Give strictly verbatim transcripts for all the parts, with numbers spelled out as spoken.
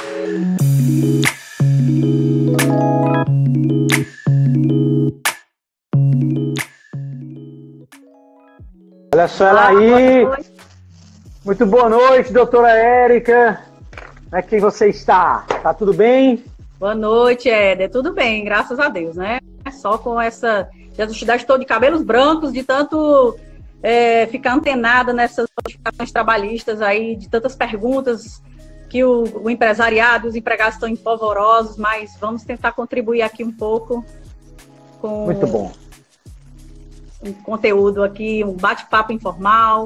Olha só ela aí. Muito boa noite, doutora Érica. Como é que você está? Tá tudo bem? Boa noite, Éder. Tudo bem, graças a Deus, né? Só com essa... Já estou de cabelos brancos, de tanto é, ficar antenada nessas notificações trabalhistas aí, de tantas perguntas que o, o empresariado, os empregados estão empolvorosos, mas vamos tentar contribuir aqui um pouco com... Muito bom. Um conteúdo aqui, um bate-papo informal.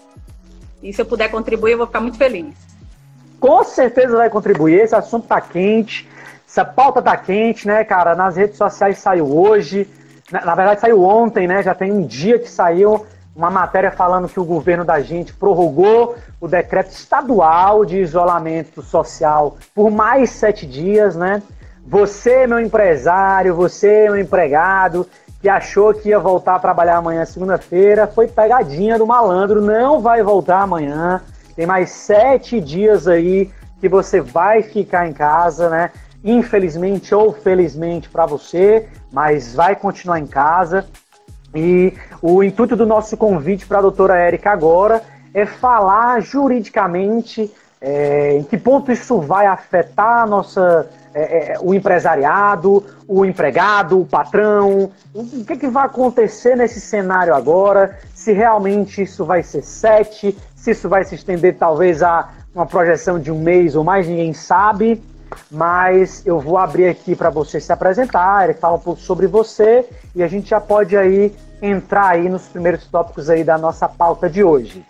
E se eu puder contribuir, eu vou ficar muito feliz. Com certeza vai contribuir. Esse assunto tá quente, essa pauta tá quente, né, cara? Nas redes sociais saiu hoje, na, na verdade saiu ontem, né? Já tem um dia que saiu uma matéria falando que o governo da gente prorrogou o decreto estadual de isolamento social por mais sete dias, né? Você, meu empresário, você, meu empregado, que achou que ia voltar a trabalhar amanhã, segunda-feira, foi pegadinha do malandro, não vai voltar amanhã. Tem mais sete dias aí que você vai ficar em casa, né? Infelizmente ou felizmente para você, mas vai continuar em casa. E o intuito do nosso convite para a doutora Érica agora é falar juridicamente é, em que ponto isso vai afetar a nossa... É, é, o empresariado, o empregado, o patrão, o que, que vai acontecer nesse cenário agora, se realmente isso vai ser sete, se isso vai se estender talvez a uma projeção de um mês ou mais, ninguém sabe, mas eu vou abrir aqui para você se apresentar, falar um pouco sobre você e a gente já pode aí entrar aí nos primeiros tópicos aí da nossa pauta de hoje.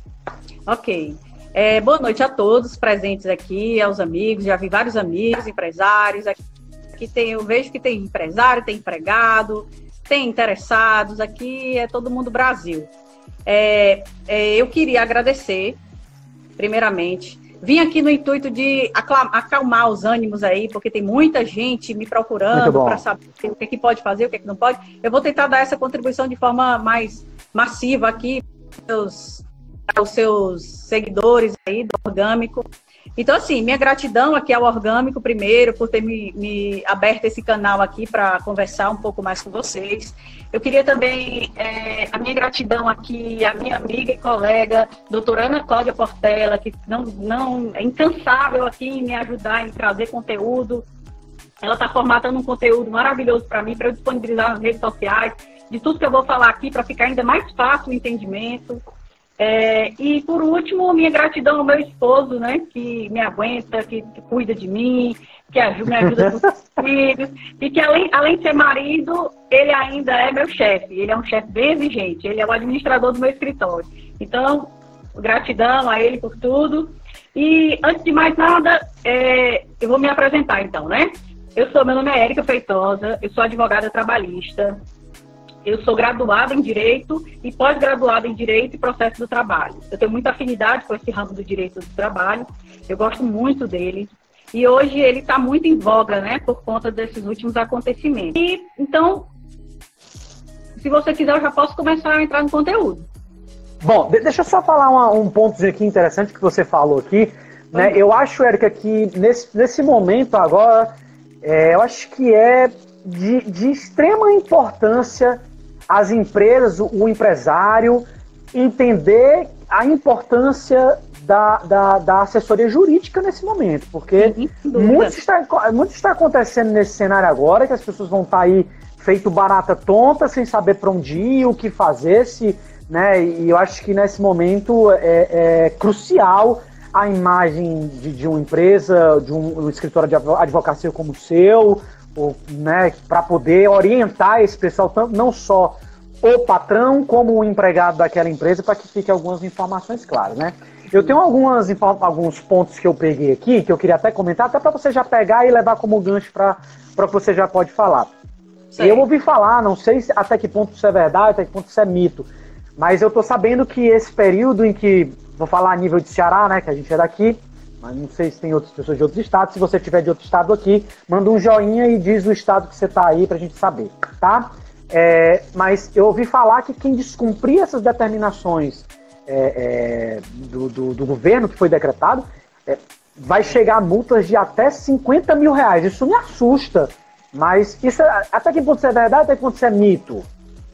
Ok. É, boa noite a todos presentes aqui, aos amigos, já vi vários amigos, empresários, aqui, aqui tem, eu vejo que tem empresário, tem empregado, tem interessados, aqui é todo mundo Brasil. É, é, eu queria agradecer, primeiramente, vim aqui no intuito de acalmar os ânimos aí, porque tem muita gente me procurando para saber o que, é que pode fazer, o que, é que não pode. Eu vou tentar dar essa contribuição de forma mais massiva aqui, meus... os seus seguidores aí do Orgâmico. Então, assim, minha gratidão aqui ao Orgâmico, primeiro, por ter me, me aberto esse canal aqui para conversar um pouco mais com vocês. Eu queria também, é, a minha gratidão aqui à minha amiga e colega, doutora Ana Cláudia Portela, que não, não, é incansável aqui em me ajudar, em trazer conteúdo. Ela está formatando um conteúdo maravilhoso para mim, para eu disponibilizar nas redes sociais, de tudo que eu vou falar aqui, para ficar ainda mais fácil o entendimento. É, e, por último, minha gratidão ao meu esposo, né, que me aguenta, que, que cuida de mim, que ajuda, me ajuda com os filhos, e que, além, além de ser marido, ele ainda é meu chefe. Ele é um chefe bem exigente, ele é o administrador do meu escritório. Então, gratidão a ele por tudo. E, antes de mais nada, é, eu vou me apresentar, então, né? Eu sou, meu nome é Érica Feitosa, eu sou advogada trabalhista. Eu sou graduada em Direito e pós-graduada em Direito e Processo do Trabalho. Eu tenho muita afinidade com esse ramo do Direito do Trabalho, eu gosto muito dele. E hoje ele está muito em voga, né, por conta desses últimos acontecimentos. E, então, se você quiser, eu já posso começar a entrar no conteúdo. Bom, deixa eu só falar uma, um ponto aqui interessante que você falou aqui. Né? Eu acho, Érica, que nesse, nesse momento agora, é, eu acho que é de, de extrema importância as empresas, o, o empresário, entender a importância da, da, da assessoria jurídica nesse momento, porque muito está, muito está acontecendo nesse cenário agora, que as pessoas vão estar aí feito barata tonta, sem saber para onde ir, o que fazer, se, né, e eu acho que nesse momento é, é crucial a imagem de, de uma empresa, de um, um escritório de advocacia como o seu, né, para poder orientar esse pessoal, tanto, não só o patrão como o empregado daquela empresa, para que fiquem algumas informações claras, né? Eu tenho algumas, alguns pontos que eu peguei aqui, que eu queria até comentar, até para você já pegar e levar como gancho para que você já pode falar. Sim. Eu ouvi falar, não sei até que ponto isso é verdade, até que ponto isso é mito, mas eu estou sabendo que esse período em que, vou falar a nível de Ceará, né, que a gente é daqui, mas não sei se tem outras pessoas de outros estados. Se você tiver de outro estado aqui, manda um joinha e diz o estado que você está aí pra gente saber, tá? É, mas eu ouvi falar que quem descumprir essas determinações é, é, do, do, do governo que foi decretado, é, vai chegar a multas de até cinquenta mil reais. Isso me assusta. Mas isso é, até que ponto isso é verdade, até que ponto isso é mito?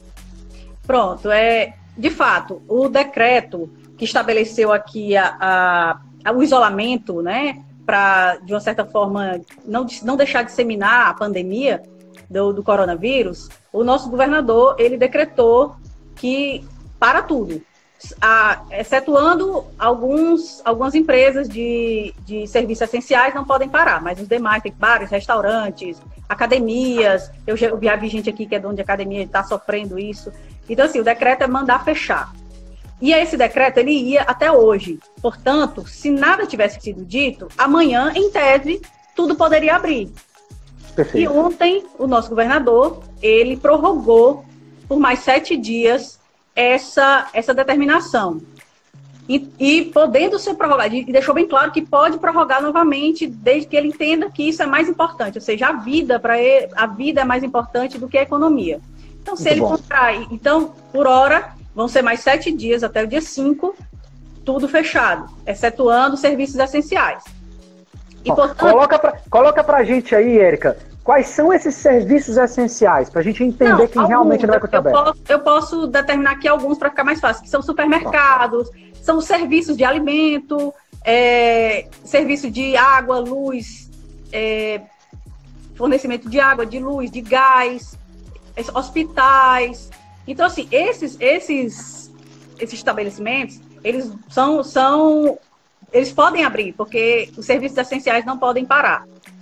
Pronto, é, de fato, o decreto que estabeleceu aqui a, a, o isolamento, né, para, de uma certa forma, não, não deixar disseminar a pandemia do, do coronavírus, o nosso governador, ele decretou que para tudo, a, excetuando alguns, algumas empresas de, de serviços essenciais não podem parar, mas os demais, tem bares, restaurantes, academias, eu já, eu já vi gente aqui que é dono de academia e está sofrendo isso. Então, assim, o decreto é mandar fechar. E esse decreto, ele ia até hoje. Portanto, se nada tivesse sido dito, amanhã, em tese, tudo poderia abrir. Perfeito. E ontem, o nosso governador, ele prorrogou por mais sete dias essa, essa determinação. E, e podendo ser prorrogado, e deixou bem claro que pode prorrogar novamente, desde que ele entenda que isso é mais importante, ou seja, a vida para ele, a vida é mais importante do que a economia. Então, se Muito ele bom. contrai, então, por hora, vão ser mais sete dias até o dia cinco, tudo fechado, excetuando serviços essenciais. E, bom, portanto, coloca pra, coloca pra gente aí, Érica, quais são esses serviços essenciais, para a gente entender não, quem alguns, realmente não vai continuar aberto. Posso, eu posso determinar aqui alguns para ficar mais fácil, que são supermercados, bom. são os serviços de alimento, é, serviço de água, luz, é, fornecimento de água, de luz, de gás, hospitais. Então, assim, esses, esses, esses estabelecimentos, eles são, são, eles podem abrir, porque os serviços essenciais não podem parar.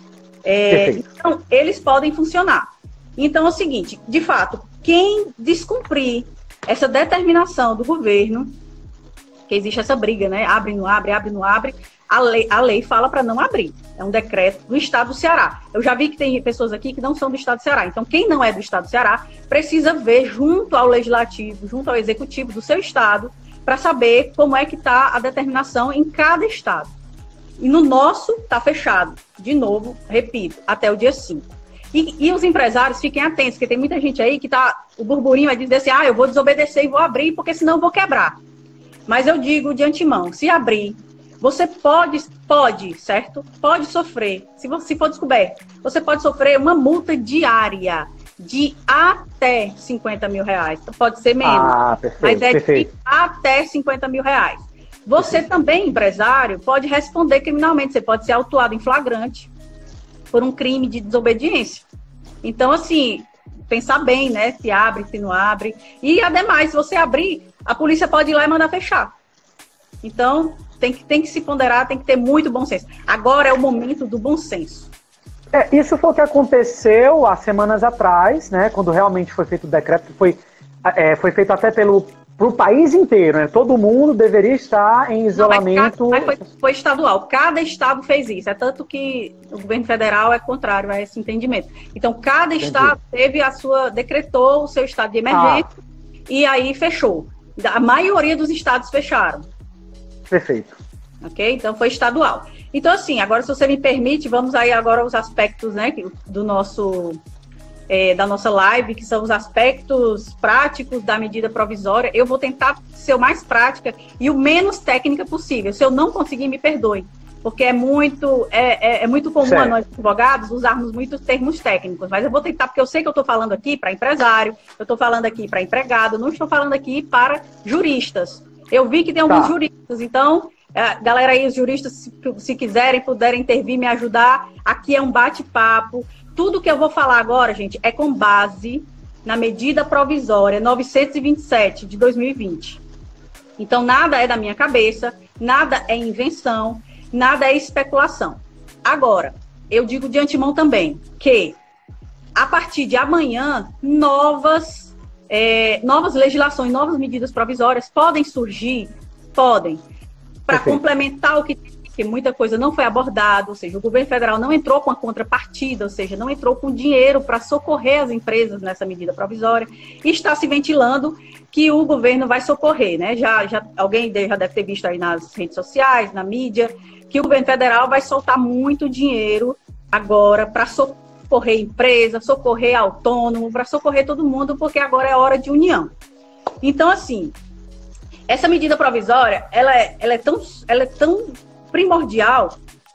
É, então, eles podem funcionar. Então, é o seguinte, de fato, quem descumprir essa determinação do governo, que existe essa briga, né? Abre, não abre, abre, não abre, a lei, a lei fala para não abrir. É um decreto do estado do Ceará. Eu já vi que tem pessoas aqui que não são do estado do Ceará. Então, quem não é do estado do Ceará precisa ver junto ao legislativo, junto ao executivo do seu estado, para saber como é que está a determinação em cada estado. E no nosso está fechado. De novo, repito, até o dia cinco. E, e os empresários fiquem atentos, porque tem muita gente aí que tá, o burburinho vai dizer assim, ah, eu vou desobedecer e vou abrir, porque senão eu vou quebrar. Mas eu digo de antemão, se abrir, você pode, pode, certo? Pode sofrer, se você for descoberto, você pode sofrer uma multa diária de até cinquenta mil reais. Pode ser menos, ah, perfeito, mas é perfeito. de até cinquenta mil reais. Você também, empresário, pode responder criminalmente. Você pode ser autuado em flagrante por um crime de desobediência. Então, assim, pensar bem, né? Se abre, se não abre. E, ademais, se você abrir, a polícia pode ir lá e mandar fechar. Então, tem que, tem que se ponderar, tem que ter muito bom senso. Agora é o momento do bom senso. É, isso foi o que aconteceu há semanas atrás, né? Quando realmente foi feito o decreto, que foi, é, foi feito até pelo... para o país inteiro, né? Todo mundo deveria estar em isolamento. Não, mas, mas foi, foi estadual. Cada estado fez isso. É tanto que o governo federal é contrário a esse entendimento. Então, cada Entendi. estado teve a sua... decretou o seu estado de emergência ah. e aí fechou. A maioria dos estados fecharam. Perfeito. Ok? Então, foi estadual. Então, assim, agora, se você me permite, vamos aí agora aos aspectos, né, do nosso... É, da nossa live, que são os aspectos práticos da medida provisória. Eu vou tentar ser o mais prática e o menos técnica possível. Se eu não conseguir, me perdoe, porque é muito, é, é, é muito comum certo. a nós advogados usarmos muitos termos técnicos, mas eu vou tentar, porque eu sei que eu estou falando aqui para empresário, eu estou falando aqui para empregado, não estou falando aqui para juristas. Eu vi que tem alguns tá. juristas, então, é, galera aí, os juristas, se, se quiserem, puderem intervir, me ajudar, aqui é um bate-papo. Tudo que eu vou falar agora, gente, é com base na medida provisória novecentos e vinte e sete de dois mil e vinte. Então, nada é da minha cabeça, nada é invenção, nada é especulação. Agora, eu digo de antemão também que, a partir de amanhã, novas, é, novas legislações, novas medidas provisórias podem surgir, podem, para complementar o que que muita coisa não foi abordada, ou seja, o governo federal não entrou com a contrapartida, ou seja, não entrou com dinheiro para socorrer as empresas nessa medida provisória, e está se ventilando que o governo vai socorrer, né? Já, já, alguém já deve ter visto aí nas redes sociais, na mídia, que o governo federal vai soltar muito dinheiro agora para socorrer empresa, socorrer autônomo, para socorrer todo mundo, porque agora é hora de união. Então, assim, essa medida provisória, ela é, ela é tão... Ela é tão primordial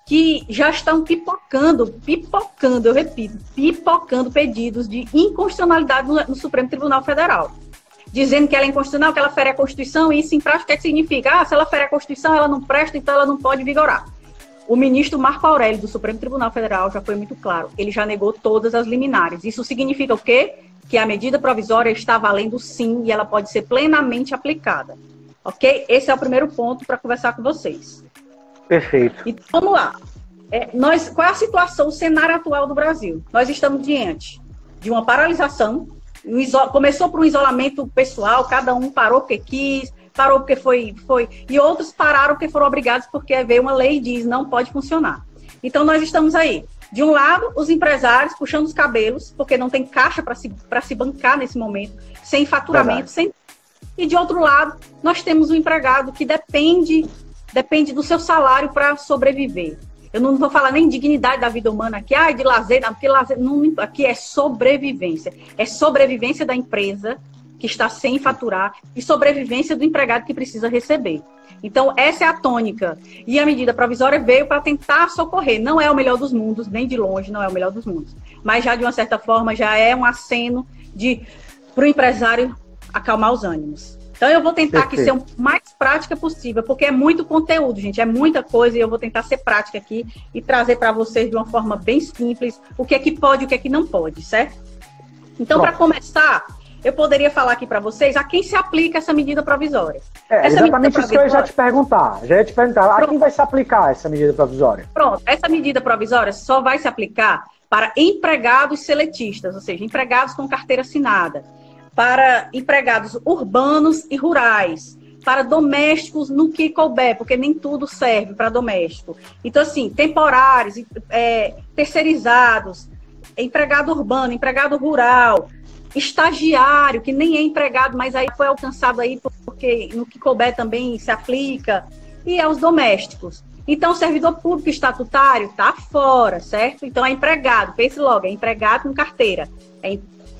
que já estão pipocando, pipocando, eu repito, pipocando pedidos de inconstitucionalidade no, no Supremo Tribunal Federal. Dizendo que ela é inconstitucional, que ela fere a Constituição, e isso em prática o que significa? Ah, se ela fere a Constituição, ela não presta, então ela não pode vigorar. O ministro Marco Aurélio, do Supremo Tribunal Federal, já foi muito claro. Ele já negou todas as liminares. Isso significa o quê? Que a medida provisória está valendo sim e ela pode ser plenamente aplicada. Ok? Esse é o primeiro ponto para conversar com vocês. Perfeito. Então, vamos lá. É, nós, qual é a situação, o cenário atual do Brasil? Nós estamos diante de uma paralisação. Um iso... Começou por um isolamento pessoal, cada um parou porque quis, parou porque foi, foi, e outros pararam porque foram obrigados, porque veio uma lei e diz não pode funcionar. Então, nós estamos aí. De um lado, os empresários puxando os cabelos, porque não tem caixa para se, para se bancar nesse momento, sem faturamento, sem... E de outro lado, nós temos um empregado que depende, depende do seu salário para sobreviver. Eu não vou falar nem dignidade da vida humana aqui, ah, de lazer, não, porque lazer não, aqui é sobrevivência. É sobrevivência da empresa que está sem faturar e sobrevivência do empregado que precisa receber. Então, essa é a tônica. E a medida provisória veio para tentar socorrer. Não é o melhor dos mundos, nem de longe não é o melhor dos mundos. Mas já, de uma certa forma, já é um aceno para o empresário acalmar os ânimos. Então, eu vou tentar aqui ser o mais prática possível, porque é muito conteúdo, gente, é muita coisa, e eu vou tentar ser prática aqui e trazer para vocês de uma forma bem simples o que é que pode e o que é que não pode, certo? Então, para começar, eu poderia falar aqui para vocês a quem se aplica essa medida provisória. É, essa exatamente isso que eu ia já te perguntar. Já ia te perguntar, a quem vai se aplicar essa medida provisória? Pronto, essa medida provisória só vai se aplicar para empregados seletistas, ou seja, empregados com carteira assinada, para empregados urbanos e rurais, para domésticos no que couber, porque nem tudo serve para doméstico. Então, assim, temporários, é, terceirizados, empregado urbano, empregado rural, estagiário, que nem é empregado, mas aí foi alcançado aí porque no que couber também se aplica, e aos domésticos. Então, o servidor público estatutário está fora, certo? Então, é empregado, pense logo, é empregado com carteira, é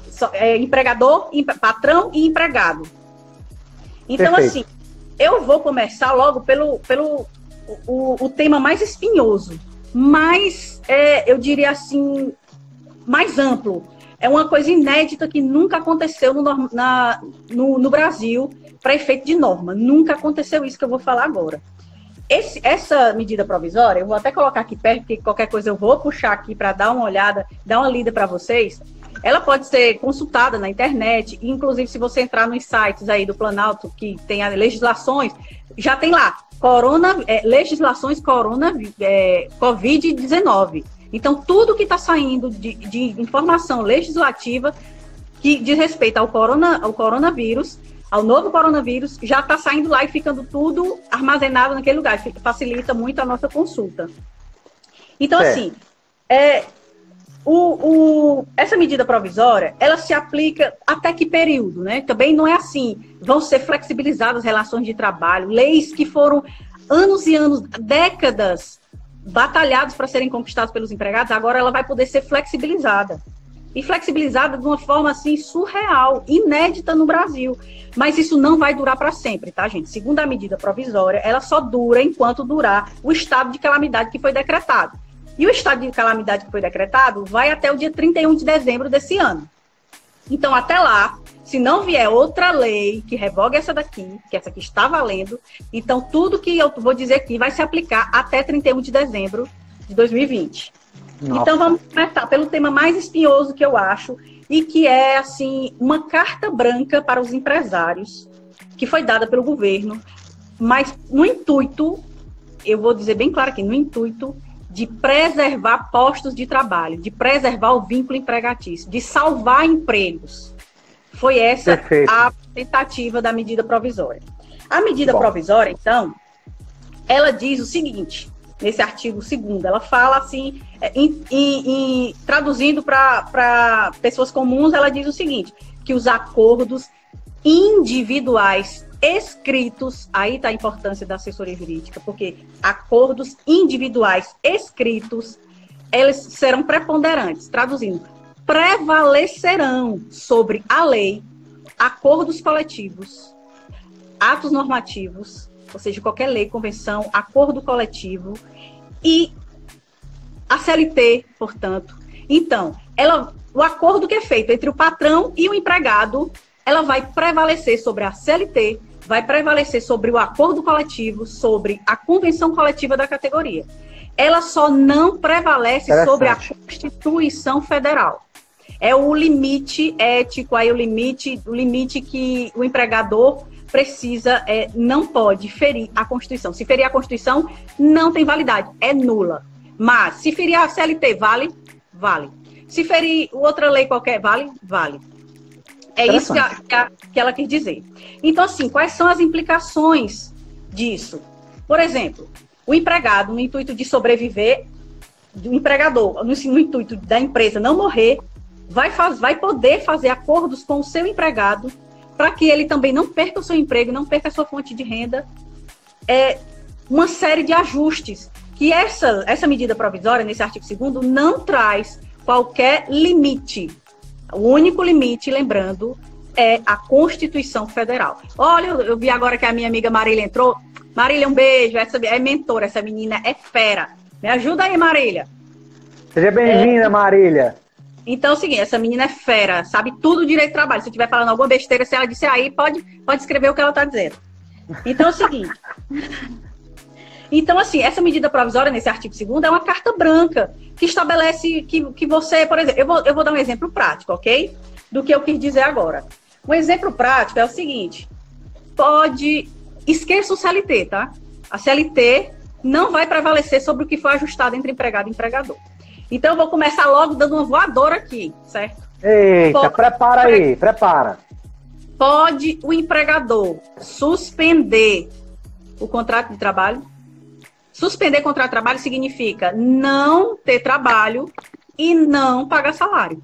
É empregador, patrão e empregado. Então, Perfeito. assim, eu vou começar logo pelo, pelo o, o tema mais espinhoso, mais, é, eu diria assim, mais amplo. É uma coisa inédita que nunca aconteceu no, na, no, no Brasil para efeito de norma. Nunca aconteceu isso que eu vou falar agora. Esse, essa medida provisória, eu vou até colocar aqui perto, porque qualquer coisa eu vou puxar aqui para dar uma olhada, dar uma lida para vocês. Ela pode ser consultada na internet, inclusive se você entrar nos sites aí do Planalto, que tem as legislações, já tem lá, corona, é, legislações corona, é, covid dezenove. Então, tudo que está saindo de, de informação legislativa que diz respeito ao, corona, ao coronavírus, ao novo coronavírus, já está saindo lá e ficando tudo armazenado naquele lugar. Facilita muito a nossa consulta. Então, é. assim, é... O, o, essa medida provisória, ela se aplica até que período, né? Também não é assim, vão ser flexibilizadas as relações de trabalho, leis que foram anos e anos, décadas, batalhados para serem conquistados pelos empregados, agora ela vai poder ser flexibilizada. E flexibilizada de uma forma, assim, surreal, inédita no Brasil. Mas isso não vai durar para sempre, tá, gente? Segundo a medida provisória, ela só dura enquanto durar o estado de calamidade que foi decretado. E o estado de calamidade que foi decretado vai até o dia trinta e um de dezembro desse ano. Então, até lá, se não vier outra lei que revogue essa daqui, que essa aqui está valendo, então tudo que eu vou dizer aqui vai se aplicar até trinta e um de dezembro de dois mil e vinte. Nossa. Então, vamos começar pelo tema mais espinhoso que eu acho, e que é, assim, uma carta branca para os empresários, que foi dada pelo governo, mas no intuito, eu vou dizer bem claro aqui, no intuito de preservar postos de trabalho, de preservar o vínculo empregatício, de salvar empregos. Foi essa Perfeito. a tentativa da medida provisória. A medida Bom. provisória, então, ela diz o seguinte, nesse artigo segundo, ela fala assim, em, em, em, traduzindo para pessoas comuns, ela diz o seguinte, que os acordos individuais escritos, aí está a importância da assessoria jurídica, porque acordos individuais escritos, eles serão preponderantes, traduzindo, prevalecerão sobre a lei, acordos coletivos, atos normativos, ou seja, qualquer lei, convenção, acordo coletivo, e a C L T, portanto. Então, ela, o acordo que é feito entre o patrão e o empregado, ela vai prevalecer sobre a C L T, vai prevalecer sobre o acordo coletivo, sobre a convenção coletiva da categoria. Ela só não prevalece sobre a Constituição Federal. É o limite ético, aí o limite, o limite que o empregador precisa, é, não pode ferir a Constituição. Se ferir a Constituição, não tem validade, é nula. Mas, se ferir a C L T, vale? Vale. Se ferir outra lei qualquer, vale? Vale. É isso que, a, que, a, que ela quis dizer. Então, assim, quais são as implicações disso? Por exemplo, o empregado, no intuito de sobreviver, o empregador, no, no intuito da empresa não morrer, vai, faz, vai poder fazer acordos com o seu empregado para que ele também não perca o seu emprego, não perca a sua fonte de renda. É uma série de ajustes que essa, essa medida provisória, nesse artigo segundo, não traz qualquer limite. O único limite, lembrando, é a Constituição Federal. Olha, eu, eu vi agora que a minha amiga Marília entrou. Marília, um beijo. Essa é mentora, essa menina é fera. Me ajuda aí, Marília. Seja bem-vinda, é... Marília. Então é o seguinte, essa menina é fera, sabe tudo direito de trabalho. Se eu estiver falando alguma besteira, se ela disser aí, pode, pode escrever o que ela está dizendo. Então é o seguinte... Então, assim, essa medida provisória, nesse artigo segundo, é uma carta branca que estabelece que, que você, por exemplo, eu vou, eu vou dar um exemplo prático, ok? Do que eu quis dizer agora. Um exemplo prático é o seguinte, pode... Esqueça o C L T, tá? A C L T não vai prevalecer sobre o que foi ajustado entre empregado e empregador. Então, eu vou começar logo dando uma voadora aqui, certo? Eita, pode, prepara pre... aí, prepara. Pode o empregador suspender o contrato de trabalho? Suspender contrato de trabalho significa não ter trabalho e não pagar salário.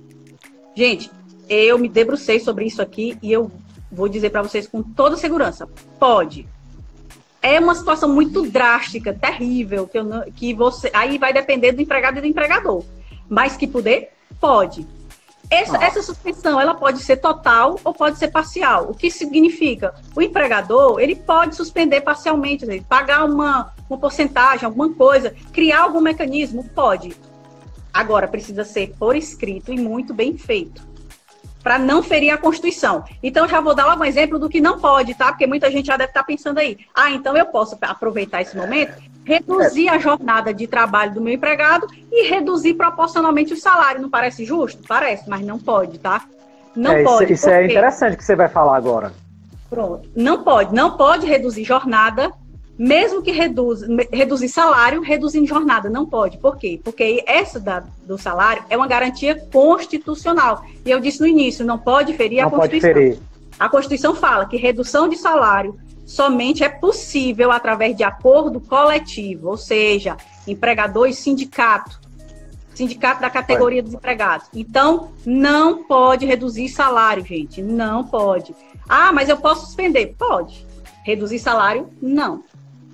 Gente, eu me debrucei sobre isso aqui e eu vou dizer para vocês com toda segurança. Pode. É uma situação muito drástica, terrível, que, eu não, que você... Aí vai depender do empregado e do empregador. Mas que poder? Pode. Essa, essa suspensão, ela pode ser total ou pode ser parcial. O que significa? O empregador, ele pode suspender parcialmente, pagar uma, uma porcentagem, alguma coisa, criar algum mecanismo, pode. Agora, precisa ser por escrito e muito bem feito, para não ferir a Constituição. Então, já vou dar logo um exemplo do que não pode, tá? Porque muita gente já deve estar pensando aí. Ah, então eu posso aproveitar esse momento, reduzir a jornada de trabalho do meu empregado e reduzir proporcionalmente o salário. Não parece justo? Parece, mas não pode, tá? Não é, pode. Isso, isso é interessante que você vai falar agora. Pronto. Não pode. Não pode reduzir jornada, mesmo que reduz, reduzir salário, reduzindo jornada. Não pode. Por quê? Porque essa da, do salário é uma garantia constitucional. E eu disse no início, não pode ferir a não Constituição. Pode ferir. A Constituição fala que redução de salário somente é possível através de acordo coletivo, ou seja, empregador e sindicato, sindicato da categoria dos empregados. Então, não pode reduzir salário, gente, não pode. Ah, mas eu posso suspender? Pode. Reduzir salário? Não.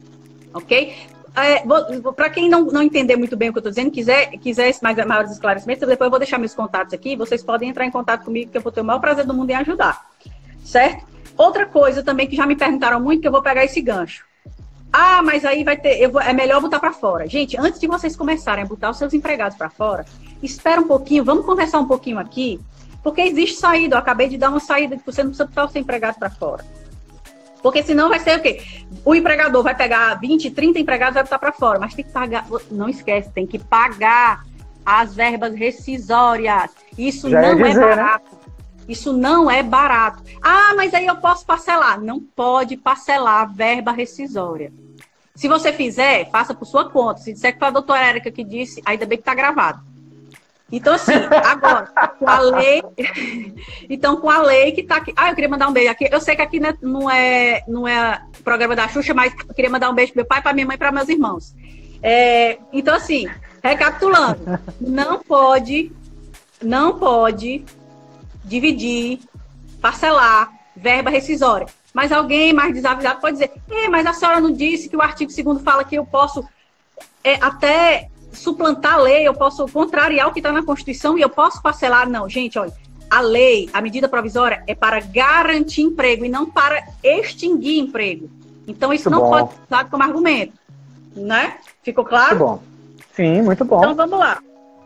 Ok? É, para quem não, não entender muito bem o que eu estou dizendo, quiser, quiser mais, maiores esclarecimentos, depois eu vou deixar meus contatos aqui, vocês podem entrar em contato comigo, que eu vou ter o maior prazer do mundo em ajudar. Certo? Outra coisa também que já me perguntaram muito, que eu vou pegar esse gancho. Ah, mas aí vai ter, eu vou, é melhor botar para fora. Gente, antes de vocês começarem a botar os seus empregados para fora, espera um pouquinho, vamos conversar um pouquinho aqui, porque existe saída. Eu acabei de dar uma saída que você não precisa botar o seu empregado para fora. Porque senão vai ser o quê? O empregador vai pegar vinte, trinta empregados e vai botar para fora, mas tem que pagar, não esquece, tem que pagar as verbas rescisórias. Isso já não é dizer, barato. Né? Isso não é barato. Ah, mas aí eu posso parcelar. Não pode parcelar a verba rescisória. Se você fizer, faça por sua conta. Se disser que foi a doutora Érica que disse, ainda bem que está gravado. Então, assim, agora, com a lei... então, com a lei que está aqui... Ah, eu queria mandar um beijo aqui. Eu sei que aqui não é, não é programa da Xuxa, mas eu queria mandar um beijo para meu pai, para minha mãe e para meus irmãos. É, então, assim, recapitulando, não pode, não pode... dividir, parcelar, verba rescisória. Mas alguém mais desavisado pode dizer, é, mas a senhora não disse que o artigo segundo fala que eu posso é, até suplantar a lei, eu posso contrariar o que está na Constituição e eu posso parcelar? Não, gente, olha, a lei, a medida provisória é para garantir emprego e não para extinguir emprego. Então, isso Muito não bom. pode ser usado como argumento. Né? Ficou claro? Muito bom. Sim, muito bom. Então vamos lá.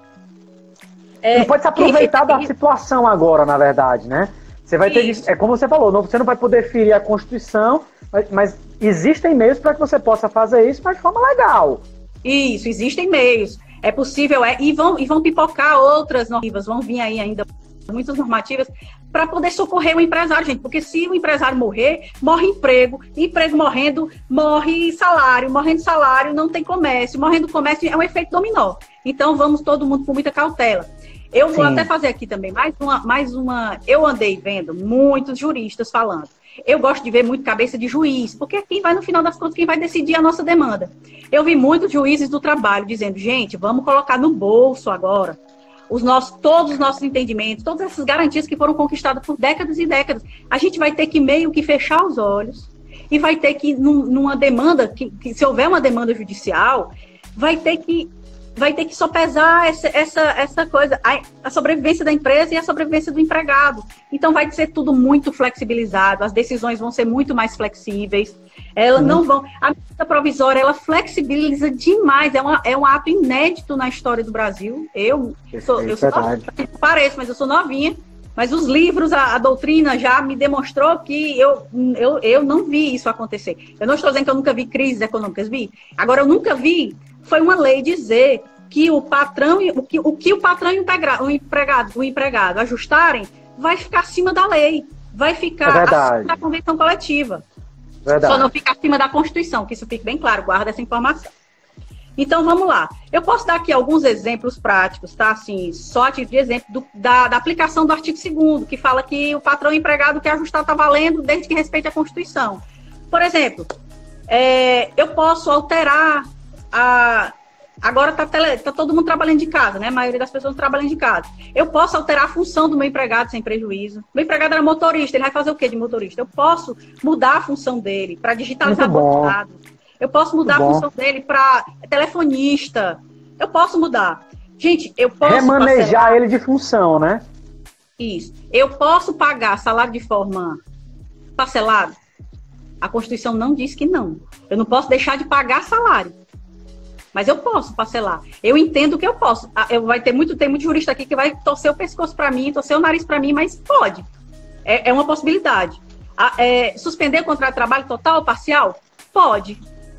É, não pode se aproveitar da situação agora, na verdade, né? Você vai Isso. ter, é como você falou, não, você não vai poder ferir a Constituição, mas, mas existem meios para que você possa fazer isso, mas de forma legal. Isso, existem meios. É possível, é, e vão, e vão pipocar outras normativas, vão vir aí ainda muitas normativas para poder socorrer o empresário, gente, porque se o empresário morrer, morre emprego, emprego morrendo, morre salário, morrendo salário, não tem comércio, morrendo comércio é um efeito dominó. Então vamos todo mundo com muita cautela. Eu vou Sim. até fazer aqui também mais uma, mais uma. Eu andei vendo muitos juristas falando. Eu gosto de ver muito cabeça de juiz, porque quem vai, no final das contas, quem vai decidir a nossa demanda. Eu vi muitos juízes do trabalho dizendo, gente, vamos colocar no bolso agora os nossos, todos os nossos entendimentos, todas essas garantias que foram conquistadas por décadas e décadas. A gente vai ter que meio que fechar os olhos e vai ter que, num, numa demanda, que, que se houver uma demanda judicial, vai ter que vai ter que sopesar essa, essa, essa coisa, a, a sobrevivência da empresa e a sobrevivência do empregado. Então vai ser tudo muito flexibilizado, as decisões vão ser muito mais flexíveis, elas uhum. não vão... A medida provisória, ela flexibiliza demais, é, uma, é um ato inédito na história do Brasil. Eu sou, eu sou novinha, pareço, mas eu sou novinha, mas os livros, a, a doutrina já me demonstrou que eu, eu, eu não vi isso acontecer. Eu não estou dizendo que eu nunca vi crises econômicas, vi. Agora, eu nunca vi foi uma lei dizer que o patrão, o que o, que o patrão e o empregado, o empregado ajustarem vai ficar acima da lei, vai ficar é acima da convenção coletiva. Verdade. Só não fica acima da Constituição, que isso fique bem claro, guarda essa informação. Então, vamos lá. Eu posso dar aqui alguns exemplos práticos, tá? Assim, só a título de exemplo do, da, da aplicação do artigo segundo, que fala que o patrão e o empregado que ajustar está valendo desde que respeite a Constituição. Por exemplo, é, eu posso alterar a... Agora está tá todo mundo trabalhando de casa, né? A maioria das pessoas trabalhando de casa. Eu posso alterar a função do meu empregado sem prejuízo. Meu empregado era motorista, ele vai fazer o quê de motorista? Eu posso mudar a função dele para digitalizar dados. Eu posso mudar Muito a função bom. dele para telefonista. Eu posso mudar. Gente, eu posso... Remanejar parcelar. ele de função, né? Isso. Eu posso pagar salário de forma parcelada? A Constituição não diz que não. Eu não posso deixar de pagar salário. Mas eu posso parcelar. Eu entendo que eu posso. Eu, vai ter muito, tem muito jurista aqui que vai torcer o pescoço para mim, torcer o nariz para mim, mas pode. É, é uma possibilidade. É, suspender o contrato de trabalho total ou parcial? Pode.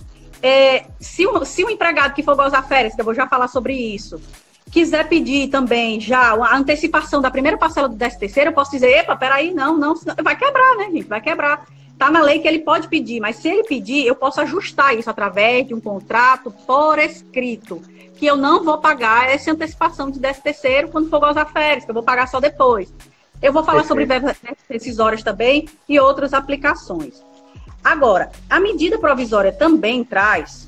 É, se, o, se o empregado que for gozar férias, que eu vou já falar sobre isso, quiser pedir também já a antecipação da primeira parcela do décimo terceiro, eu posso dizer, epa, peraí, não, não, vai quebrar, né, gente? Vai quebrar. Está na lei que ele pode pedir, mas se ele pedir, eu posso ajustar isso através de um contrato por escrito, que eu não vou pagar essa antecipação de décimo terceiro quando for gozar férias, que eu vou pagar só depois. Eu vou falar Perfeito. sobre verbas decisórias também e outras aplicações. Agora, a medida provisória também traz...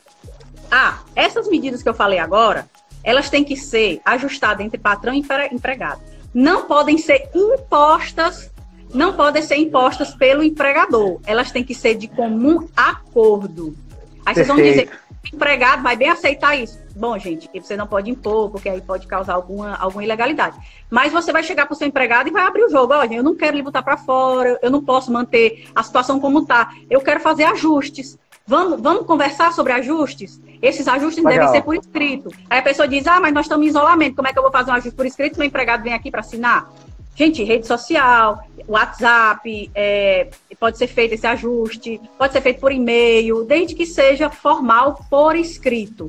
Ah, essas medidas que eu falei agora, elas têm que ser ajustadas entre patrão e empregado. Não podem ser impostas... não podem ser impostas pelo empregador. Elas têm que ser de comum acordo. Aí vocês vão dizer, o empregado vai bem aceitar isso. Bom, gente, você não pode impor, porque aí pode causar alguma, alguma ilegalidade. Mas você vai chegar para o seu empregado e vai abrir o jogo. Olha, eu não quero lhe botar para fora, eu não posso manter a situação como está. Eu quero fazer ajustes. Vamos, vamos conversar sobre ajustes? Esses ajustes Legal. devem ser por escrito. Aí a pessoa diz, ah, mas nós estamos em isolamento, como é que eu vou fazer um ajuste por escrito se meu empregado vem aqui para assinar? Gente, rede social, WhatsApp, é, pode ser feito esse ajuste, pode ser feito por e-mail, desde que seja formal por escrito.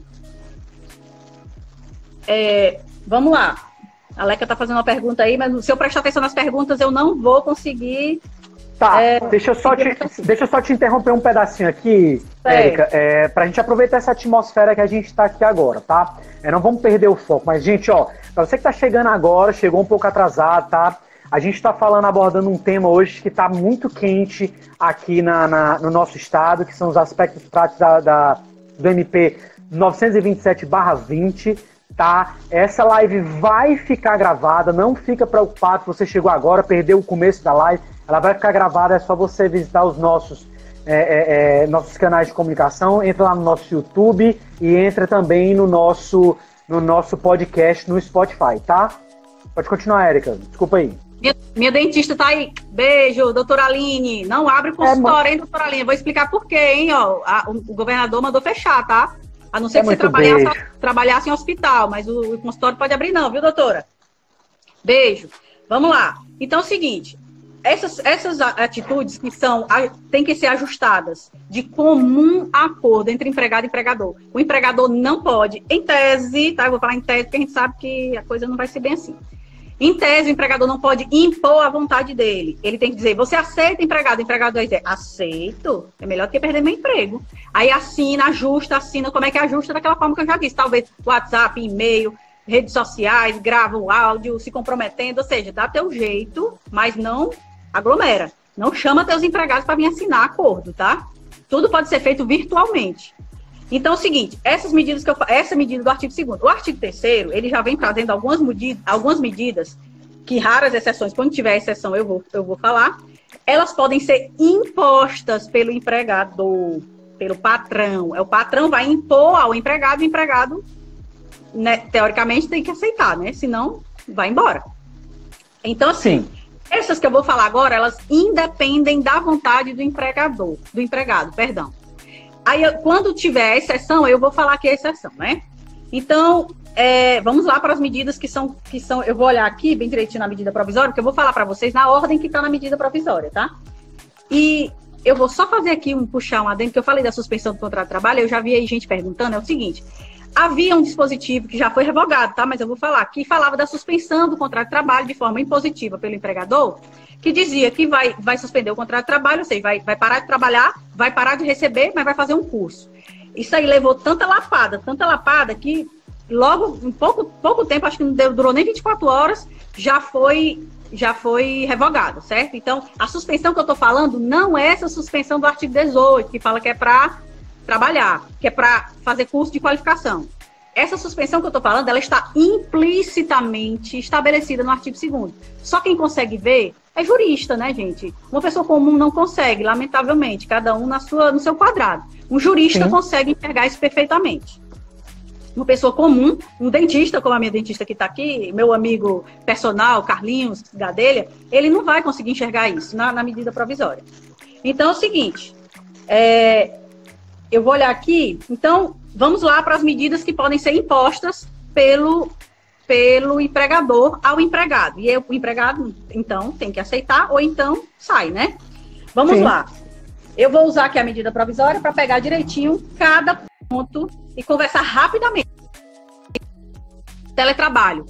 É, vamos lá. A Leca está fazendo uma pergunta aí, mas se eu prestar atenção nas perguntas, eu não vou conseguir... Tá, é, deixa, eu só te, deixa eu só te interromper um pedacinho aqui, Érica, é, pra gente aproveitar essa atmosfera que a gente tá aqui agora, tá? É, não vamos perder o foco, mas, gente, ó, pra você que tá chegando agora, chegou um pouco atrasado, tá? A gente tá falando, abordando um tema hoje que tá muito quente aqui na, na, no nosso estado, que são os aspectos práticos da, da, do M P novecentos e vinte e sete barra vinte, tá? Essa live vai ficar gravada, não fica preocupado se você chegou agora, perdeu o começo da live. Ela vai ficar gravada, é só você visitar os nossos, é, é, é, nossos canais de comunicação, entra lá no nosso YouTube e entra também no nosso, no nosso podcast no Spotify, tá? Pode continuar, Érica. Desculpa aí. Minha, minha dentista tá aí. Beijo, doutora Aline. Não abre o consultório, é, hein, doutora Aline? Vou explicar por quê, hein? Ó, a, o, o governador mandou fechar, tá? A não ser É que você muito trabalhasse, beijo. trabalhasse em hospital, mas o, o consultório pode abrir não, viu, doutora? Beijo. Vamos lá. Então é o seguinte, essas, essas atitudes que são, têm que ser ajustadas de comum acordo entre empregado e empregador. O empregador não pode, em tese, tá? Eu vou falar em tese porque a gente sabe que a coisa não vai ser bem assim. Em tese, o empregador não pode impor a vontade dele. Ele tem que dizer, você aceita empregado? O empregador vai dizer, aceito. É melhor do que perder meu emprego. Aí assina, ajusta, assina. Como é que ajusta? Daquela forma que eu já disse. Talvez WhatsApp, e-mail, redes sociais, grava o áudio, se comprometendo. Ou seja, dá teu jeito, mas não aglomera. Não chama teus empregados para vir assinar acordo, tá? Tudo pode ser feito virtualmente. Então, é o seguinte, essas medidas que eu essa medida do artigo segundo, o artigo terceiro, ele já vem trazendo algumas medidas, algumas medidas, que raras exceções, quando tiver exceção eu vou, eu vou falar, elas podem ser impostas pelo empregador, pelo patrão. É o patrão vai impor ao empregado, o empregado, né, teoricamente, tem que aceitar, né? Senão, vai embora. Então, assim, sim, essas que eu vou falar agora, elas independem da vontade do empregador, do empregado, perdão. Aí, quando tiver exceção, eu vou falar que é exceção, né? Então, é, vamos lá para as medidas que são, que são... Eu vou olhar aqui, bem direitinho na medida provisória, porque eu vou falar para vocês na ordem que está na medida provisória, tá? E eu vou só fazer aqui, um puxar um adendo, que eu falei da suspensão do contrato de trabalho, eu já vi aí gente perguntando, é o seguinte... Havia um dispositivo que já foi revogado, tá? Mas eu vou falar, que falava da suspensão do contrato de trabalho de forma impositiva pelo empregador, que dizia que vai, vai suspender o contrato de trabalho, ou seja, vai, vai parar de trabalhar, vai parar de receber, mas vai fazer um curso. Isso aí levou tanta lapada, tanta lapada, que logo, em pouco, pouco tempo, acho que não deu, durou nem vinte e quatro horas, já foi, já foi revogado, certo? Então, a suspensão que eu estou falando não é essa suspensão do artigo dezoito, que fala que é para trabalhar, que é para fazer curso de qualificação. Essa suspensão que eu estou falando, ela está implicitamente estabelecida no artigo segundo. Só quem consegue ver é jurista, né, gente? Uma pessoa comum não consegue, lamentavelmente, cada um na sua, no seu quadrado. Um jurista Sim. consegue enxergar isso perfeitamente. Uma pessoa comum, um dentista, como a minha dentista que está aqui, meu amigo personal, Carlinhos Gadelha, ele não vai conseguir enxergar isso na, na medida provisória. Então, é o seguinte, é... eu vou olhar aqui, então, vamos lá para as medidas que podem ser impostas pelo, pelo empregador ao empregado. E eu, o empregado, então, tem que aceitar ou então sai, né? Vamos Sim. lá. Eu vou usar aqui a medida provisória para pegar direitinho cada ponto e conversar rapidamente. Teletrabalho.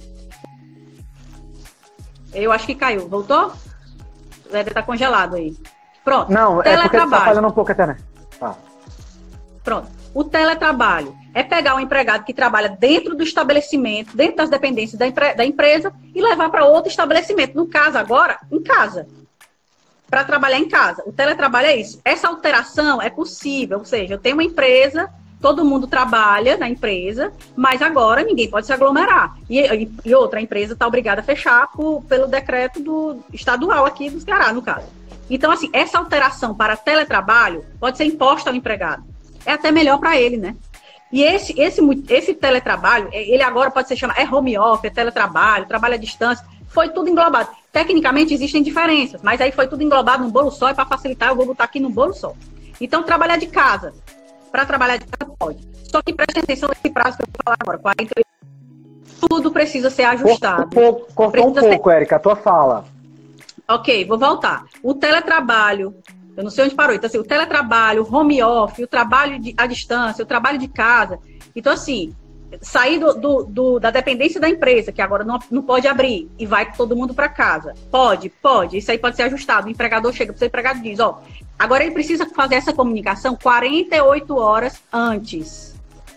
Eu acho que caiu. Voltou? Deve estar congelado aí. Pronto. Não, é porque está falhando um pouco até, né? Tá. Pronto. O teletrabalho é pegar um empregado que trabalha dentro do estabelecimento, dentro das dependências da, empre da empresa e levar para outro estabelecimento. No caso agora, em casa. Para trabalhar em casa. O teletrabalho é isso. Essa alteração é possível. Ou seja, eu tenho uma empresa, todo mundo trabalha na empresa, mas agora ninguém pode se aglomerar. E, e, e outra, a empresa está obrigada a fechar por, pelo decreto do estadual aqui do Ceará, no caso. Então, assim, essa alteração para teletrabalho pode ser imposta ao empregado. É até melhor para ele, né? E esse, esse, esse teletrabalho, ele agora pode ser chamado, é home office, é teletrabalho, trabalho à distância, foi tudo englobado. Tecnicamente existem diferenças, mas aí foi tudo englobado num bolo só, e para facilitar eu vou botar aqui num bolo só. Então, trabalhar de casa, para trabalhar de casa pode. Só que preste atenção nesse prazo que eu vou falar agora, quarenta e oito, tudo precisa ser ajustado. Cortou, cortou um pouco, ser... Érica, a tua fala. Ok, vou voltar. O teletrabalho... Eu não sei onde parou. Então, assim, o teletrabalho, o home office, o trabalho de, à distância, o trabalho de casa. Então, assim, sair do, do, do, da dependência da empresa, que agora não, não pode abrir, e vai todo mundo para casa. Pode, pode. Isso aí pode ser ajustado. O empregador chega para o seu empregado e diz, ó, agora ele precisa fazer essa comunicação quarenta e oito horas antes.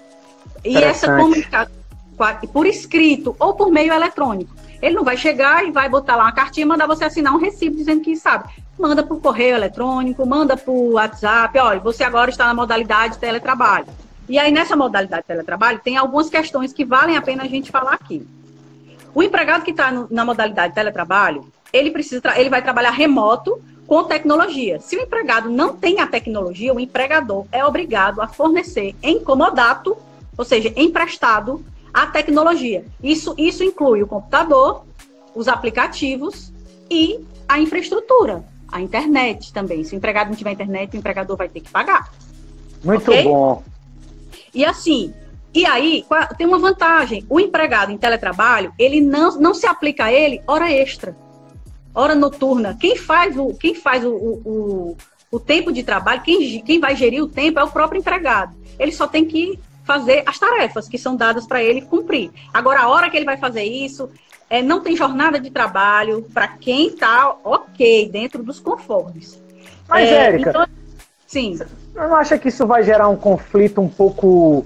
E essa comunicação, por escrito ou por meio eletrônico. Ele não vai chegar e vai botar lá uma cartinha e mandar você assinar um recibo dizendo que sabe. Manda por correio eletrônico, manda por WhatsApp. Olha, você agora está na modalidade de teletrabalho. E aí, nessa modalidade de teletrabalho, tem algumas questões que valem a pena a gente falar aqui. O empregado que está na modalidade de teletrabalho, ele, precisa ele vai trabalhar remoto com tecnologia. Se o empregado não tem a tecnologia, o empregador é obrigado a fornecer em comodato, ou seja, emprestado, a tecnologia. Isso, isso inclui o computador, os aplicativos e a infraestrutura, a internet também. Se o empregado não tiver internet, o empregador vai ter que pagar. Muito okay? bom. E assim, E aí, tem uma vantagem. O empregado em teletrabalho, ele não, não se aplica a ele hora extra, hora noturna. Quem faz o, quem faz o, o, o, o tempo de trabalho, quem, quem vai gerir o tempo é o próprio empregado. Ele só tem que fazer as tarefas que são dadas para ele cumprir. Agora, a hora que ele vai fazer isso, é, não tem jornada de trabalho para quem está ok, dentro dos conformes. Mas, é, Érica, então, sim. Você não acha que isso vai gerar um conflito um pouco...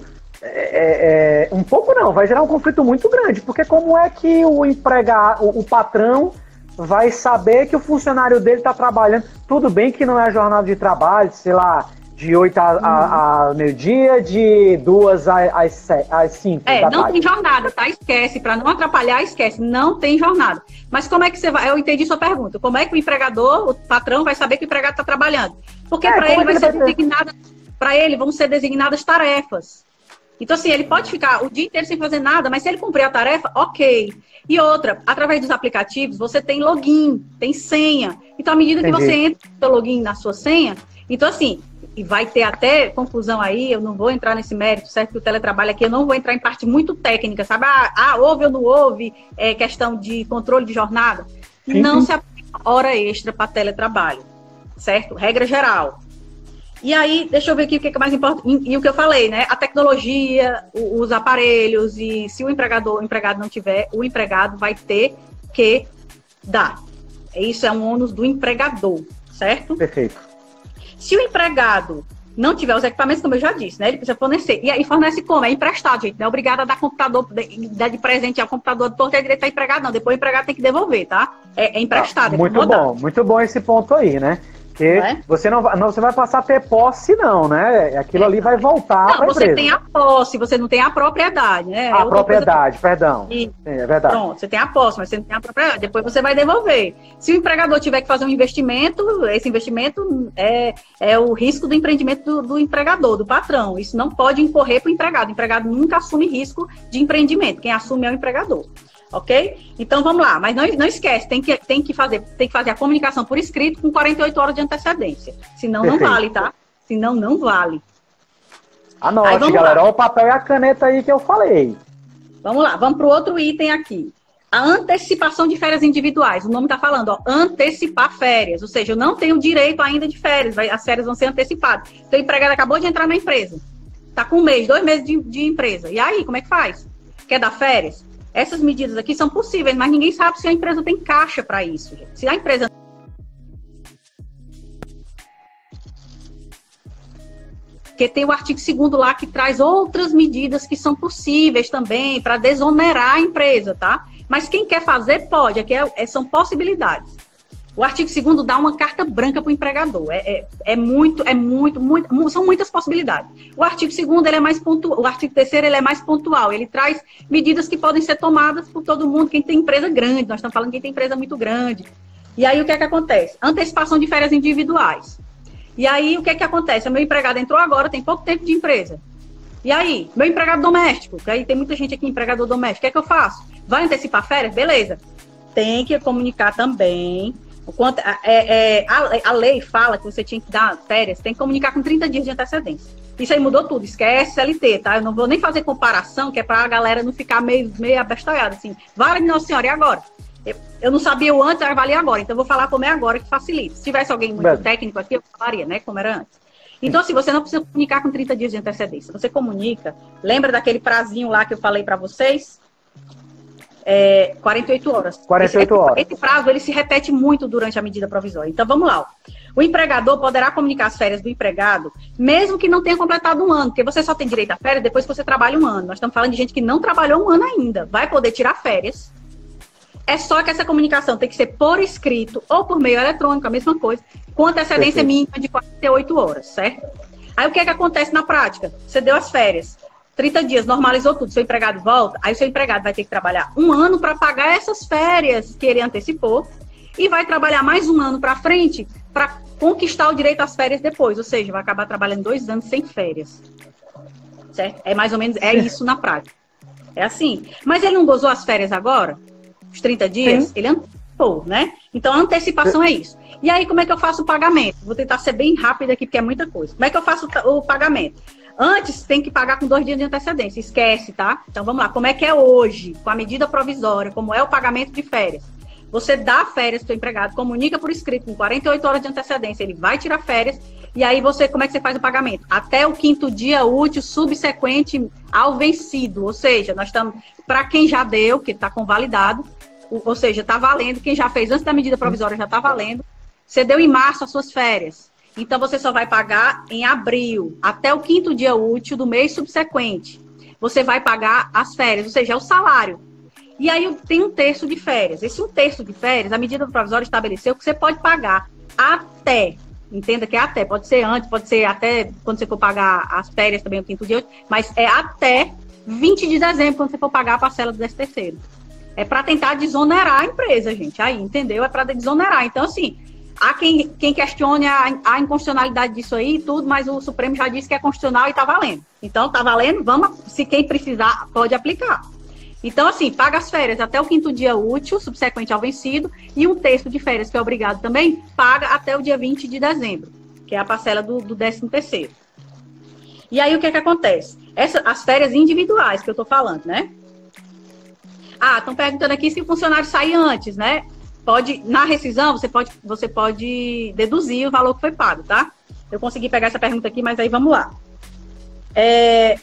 É, é, um pouco não, vai gerar um conflito muito grande, porque como é que o empregado, o, o patrão vai saber que o funcionário dele está trabalhando? Tudo bem que não é jornada de trabalho, sei lá, de oito a, uhum. a, a meio-dia, de duas às cinco. É, não tarde. Tem jornada, tá? Esquece, para não atrapalhar, esquece, não tem jornada. Mas como é que você vai? Eu entendi sua pergunta. Como é que o empregador, o patrão, vai saber que o empregado está trabalhando? Porque é, para ele, é vai ser designada, para ele vão ser designadas tarefas. Então, assim, ele pode ficar o dia inteiro sem fazer nada, mas se ele cumprir a tarefa, ok. E outra, através dos aplicativos, você tem login, tem senha. Então, à medida Entendi. que você entra no seu login, na sua senha, então, assim, e vai ter até confusão aí, eu não vou entrar nesse mérito, certo? Que o teletrabalho aqui, eu não vou entrar em parte muito técnica, sabe? Ah, ah houve ou não houve é, questão de controle de jornada. Sim. Não se aplica hora extra para teletrabalho, certo? Regra geral. E aí, deixa eu ver aqui o que é mais importante. E, e o que eu falei, né? A tecnologia, o, os aparelhos, e se o empregador, o empregado não tiver, o empregado vai ter que dar. Isso é um ônus do empregador, certo? Perfeito. Se o empregado não tiver os equipamentos, como eu já disse, né? Ele precisa fornecer. E aí fornece como? É emprestado, gente. Não é obrigado a dar computador, dar de presente ao computador do ter direito a empregado, não. Depois o empregado tem que devolver, tá? É, é emprestado. Ah, muito é bom, muito bom esse ponto aí, né? Porque é? você não, não você vai passar a ter posse, não, né? Aquilo é. ali vai voltar para a empresa. Você tem a posse, você não tem a propriedade, né? A propriedade, coisa... perdão. E... É verdade. Pronto, você tem a posse, mas você não tem a propriedade. Depois você vai devolver. Se o empregador tiver que fazer um investimento, esse investimento é, é o risco do empreendimento do, do empregador, do patrão. Isso não pode incorrer para o empregado. O empregado nunca assume risco de empreendimento. Quem assume é o empregador. Ok? Então vamos lá, mas não, não esquece, tem que, tem, que fazer, tem que fazer a comunicação por escrito com quarenta e oito horas de antecedência. Senão Perfeito. não vale, tá? Senão não vale. Anote, galera, olha o papel e a caneta aí que eu falei. Vamos lá, vamos para o outro item aqui. A antecipação de férias individuais. O nome está falando, ó, antecipar férias. Ou seja, eu não tenho direito ainda de férias, vai, as férias vão ser antecipadas. Então o empregado acabou de entrar na empresa. Está com um mês, dois meses de, de empresa. E aí, como é que faz? Quer dar férias? Essas medidas aqui são possíveis, mas ninguém sabe se a empresa tem caixa para isso. Gente. Se a empresa... Porque tem o artigo segundo lá que traz outras medidas que são possíveis também para desonerar a empresa, tá? Mas quem quer fazer pode, aqui é, é, são possibilidades. O artigo segundo dá uma carta branca para o empregador. É, é, é muito, é muito, muito, são muitas possibilidades. O artigo segundo ele é mais pontual, o artigo terceiro ele é mais pontual. Ele traz medidas que podem ser tomadas por todo mundo, quem tem empresa grande. Nós estamos falando de quem tem empresa muito grande. E aí o que é que acontece? Antecipação de férias individuais. E aí o que é que acontece? O meu empregado entrou agora, tem pouco tempo de empresa. E aí, meu empregado doméstico, que aí tem muita gente aqui, empregador doméstico, o que é que eu faço? Vai antecipar férias? Beleza. Tem que comunicar também. O quanto, é, é, a, a lei fala que você tinha que dar férias, tem que comunicar com trinta dias de antecedência. Isso aí mudou tudo, esquece C L T, tá? Eu não vou nem fazer comparação, que é pra galera não ficar meio, meio abestalhada, assim. Vale, Nossa Senhora, e agora? Eu, eu não sabia o antes, eu avaliei agora, então eu vou falar como é agora, que facilita. Se tivesse alguém muito Bem. técnico aqui, eu falaria, né, como era antes. Então, assim, você não precisa comunicar com trinta dias de antecedência. Você comunica, lembra daquele prazinho lá que eu falei pra vocês? É, quarenta e oito horas. quarenta e oito horas. Esse, esse prazo ele se repete muito durante a medida provisória. Então vamos lá. O empregador poderá comunicar as férias do empregado, mesmo que não tenha completado um ano, porque você só tem direito a férias depois que você trabalha um ano. Nós estamos falando de gente que não trabalhou um ano ainda. Vai poder tirar férias. É só que essa comunicação tem que ser por escrito ou por meio eletrônico, a mesma coisa, com antecedência Perfeito. mínima de quarenta e oito horas, certo? Aí o que é que acontece na prática? Você deu as férias. trinta dias, normalizou tudo, seu empregado volta, aí o seu empregado vai ter que trabalhar um ano para pagar essas férias que ele antecipou e vai trabalhar mais um ano para frente para conquistar o direito às férias depois, ou seja, vai acabar trabalhando dois anos sem férias. Certo? É mais ou menos, é isso na prática. É assim. Mas ele não gozou as férias agora? Os trinta dias? Sim. Ele antecipou, né? Então a antecipação é isso. E aí como é que eu faço o pagamento? Vou tentar ser bem rápido aqui porque é muita coisa. Como é que eu faço o pagamento? Antes tem que pagar com dois dias de antecedência, esquece, tá? Então vamos lá, como é que é hoje, com a medida provisória, como é o pagamento de férias? Você dá férias para o empregado, comunica por escrito, com quarenta e oito horas de antecedência, ele vai tirar férias, e aí você, como é que você faz o pagamento? Até o quinto dia útil subsequente ao vencido, ou seja, nós estamos, para quem já deu, que está convalidado, ou seja, está valendo, quem já fez antes da medida provisória já está valendo, você deu em março as suas férias, então você só vai pagar em abril, até o quinto dia útil do mês subsequente, você vai pagar as férias, ou seja, é o salário. E aí tem um terço de férias. Esse um terço de férias, a medida provisória estabeleceu que você pode pagar até, entenda que é até, pode ser antes, pode ser até quando você for pagar as férias também, o quinto dia, mas é até vinte de dezembro, quando você for pagar a parcela do décimo terceiro. É para tentar desonerar a empresa, gente. Aí, entendeu? É para desonerar. Então, assim, há quem, quem questione a, a inconstitucionalidade disso aí e tudo, mas o Supremo já disse que é constitucional e está valendo. Então, está valendo, vamos, se quem precisar, pode aplicar. Então, assim, paga as férias até o quinto dia útil, subsequente ao vencido, e um terço de férias, que é obrigado também, paga até o dia vinte de dezembro, que é a parcela do, do décimo terceiro. E aí, o que é que acontece? Essa, as férias individuais que eu estou falando, né? Ah, estão perguntando aqui se o funcionário sai antes, né? Pode, na rescisão, você pode, você pode deduzir o valor que foi pago, tá? Eu consegui pegar essa pergunta aqui, mas aí vamos lá. É...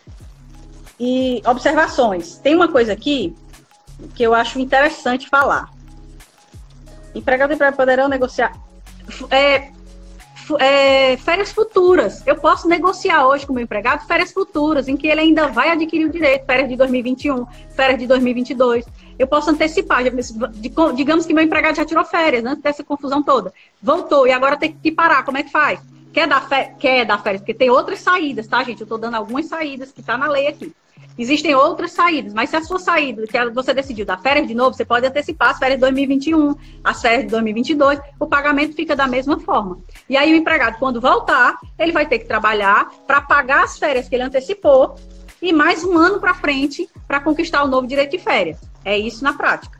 E observações. Tem uma coisa aqui que eu acho interessante falar. Empregado e empregado poderão negociar é, é, férias futuras. Eu posso negociar hoje com o meu empregado férias futuras, em que ele ainda vai adquirir o direito, férias de dois mil e vinte e um, férias de dois mil e vinte e dois. Eu posso antecipar. Digamos que meu empregado já tirou férias antes dessa confusão toda. Voltou e agora tem que parar. Como é que faz? Quer dar, férias, quer dar férias? Porque tem outras saídas, tá, gente? Eu estou dando algumas saídas que está na lei aqui. Existem outras saídas, mas se a sua saída, que você decidiu dar férias de novo, você pode antecipar as férias de dois mil e vinte e um, as férias de dois mil e vinte e dois, o pagamento fica da mesma forma. E aí o empregado, quando voltar, ele vai ter que trabalhar para pagar as férias que ele antecipou e mais um ano para frente para conquistar o novo direito de férias. É isso na prática.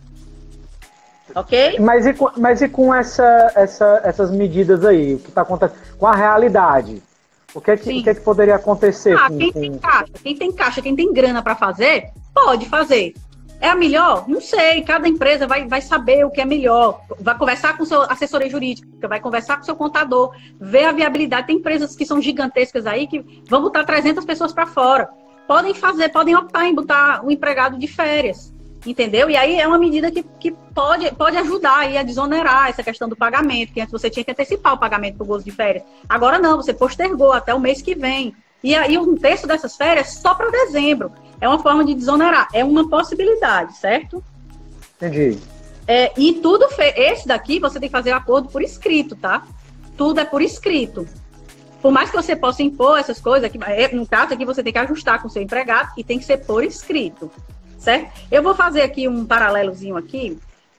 Ok? Mas e com, mas e com essa, essa, essas medidas aí? O que está acontecendo com a realidade? O que é que, o que, é que poderia acontecer? Ah, com, quem com... tem caixa, quem tem caixa, quem tem grana para fazer, pode fazer. É a melhor? Não sei. Cada empresa vai, vai saber o que é melhor. Vai conversar com sua assessoria jurídica, vai conversar com seu contador, ver a viabilidade. Tem empresas que são gigantescas aí que vão botar trezentas pessoas para fora. Podem fazer, podem optar em botar um empregado de férias. Entendeu? E aí é uma medida que, que pode, pode ajudar aí a desonerar essa questão do pagamento, que antes você tinha que antecipar o pagamento do gozo de férias. Agora não, você postergou até o mês que vem. E aí um terço dessas férias só para dezembro. É uma forma de desonerar. É uma possibilidade, certo? Entendi. É, e tudo, fe... esse daqui você tem que fazer acordo por escrito, tá? Tudo é por escrito. Por mais que você possa impor essas coisas, aqui, no caso aqui você tem que ajustar com o seu empregado e tem que ser por escrito. Certo? Eu vou fazer aqui um paralelozinho aqui,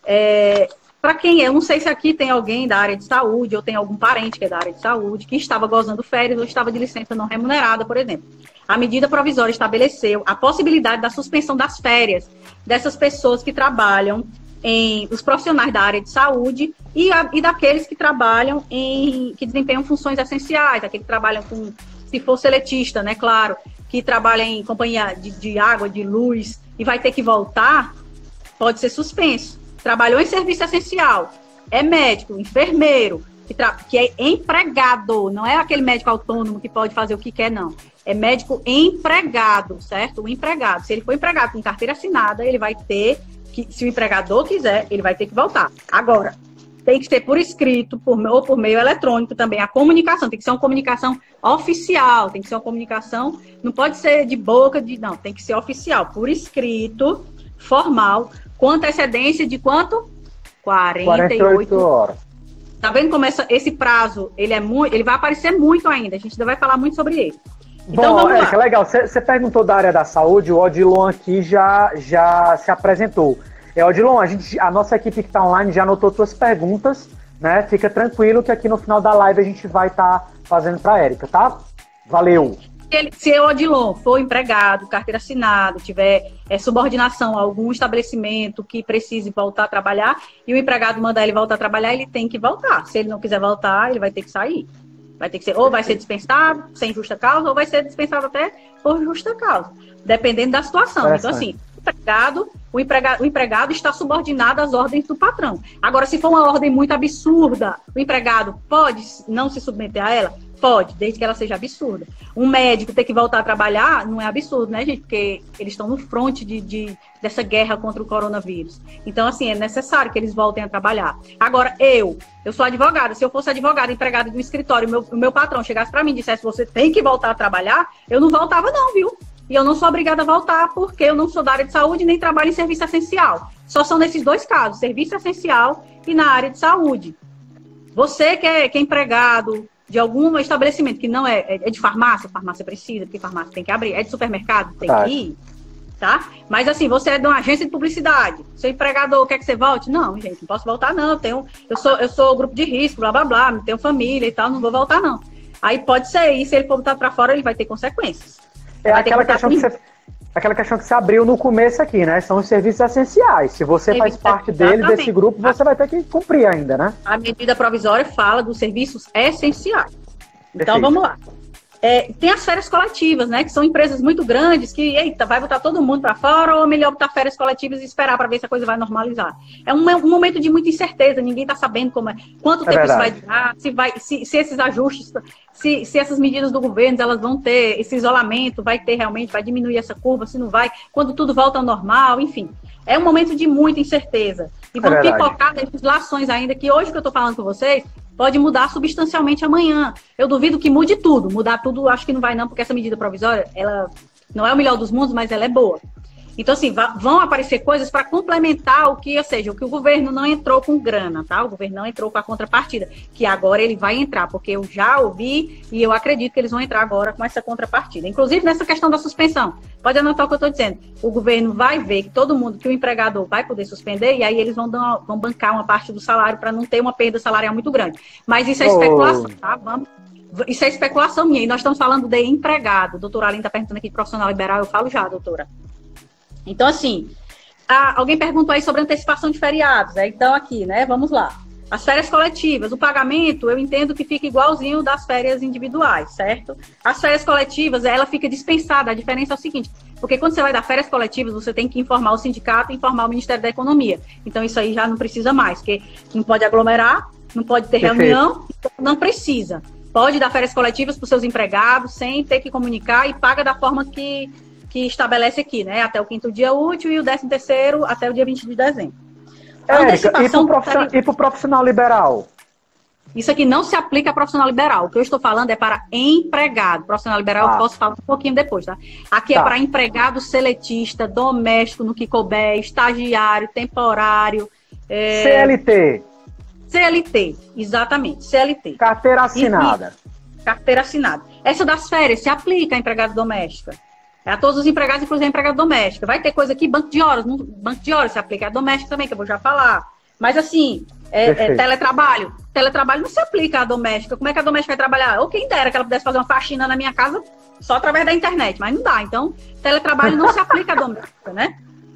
é, para quem é, eu não sei se aqui tem alguém da área de saúde, ou tem algum parente que é da área de saúde, que estava gozando férias ou estava de licença não remunerada, por exemplo. A medida provisória estabeleceu a possibilidade da suspensão das férias dessas pessoas que trabalham em, os profissionais da área de saúde e, a, e daqueles que trabalham em, que desempenham funções essenciais, aqueles que trabalham com, se for seletista, né, claro, que trabalha em companhia de, de água, de luz, e vai ter que voltar, pode ser suspenso. Trabalhou em serviço essencial, é médico, enfermeiro, que, tra... que é empregado, não é aquele médico autônomo que pode fazer o que quer, não. É médico empregado, certo? O empregado. Se ele for empregado com carteira assinada, ele vai ter que, se o empregador quiser, ele vai ter que voltar. Agora, tem que ser por escrito, por, ou por meio eletrônico também, a comunicação, tem que ser uma comunicação oficial, tem que ser uma comunicação, não pode ser de boca, de não, tem que ser oficial, por escrito, formal, com antecedência de quanto? quarenta e oito horas. Tá vendo como essa, esse prazo, ele, é muito, ele vai aparecer muito ainda, a gente ainda vai falar muito sobre ele. Então, bom, é, que legal, você perguntou da área da saúde, o Odilon aqui já, já se apresentou. É, Odilon, a, gente, a nossa equipe que está online já anotou suas perguntas, né? Fica tranquilo que aqui no final da live a gente vai estar tá fazendo para a Érica, tá? Valeu! Ele, se o Odilon for empregado, carteira assinada, tiver é, subordinação a algum estabelecimento que precise voltar a trabalhar, e o empregado mandar ele voltar a trabalhar, ele tem que voltar. Se ele não quiser voltar, ele vai ter que sair. Vai ter que ser, ou vai ser dispensado sem justa causa, ou vai ser dispensado até por justa causa, dependendo da situação. Então, assim, o empregado, o, empregado, o empregado está subordinado às ordens do patrão. Agora, se for uma ordem muito absurda, o empregado pode não se submeter a ela? Pode, desde que ela seja absurda. Um médico ter que voltar a trabalhar não é absurdo, né, gente? Porque eles estão no fronte de, de, dessa guerra contra o coronavírus. Então, assim, é necessário que eles voltem a trabalhar. Agora, eu, eu sou advogada. Se eu fosse advogada, empregada de um escritório, o meu, o meu patrão chegasse para mim e dissesse, você tem que voltar a trabalhar, eu não voltava não, viu? E eu não sou obrigada a voltar porque eu não sou da área de saúde nem trabalho em serviço essencial. Só são nesses dois casos, serviço essencial e na área de saúde. Você que é, que é empregado de algum estabelecimento que não é, é de farmácia, farmácia precisa, porque farmácia tem que abrir, é de supermercado, tem tá. que ir, tá? Mas assim, você é de uma agência de publicidade, seu empregador quer que você volte? Não, gente, não posso voltar não, eu, tenho, eu, sou, eu sou grupo de risco, blá, blá, blá, tenho família e tal, não vou voltar não. Aí pode ser, e se ele for botar para fora, ele vai ter consequências. É aquela questão, que você, aquela questão que você abriu no começo aqui, né? São os serviços essenciais. Se você faz parte dele, desse grupo, você vai ter que cumprir ainda, né? A medida provisória fala dos serviços essenciais. Então, Perfeito. Vamos lá. É, tem as férias coletivas, né? Que são empresas muito grandes que, eita, vai botar todo mundo para fora ou é melhor botar férias coletivas e esperar para ver se a coisa vai normalizar. É um, um momento de muita incerteza, ninguém está sabendo como é, quanto é tempo verdade. Isso vai durar, se, vai, se, se esses ajustes, se, se essas medidas do governo, elas vão ter, esse isolamento vai ter realmente, vai diminuir essa curva, se não vai, quando tudo volta ao normal, enfim. É um momento de muita incerteza. E vão é pipocar legislações ainda que hoje que eu estou falando com vocês, pode mudar substancialmente amanhã. Eu duvido que mude tudo. Mudar tudo, acho que não vai não, porque essa medida provisória, ela não é o melhor dos mundos, mas ela é boa. Então, assim, vão aparecer coisas para complementar o que, ou seja, o que o governo não entrou com grana, tá? O governo não entrou com a contrapartida, que agora ele vai entrar, porque eu já ouvi e eu acredito que eles vão entrar agora com essa contrapartida. Inclusive, nessa questão da suspensão. Pode anotar o que eu estou dizendo. O governo vai ver que todo mundo, que o empregador vai poder suspender, e aí eles vão, dar, vão bancar uma parte do salário para não ter uma perda salarial muito grande. Mas isso é especulação, tá? Vamos... Isso é especulação minha, e nós estamos falando de empregado. Doutora Aline está perguntando aqui de profissional liberal, eu falo já, doutora. Então, assim, a, alguém perguntou aí sobre antecipação de feriados, né? Então, aqui, né, vamos lá. As férias coletivas, o pagamento, eu entendo que fica igualzinho das férias individuais, certo? As férias coletivas, ela fica dispensada, a diferença é o seguinte, porque quando você vai dar férias coletivas, você tem que informar o sindicato e informar o Ministério da Economia. Então, isso aí já não precisa mais, porque não pode aglomerar, não pode ter Perfeito. Reunião, não precisa. Pode dar férias coletivas para os seus empregados, sem ter que comunicar e paga da forma que... que estabelece aqui, né? Até o quinto dia útil e o décimo terceiro até o dia vinte de dezembro. Érica, e para o profissional, profissional liberal? Isso aqui não se aplica a profissional liberal. O que eu estou falando é para empregado. Profissional liberal ah. eu posso falar um pouquinho depois, tá? Aqui tá. É para empregado seletista, doméstico, no que couber, estagiário, temporário. É... C L T. C L T, exatamente, C L T. Carteira assinada. E, carteira assinada. Essa das férias se aplica a empregado doméstica. É a todos os empregados, inclusive a empregada doméstica. Vai ter coisa aqui, banco de horas. Banco de horas se aplica a doméstica também, que eu vou já falar. Mas assim, é, é, teletrabalho. Teletrabalho não se aplica à doméstica. Como é que a doméstica vai trabalhar? Ou quem dera que ela pudesse fazer uma faxina na minha casa só através da internet, mas não dá. Então, teletrabalho não se aplica à doméstica, né?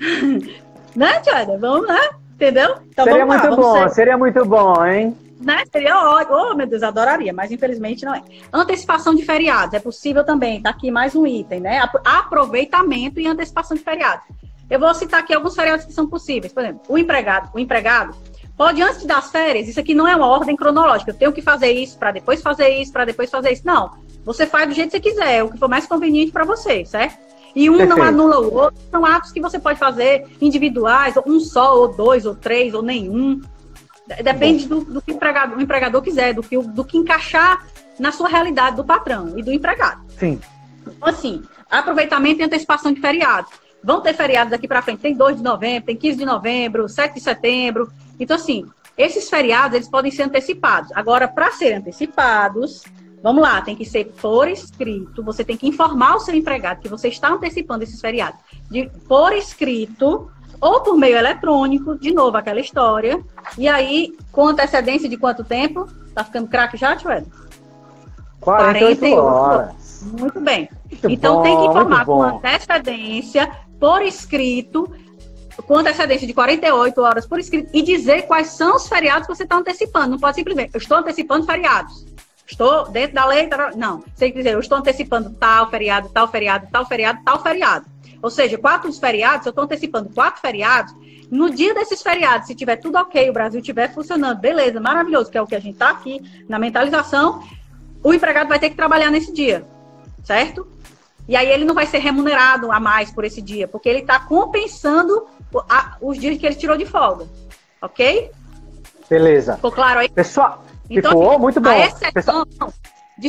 Né, Tiana? Vamos, né? Entendeu? Então, seria vamos muito lá, bom, ser... seria muito bom, hein? Né? Seria ótimo. Oh, meu Deus, adoraria, mas infelizmente não é. Antecipação de feriados, é possível também. Tá aqui mais um item, né? Aproveitamento e antecipação de feriados. Eu vou citar aqui alguns feriados que são possíveis. Por exemplo, o empregado, o empregado pode, antes das férias, isso aqui não é uma ordem cronológica. Eu tenho que fazer isso para depois fazer isso, para depois fazer isso. Não. Você faz do jeito que você quiser, o que for mais conveniente para você, certo? E um Perfeito. Não anula o outro. São atos que você pode fazer individuais, um só, ou dois, ou três, ou nenhum. Depende do, do que o empregador, o empregador quiser, do que, do que encaixar na sua realidade do patrão e do empregado. Sim. Então, assim, aproveitamento e antecipação de feriados. Vão ter feriados daqui para frente. Tem dois de novembro, tem quinze de novembro, sete de setembro. Então, assim, esses feriados, eles podem ser antecipados. Agora, para serem antecipados, vamos lá, tem que ser por escrito. Você tem que informar o seu empregado que você está antecipando esses feriados. De, por escrito... ou por meio eletrônico, de novo aquela história, e aí, com antecedência de quanto tempo? Tá ficando craque já, tio Ed? quarenta e oito horas. Muito bem. Muito então, bom, tem que informar com bom. antecedência, por escrito, com antecedência de quarenta e oito horas por escrito, e dizer quais são os feriados que você está antecipando. Não pode simplesmente, eu estou antecipando feriados. Estou dentro da lei, não. Você tem que dizer, eu estou antecipando tal feriado, tal feriado, tal feriado, tal feriado. Ou seja, quatro feriados, eu estou antecipando quatro feriados. No dia desses feriados, se tiver tudo ok, o Brasil estiver funcionando, beleza, maravilhoso, que é o que a gente está aqui na mentalização, o empregado vai ter que trabalhar nesse dia, certo? E aí ele não vai ser remunerado a mais por esse dia, porque ele está compensando a, os dias que ele tirou de folga, ok? Beleza. Ficou claro aí? Pessoal, então, ficou muito bom. A exceção... Pessoal... De...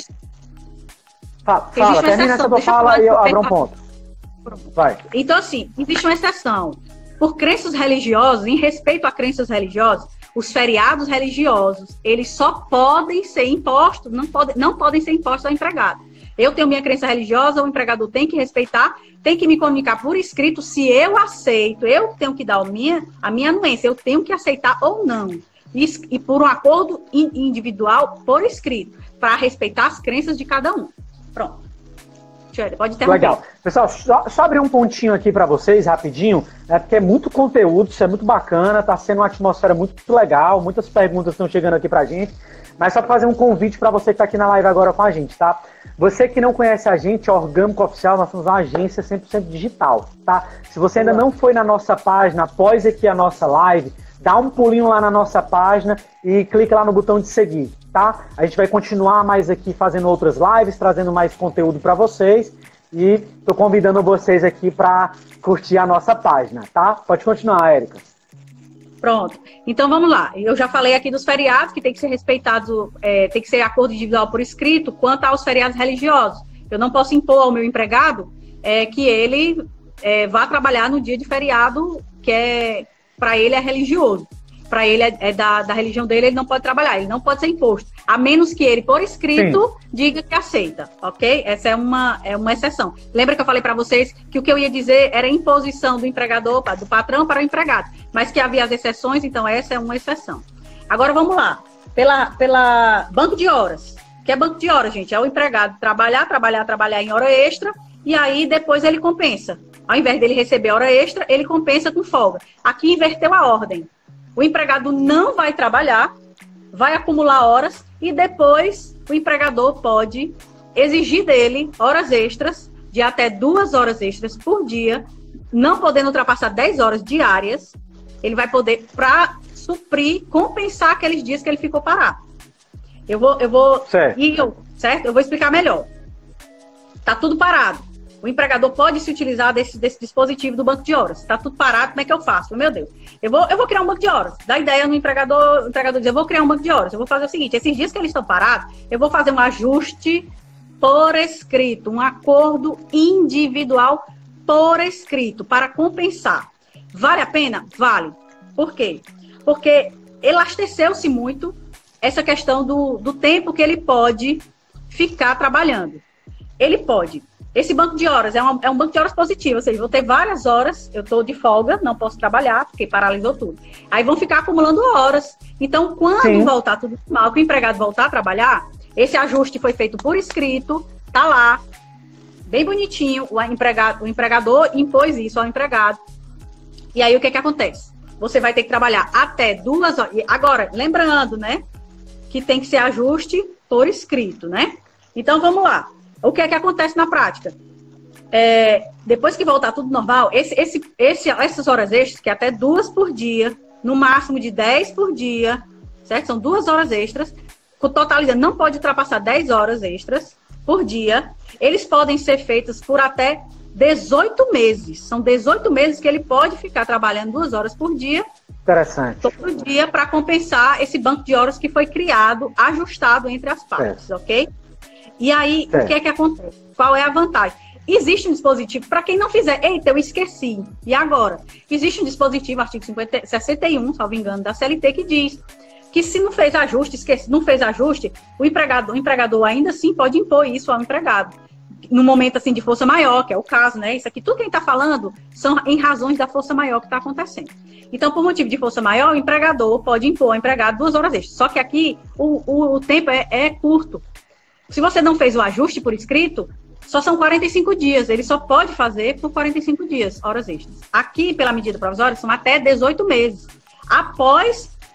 Fala, fala termina essa tua fala e eu abro um ponto. Vai. Então, assim, existe uma exceção. Por crenças religiosas, em respeito a crenças religiosas, os feriados religiosos, eles só podem ser impostos, não, pode, não podem ser impostos ao empregado. Eu tenho minha crença religiosa, o empregador tem que respeitar, tem que me comunicar por escrito se eu aceito, eu tenho que dar a minha, a minha anuência, eu tenho que aceitar ou não. E, e por um acordo individual, por escrito, para respeitar as crenças de cada um. Pronto. Pode interromper. Legal. Pessoal, só, só abrir um pontinho aqui para vocês, rapidinho, né, porque é muito conteúdo, isso é muito bacana, tá sendo uma atmosfera muito legal, muitas perguntas estão chegando aqui pra gente, mas só para fazer um convite para você que tá aqui na live agora com a gente, tá? Você que não conhece a gente, Orgâmico Oficial, nós somos uma agência cem por cento digital, tá? Se você ainda não foi na nossa página, após aqui a nossa live, dá um pulinho lá na nossa página e clica lá no botão de seguir, tá? A gente vai continuar mais aqui fazendo outras lives, trazendo mais conteúdo para vocês e tô convidando vocês aqui para curtir a nossa página, tá? Pode continuar, Érica. Pronto. Então vamos lá. Eu já falei aqui dos feriados que tem que ser respeitado, é, tem que ser acordo individual por escrito quanto aos feriados religiosos. Eu não posso impor ao meu empregado é, que ele é, vá trabalhar no dia de feriado que é para ele é religioso. Para ele é, é da, da religião dele, ele não pode trabalhar, ele não pode ser imposto. A menos que ele, por escrito, Sim. diga que aceita, ok? Essa é uma, é uma exceção. Lembra que eu falei para vocês que o que eu ia dizer era imposição do empregador, do patrão para o empregado, mas que havia as exceções, então essa é uma exceção. Agora vamos lá. Pela, pela banco de horas. O que é banco de horas, gente? É o empregado trabalhar, trabalhar, trabalhar em hora extra e aí depois ele compensa. Ao invés dele receber hora extra, ele compensa com folga. Aqui inverteu a ordem. O empregado não vai trabalhar, vai acumular horas e depois o empregador pode exigir dele horas extras, de até duas horas extras por dia, não podendo ultrapassar dez horas diárias. Ele vai poder, para suprir, compensar aqueles dias que ele ficou parado. Eu vou, eu vou, certo. E eu, certo? Eu vou explicar melhor. Tá tudo parado. O empregador pode se utilizar desse, desse dispositivo do banco de horas. Está tudo parado, como é que eu faço? Meu Deus, eu vou, eu vou criar um banco de horas. Dá ideia no empregador, o empregador diz, eu vou criar um banco de horas. Eu vou fazer o seguinte, esses dias que eles estão parados, eu vou fazer um ajuste por escrito, um acordo individual por escrito, para compensar. Vale a pena? Vale. Por quê? Porque elasteceu-se muito essa questão do, do tempo que ele pode ficar trabalhando. Ele pode... Esse banco de horas é, uma, é um banco de horas positivo, ou seja, vou ter várias horas, eu estou de folga, não posso trabalhar, porque paralisou tudo. Aí vão ficar acumulando horas. Então, quando Sim. voltar tudo normal, que o empregado voltar a trabalhar, esse ajuste foi feito por escrito, tá lá, bem bonitinho, o, empregado, o empregador impôs isso ao empregado. E aí, o que que acontece? Você vai ter que trabalhar até duas horas. Agora, lembrando, né, que tem que ser ajuste por escrito, né? Então, vamos lá. O que é que acontece na prática? É, depois que voltar tudo normal, esse, esse, esse, essas horas extras, que é até duas por dia, no máximo de dez por dia, certo? São duas horas extras, totalizando, não pode ultrapassar dez horas extras por dia. Eles podem ser feitos por até dezoito meses. São dezoito meses que ele pode ficar trabalhando duas horas por dia. Interessante. Todo dia para compensar esse banco de horas que foi criado, ajustado entre as partes, é. ok? E aí, é. o que é que acontece? Qual é a vantagem? Existe um dispositivo, para quem não fizer, eita, eu esqueci, e agora? Existe um dispositivo, artigo cinquenta, sessenta e um, salvo engano, da C L T, que diz que se não fez ajuste, esqueci, não fez ajuste, o empregador, o empregador ainda assim pode impor isso ao empregado. No momento assim de força maior, que é o caso, né? Isso aqui, tudo que a gente está falando são em razões da força maior que está acontecendo. Então, por motivo de força maior, o empregador pode impor ao empregado duas horas extras. Só que aqui o, o, o tempo é, é curto. Se você não fez o ajuste por escrito, só são quarenta e cinco dias. Ele só pode fazer por quarenta e cinco dias, horas extras. Aqui, pela medida provisória, são até dezoito meses. Após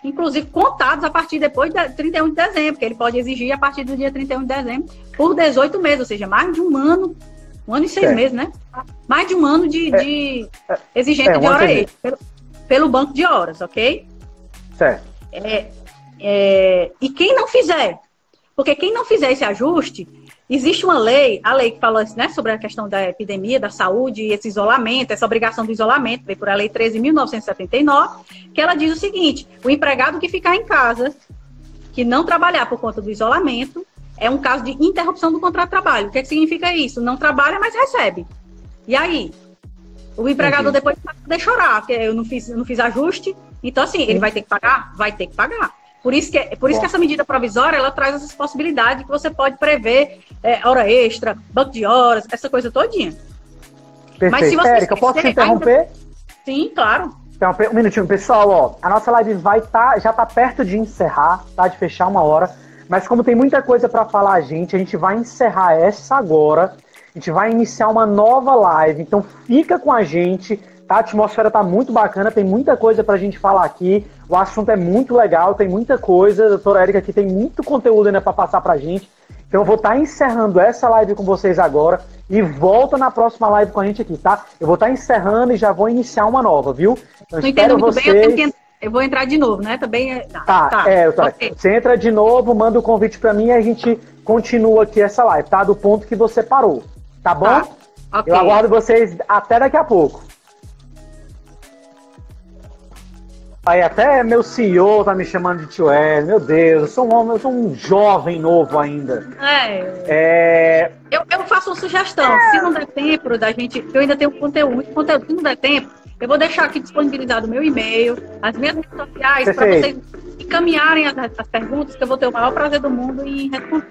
inclusive contados a partir depois de trinta e um de dezembro, que ele pode exigir a partir do dia trinta e um de dezembro, por dezoito meses, ou seja, mais de um ano, um ano e seis é. meses, né? Mais de um ano de, é. de exigência é, um de hora extra, pelo, pelo banco de horas, ok? Certo. É, é, e quem não fizer, porque quem não fizer esse ajuste, existe uma lei, a lei que fala, né, sobre a questão da epidemia, da saúde, esse isolamento, essa obrigação do isolamento, veio por a lei treze mil novecentos e setenta e nove, que ela diz o seguinte: o empregado que ficar em casa, que não trabalhar por conta do isolamento, é um caso de interrupção do contrato de trabalho. O que, é que significa isso? Não trabalha, mas recebe. E aí? O empregador Entendi. depois vai poder chorar, porque eu não fiz, eu não fiz ajuste, então assim, ele vai ter que pagar? Vai ter que pagar. Por isso, que, por isso que essa medida provisória, ela traz essas possibilidades que você pode prever é, hora extra, banco de horas, essa coisa todinha. Perfeito. Mas se você Érica, posso te interromper? Ainda... Sim, claro. Então, um minutinho, pessoal, ó, a nossa live vai tá, já tá perto de encerrar, tá? De fechar uma hora, mas como tem muita coisa para falar a gente, a gente vai encerrar essa agora, a gente vai iniciar uma nova live, então fica com a gente. A atmosfera tá muito bacana, tem muita coisa pra gente falar aqui, o assunto é muito legal, tem muita coisa, a doutora Érica aqui tem muito conteúdo ainda pra passar pra gente, então eu vou estar tá encerrando essa live com vocês agora e volta na próxima live com a gente aqui, tá? Eu vou estar tá encerrando e já vou iniciar uma nova, viu? Então, não entendo muito vocês... bem, eu, tenho que... eu vou entrar de novo, né? Também... Tá, tá. É, tô... okay. Você entra de novo, manda o convite pra mim e a gente continua aqui essa live, tá? Do ponto que você parou, tá bom? Tá. Okay. Eu aguardo vocês até daqui a pouco. Aí até meu C E O tá me chamando de tio Hélio, meu Deus, eu sou um homem, eu sou um jovem novo ainda. É. é... Eu, eu faço uma sugestão, é. se não der tempo da gente, eu ainda tenho conteúdo, muito conteúdo, se não der tempo, eu vou deixar aqui disponibilizado o meu e-mail, as minhas redes sociais, para vocês encaminharem as, as perguntas, que eu vou ter o maior prazer do mundo em responder.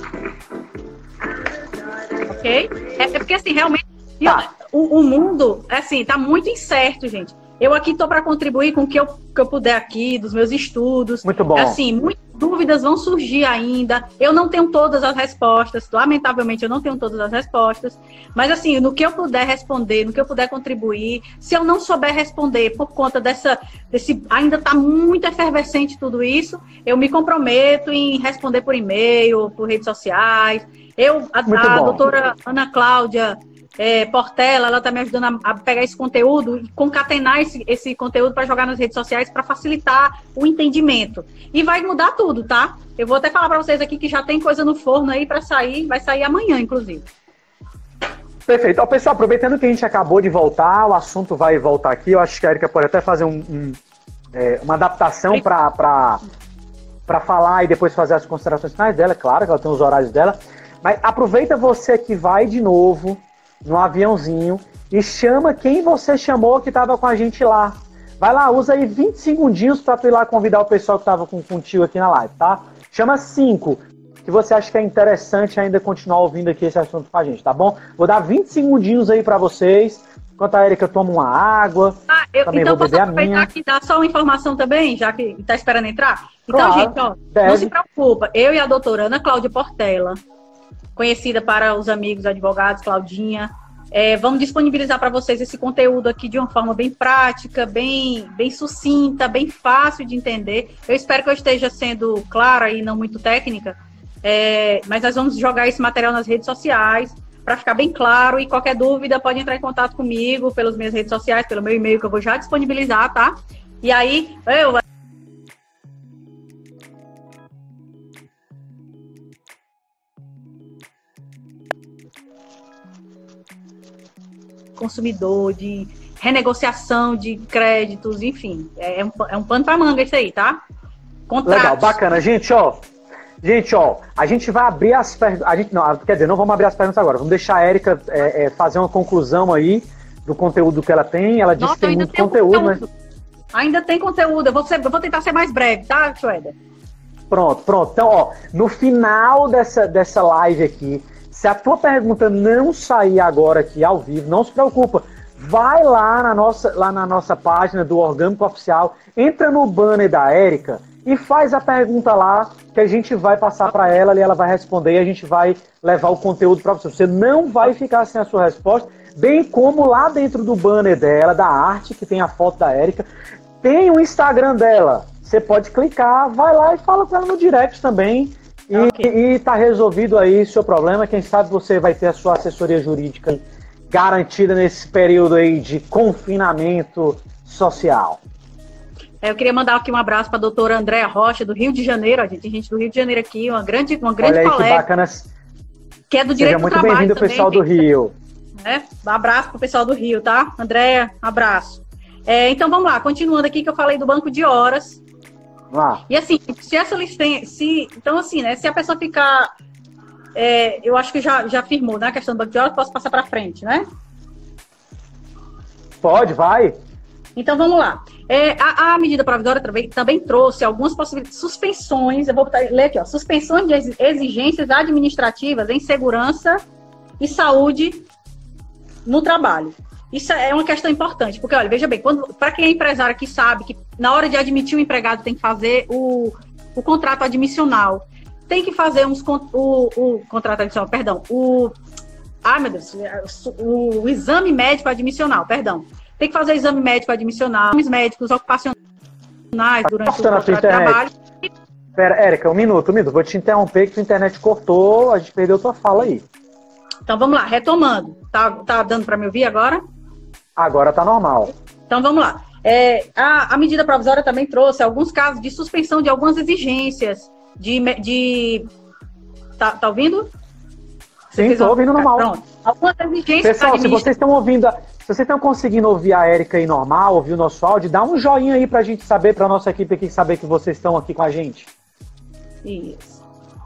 Ok? É, é porque assim, realmente, tá. o, o mundo, assim, tá muito incerto, gente. Eu aqui estou para contribuir com o que eu, que eu puder aqui, dos meus estudos. Muito bom. Assim, muitas dúvidas vão surgir ainda. Eu não tenho todas as respostas. Lamentavelmente, eu não tenho todas as respostas. Mas, assim, no que eu puder responder, no que eu puder contribuir, se eu não souber responder por conta dessa... desse ainda está muito efervescente tudo isso, eu me comprometo em responder por e-mail, por redes sociais. Eu, a, a doutora Ana Cláudia... É, Portela, ela está me ajudando a, a pegar esse conteúdo e concatenar esse, esse conteúdo para jogar nas redes sociais para facilitar o entendimento. E vai mudar tudo, tá? Eu vou até falar para vocês aqui que já tem coisa no forno aí para sair, vai sair amanhã, inclusive. Perfeito. Ó, pessoal, aproveitando que a gente acabou de voltar, o assunto vai voltar aqui, eu acho que a Érica pode até fazer um, um, é, uma adaptação para falar e depois fazer as considerações finais dela, claro que ela tem os horários dela, mas aproveita você que vai de novo no aviãozinho e chama quem você chamou que estava com a gente lá. Vai lá, usa aí vinte segundinhos para tu ir lá convidar o pessoal que estava com, com o tio aqui na live, tá? Chama cinco, que você acha que é interessante ainda continuar ouvindo aqui esse assunto com a gente, tá bom? Vou dar vinte segundinhos aí para vocês, enquanto a Érica toma uma água, ah, eu, também então vou beber a minha. Então posso aproveitar aqui e dar só uma informação também, já que está esperando entrar? Então, claro, gente, ó, deve. não se preocupa, eu e a doutora Ana Cláudia Portela, conhecida para os amigos advogados, Claudinha, é, vamos disponibilizar para vocês esse conteúdo aqui de uma forma bem prática, bem, bem sucinta, bem fácil de entender. Eu espero que eu esteja sendo clara e não muito técnica, é, mas nós vamos jogar esse material nas redes sociais para ficar bem claro, e qualquer dúvida pode entrar em contato comigo pelas minhas redes sociais, pelo meu e-mail que eu vou já disponibilizar, tá? E aí, eu... consumidor, de renegociação de créditos, enfim, é um, é um pano para manga isso aí, tá? Contratos. Legal, bacana. Gente, ó, gente, ó, a gente vai abrir as perguntas, a gente, não, quer dizer, não vamos abrir as perguntas agora, vamos deixar a Érica é, é, fazer uma conclusão aí do conteúdo que ela tem, ela disse Nossa, que tem muito conteúdo, conteúdo, né? Ainda tem conteúdo, eu vou, ser, eu vou tentar ser mais breve, tá, Sueda? Pronto, pronto. Então, ó, no final dessa, dessa live aqui, se a tua pergunta não sair agora aqui ao vivo, não se preocupa. Vai lá na nossa, lá na nossa página do Orgânico Oficial, entra no banner da Érica e faz a pergunta lá, que a gente vai passar para ela e ela vai responder e a gente vai levar o conteúdo para você. Você não vai ficar sem a sua resposta, bem como lá dentro do banner dela, da arte, que tem a foto da Érica, tem o Instagram dela. você pode clicar, vai lá e fala com ela no direct também. E, okay. e tá resolvido aí seu problema. Quem sabe você vai ter a sua assessoria jurídica garantida nesse período aí de confinamento social. Eu queria mandar aqui um abraço para a doutora Andréa Rocha, do Rio de Janeiro. A gente tem gente do Rio de Janeiro aqui, uma grande, uma grande Olha aí, colega. Que bacana. Que é do direito do trabalho. Seja muito bem-vindo, pessoal do Rio. É, um abraço para o pessoal do Rio, tá? Andréa, abraço. É, então vamos lá, continuando aqui que eu falei do banco de horas. Ah. E assim, se essa licença, se, então assim, né, se a pessoa ficar, é, eu acho que já, já afirmou, né, a questão do banco de horas, posso passar para frente, né? Pode, vai. Então vamos lá. É, a, a medida provisória também, também trouxe algumas possibilidades, suspensões, eu vou botar, ler aqui, ó, suspensões de exigências administrativas em segurança e saúde no trabalho. Isso é uma questão importante, porque, olha, veja bem, para quem é empresário que sabe que na hora de admitir o empregado tem que fazer o, o contrato admissional, tem que fazer uns, o, o contrato admissional, perdão, o, ah, meu Deus, o, o exame médico admissional, perdão, tem que fazer o exame médico admissional, exames médicos ocupacionais durante o contrato de trabalho. Pera, Érica, um minuto, um minuto, vou te interromper que a internet cortou, a gente perdeu tua fala aí. Então vamos lá, retomando, tá, tá dando para me ouvir agora? Agora tá normal. Então vamos lá. É, a, a medida provisória também trouxe alguns casos de suspensão de algumas exigências de... de tá, tá ouvindo? Sim, estou ouvindo normal. Pronto. Algumas exigências... Pessoal, se vocês estão ouvindo, se vocês estão conseguindo ouvir a Érica aí normal, ouvir o nosso áudio, dá um joinha aí pra gente saber, pra nossa equipe aqui saber que vocês estão aqui com a gente. Isso.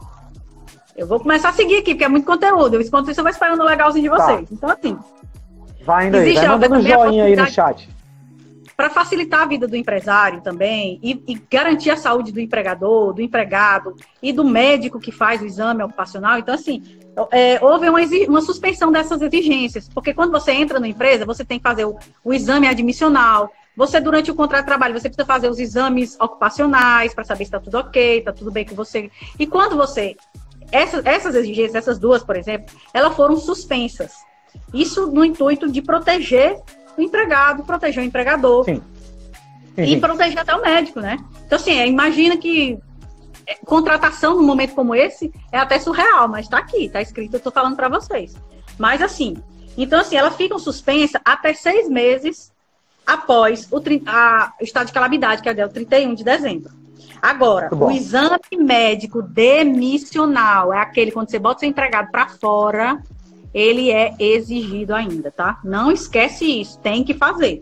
Eu vou começar a seguir aqui, porque é muito conteúdo. Enquanto isso, eu vou esperando o legalzinho de vocês. Tá. Então, assim... Vai indo aí, vai mandando um joinha aí no chat. Para facilitar a vida do empresário também e, e garantir a saúde do empregador, do empregado e do médico que faz o exame ocupacional. Então, assim, é, houve uma, uma suspensão dessas exigências, porque quando você entra na empresa, você tem que fazer o, o exame admissional. Você, durante o contrato de trabalho, você precisa fazer os exames ocupacionais para saber se está tudo ok, está tudo bem com você. E quando você... Essas, essas exigências, essas duas, por exemplo, elas foram suspensas. Isso no intuito de proteger o empregado, proteger o empregador. Sim. Sim, e sim. proteger até o médico, né? Então, assim, imagina que contratação num momento como esse é até surreal, mas tá aqui, tá escrito, eu tô falando para vocês. Mas, assim, então, assim, elas ficam suspensas até seis meses após o, a, o estado de calamidade, que é o trinta e um de dezembro. Agora, o exame médico demissional é aquele quando você bota seu empregado para fora... ele é exigido ainda, tá? Não esquece isso, tem que fazer.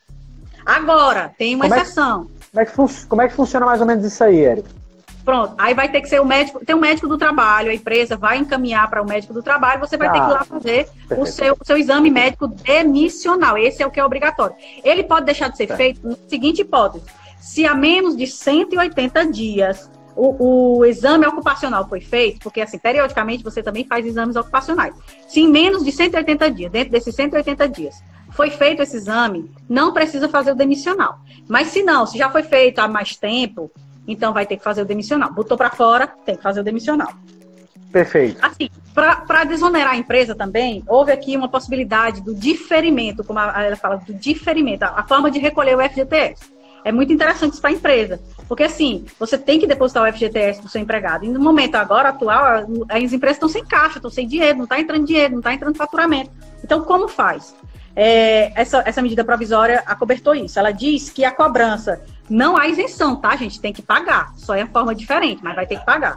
Agora, tem uma como exceção. É que, como, é que como é que funciona mais ou menos isso aí, Érico? Pronto, aí vai ter que ser o médico, tem um médico do trabalho, a empresa vai encaminhar para o médico do trabalho, você vai ah, ter que ir lá fazer o seu, o seu exame médico demissional, esse é o que é obrigatório. Ele pode deixar de ser é. feito na seguinte hipótese, se há menos de cento e oitenta dias O, o exame ocupacional foi feito, porque assim, periodicamente você também faz exames ocupacionais. Se em menos de cento e oitenta dias, dentro desses cento e oitenta dias, foi feito esse exame, não precisa fazer o demissional. Mas se não, se já foi feito há mais tempo, então vai ter que fazer o demissional. Botou para fora, tem que fazer o demissional. Perfeito. Assim, para desonerar a empresa também, houve aqui uma possibilidade do diferimento, como ela fala, do diferimento, a, a forma de recolher o F G T S. É muito interessante isso para a empresa, porque assim, você tem que depositar o F G T S do seu empregado. E no momento agora, atual, as empresas estão sem caixa, estão sem dinheiro, não está entrando dinheiro, não está entrando faturamento. Então, como faz? É, essa, essa medida provisória acobertou isso. Ela diz que a cobrança, não há isenção, tá, gente? Tem que pagar. Só é uma forma diferente, mas vai ter que pagar.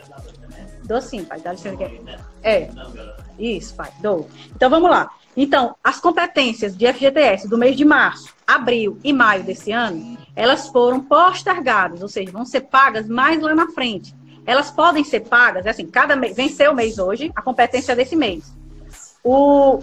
Dou sim, pai, dá licença aqui. É, isso, pai, dou. Então, vamos lá. Então, as competências de F G T S do mês de março, abril e maio desse ano, elas foram postergadas, ou seja, vão ser pagas mais lá na frente. Elas podem ser pagas, assim, cada mês, venceu o mês hoje, a competência desse mês. O,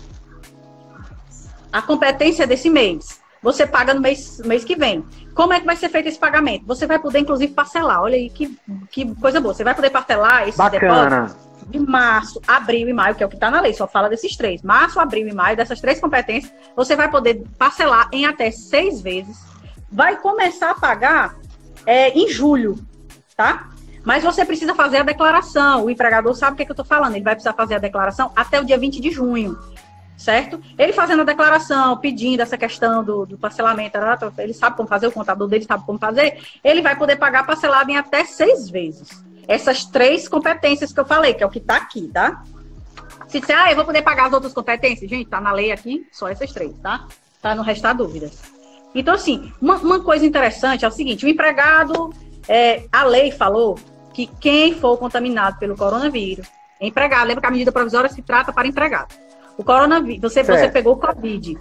a competência desse mês, você paga no mês, mês que vem. Como é que vai ser feito esse pagamento? Você vai poder, inclusive, parcelar. Olha aí que, que coisa boa. Você vai poder parcelar esses depósitos de março, abril e maio, que é o que está na lei, só fala desses três. Março, abril e maio, dessas três competências, você vai poder parcelar em até seis vezes. Vai começar a pagar é, em julho, tá? Mas você precisa fazer a declaração. O empregador sabe o que, é que eu estou falando. Ele vai precisar fazer a declaração até o dia vinte de junho. certo? Ele fazendo a declaração, pedindo essa questão do, do parcelamento, ele sabe como fazer, o contador dele sabe como fazer, ele vai poder pagar parcelado em até seis vezes. Essas três competências que eu falei, que é o que está aqui, tá? Se disser, ah, eu vou poder pagar as outras competências, gente, tá na lei aqui, só essas três, tá? Tá, não restar dúvidas. Então, assim, uma, uma coisa interessante é o seguinte, o empregado, é, a lei falou que quem for contaminado pelo coronavírus, é empregado, lembra que a medida provisória se trata para empregado. O coronavírus, você, você pegou o Covid,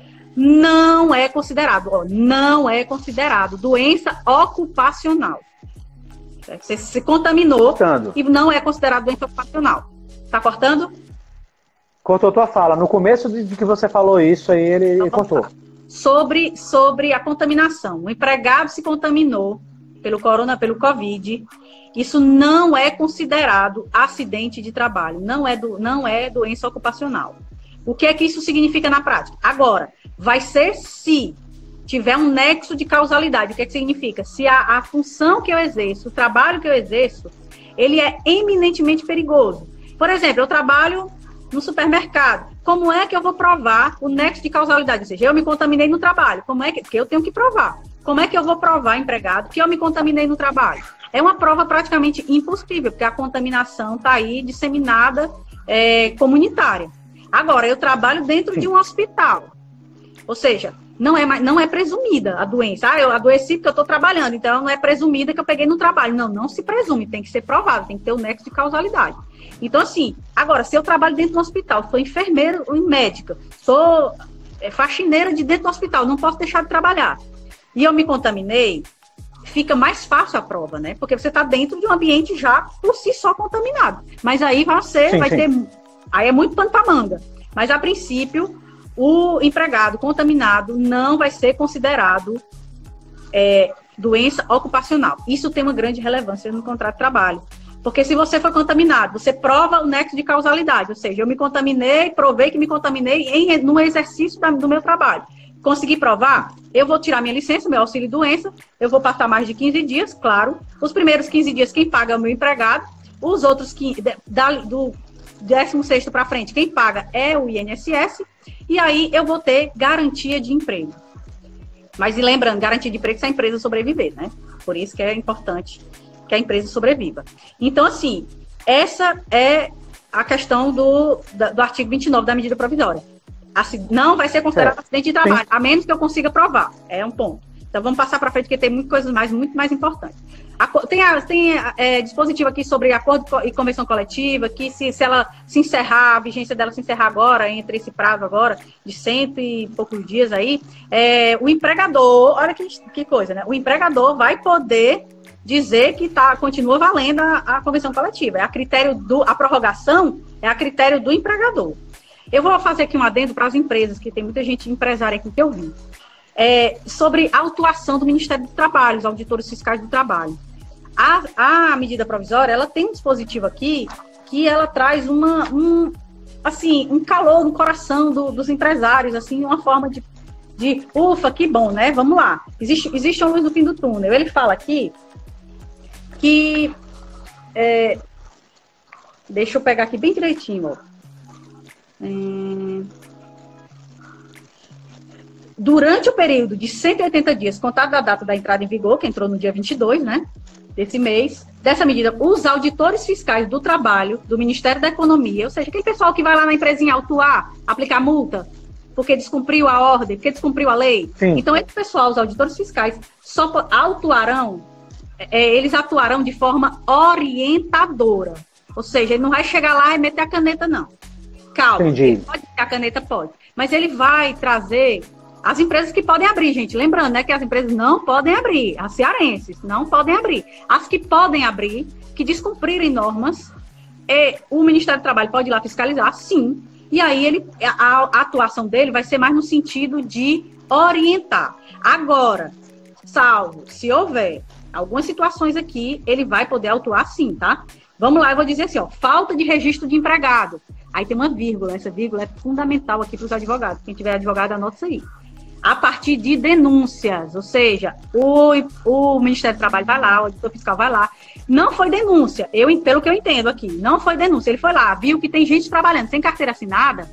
não é considerado, ó, não é considerado doença ocupacional. Você se contaminou cortando. E não é considerado doença ocupacional. Tá cortando? Cortou tua fala. No começo de, de que você falou isso, aí ele, ele cortou. Sobre, sobre a contaminação. O empregado se contaminou pelo corona, pelo Covid. Isso não é considerado acidente de trabalho. Não é, do, não é doença ocupacional. O que é que isso significa na prática? Agora, vai ser se tiver um nexo de causalidade. O que é que significa? Se a, a função que eu exerço, o trabalho que eu exerço, ele é eminentemente perigoso. Por exemplo, eu trabalho no supermercado. Como é que eu vou provar o nexo de causalidade? Ou seja, eu me contaminei no trabalho. Como é que, porque eu tenho que provar. Como é que eu vou provar, empregado, que eu me contaminei no trabalho? É uma prova praticamente impossível, porque a contaminação está aí disseminada é, comunitária. Agora, eu trabalho dentro de um hospital. Ou seja, não é, não é presumida a doença. Ah, eu adoeci porque eu estou trabalhando, então não é presumida que eu peguei no trabalho. Não, não se presume, tem que ser provado, tem que ter o nexo de causalidade. Então, assim, agora, se eu trabalho dentro do hospital, sou enfermeira ou médica, sou faxineira de dentro do hospital, não posso deixar de trabalhar, e eu me contaminei, fica mais fácil a prova, né? Porque você está dentro de um ambiente já por si só contaminado. Mas aí você sim, vai sim. ter... Aí é muito pano pra manga. Mas, a princípio, o empregado contaminado não vai ser considerado é, doença ocupacional. Isso tem uma grande relevância no contrato de trabalho. Porque se você foi contaminado, você prova o nexo de causalidade. Ou seja, eu me contaminei, provei que me contaminei em, no exercício da, do meu trabalho. Consegui provar, eu vou tirar minha licença, meu auxílio-doença, eu vou passar mais de quinze dias, claro. Os primeiros quinze dias, quem paga é o meu empregado. Os outros, quinze, da, do décimo sexto para frente, quem paga é o I N S S. E aí eu vou ter garantia de emprego. Mas e lembrando, garantia de emprego se a empresa sobreviver, né? Por isso que é importante que a empresa sobreviva. Então, assim, essa é a questão do, do artigo vinte e nove da medida provisória. Não vai ser considerado é. acidente de trabalho, Sim. a menos que eu consiga provar. É um ponto. Então, vamos passar para frente, porque tem muitas coisas mais, muito mais importantes. Tem, a, tem é, dispositivo aqui sobre acordo e convenção coletiva, que se, se ela se encerrar, a vigência dela se encerrar agora, entre esse prazo agora, de cento e poucos dias aí, é, o empregador, olha que, que coisa, né? O empregador vai poder dizer que tá, continua valendo a, a convenção coletiva. É a critério do, a prorrogação é a critério do empregador. Eu vou fazer aqui um adendo para as empresas, que tem muita gente empresária aqui que eu vi. É, sobre a atuação do Ministério do Trabalho, os auditores fiscais do trabalho. A, a medida provisória, ela tem um dispositivo aqui que ela traz uma, um, assim, um calor no coração do, dos empresários, assim, uma forma de, de, ufa, que bom, né? Vamos lá. Existe, existe uma luz no fim do túnel. Ele fala aqui que... É, deixa eu pegar aqui bem direitinho, ó. Hum, durante o período de cento e oitenta dias, contado da data da entrada em vigor, que entrou no dia vinte e dois, né, desse mês, dessa medida, os auditores fiscais do trabalho, do Ministério da Economia, ou seja, aquele pessoal que vai lá na empresinha autuar, aplicar multa, porque descumpriu a ordem, porque descumpriu a lei. Sim. Então, esse pessoal, os auditores fiscais, só autuarão, é, eles atuarão de forma orientadora. Ou seja, ele não vai chegar lá e meter a caneta, não. Calma, ele pode ter a caneta, pode. Mas ele vai trazer as empresas que podem abrir, gente. Lembrando, né, que as empresas não podem abrir. As cearenses não podem abrir. As que podem abrir, que descumprirem normas, e o Ministério do Trabalho pode ir lá fiscalizar, sim. E aí ele, a, a atuação dele vai ser mais no sentido de orientar. Agora, salvo se houver algumas situações aqui, ele vai poder atuar sim, tá? Vamos lá, eu vou dizer assim, ó, falta de registro de empregado. Aí tem uma vírgula, essa vírgula é fundamental aqui para os advogados. Quem tiver advogado, anota isso aí. A partir de denúncias, ou seja, o, o Ministério do Trabalho vai lá, o auditor fiscal vai lá. Não foi denúncia, eu, pelo que eu entendo aqui, não foi denúncia. Ele foi lá, viu que tem gente trabalhando sem carteira assinada,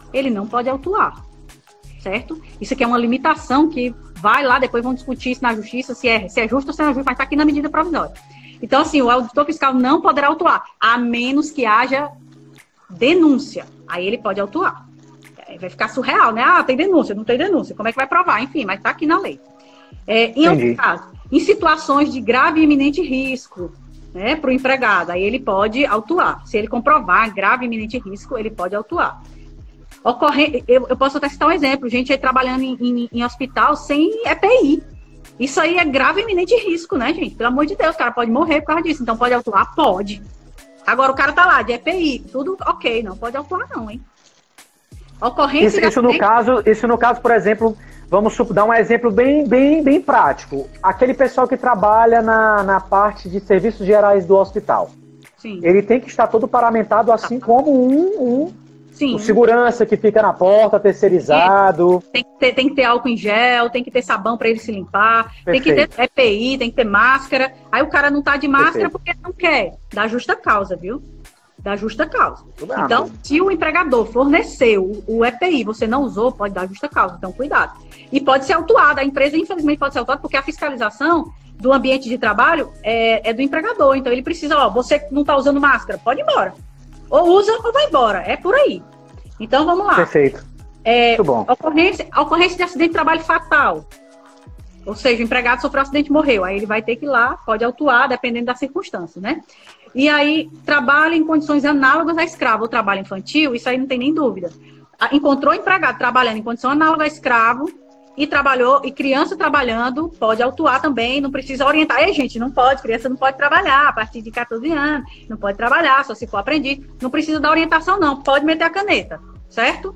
ele não pode autuar, certo? Isso aqui é uma limitação que vai lá, depois vão discutir isso na justiça, se é, se é justo ou se não é justo, mas está aqui na medida provisória. Então, assim, o auditor fiscal não poderá autuar, a menos que haja denúncia. Aí ele pode autuar. Vai ficar surreal, né? Ah, tem denúncia, não tem denúncia. Como é que vai provar? Enfim, mas está aqui na lei. É, em outro caso, em situações de grave e iminente risco, né, para o empregado, aí ele pode autuar. Se ele comprovar grave e iminente risco, ele pode autuar. Ocorre, eu, eu posso até citar um exemplo, gente aí trabalhando em, em, em hospital sem E P I. Isso aí é grave e iminente risco, né, gente? Pelo amor de Deus, o cara pode morrer por causa disso. Então, pode autuar? Pode. Agora, o cara tá lá, de E P I, tudo ok, não pode autuar não, hein? Ocorrência... Isso, isso, no caso, isso no caso, por exemplo, vamos dar um exemplo bem, bem, bem prático. Aquele pessoal que trabalha na, na parte de serviços gerais do hospital. Sim. Ele tem que estar todo paramentado, assim como um... um Sim. O segurança que fica na porta, terceirizado. Tem que, ter, tem que ter álcool em gel, tem que ter sabão para ele se limpar, Perfeito. Tem que ter E P I, tem que ter máscara. Aí o cara não tá de máscara Perfeito. porque não quer. Da justa causa, viu? Da justa causa. Tudo Então, bem. se o empregador forneceu o E P I, você não usou, pode dar justa causa. Então, cuidado. E pode ser autuada. A empresa, infelizmente, pode ser autuada porque a fiscalização do ambiente de trabalho é, é do empregador. Então, ele precisa, ó, você não tá usando máscara, pode ir embora. Ou usa ou vai embora. É por aí. Então, vamos lá. Perfeito. É, Muito bom. Ocorrência, ocorrência de acidente de trabalho fatal. Ou seja, o empregado sofreu um acidente e morreu. Aí ele vai ter que ir lá, pode autuar, dependendo da circunstância, né? E aí, trabalho em condições análogas a escravo ou trabalho infantil, isso aí não tem nem dúvida. Encontrou empregado trabalhando em condição análoga a escravo e trabalhou, e criança trabalhando, pode autuar também, não precisa orientar. Ei, gente, não pode, criança não pode trabalhar a partir de quatorze anos, não pode trabalhar, só se for aprendiz. Não precisa dar orientação, não, pode meter a caneta, certo?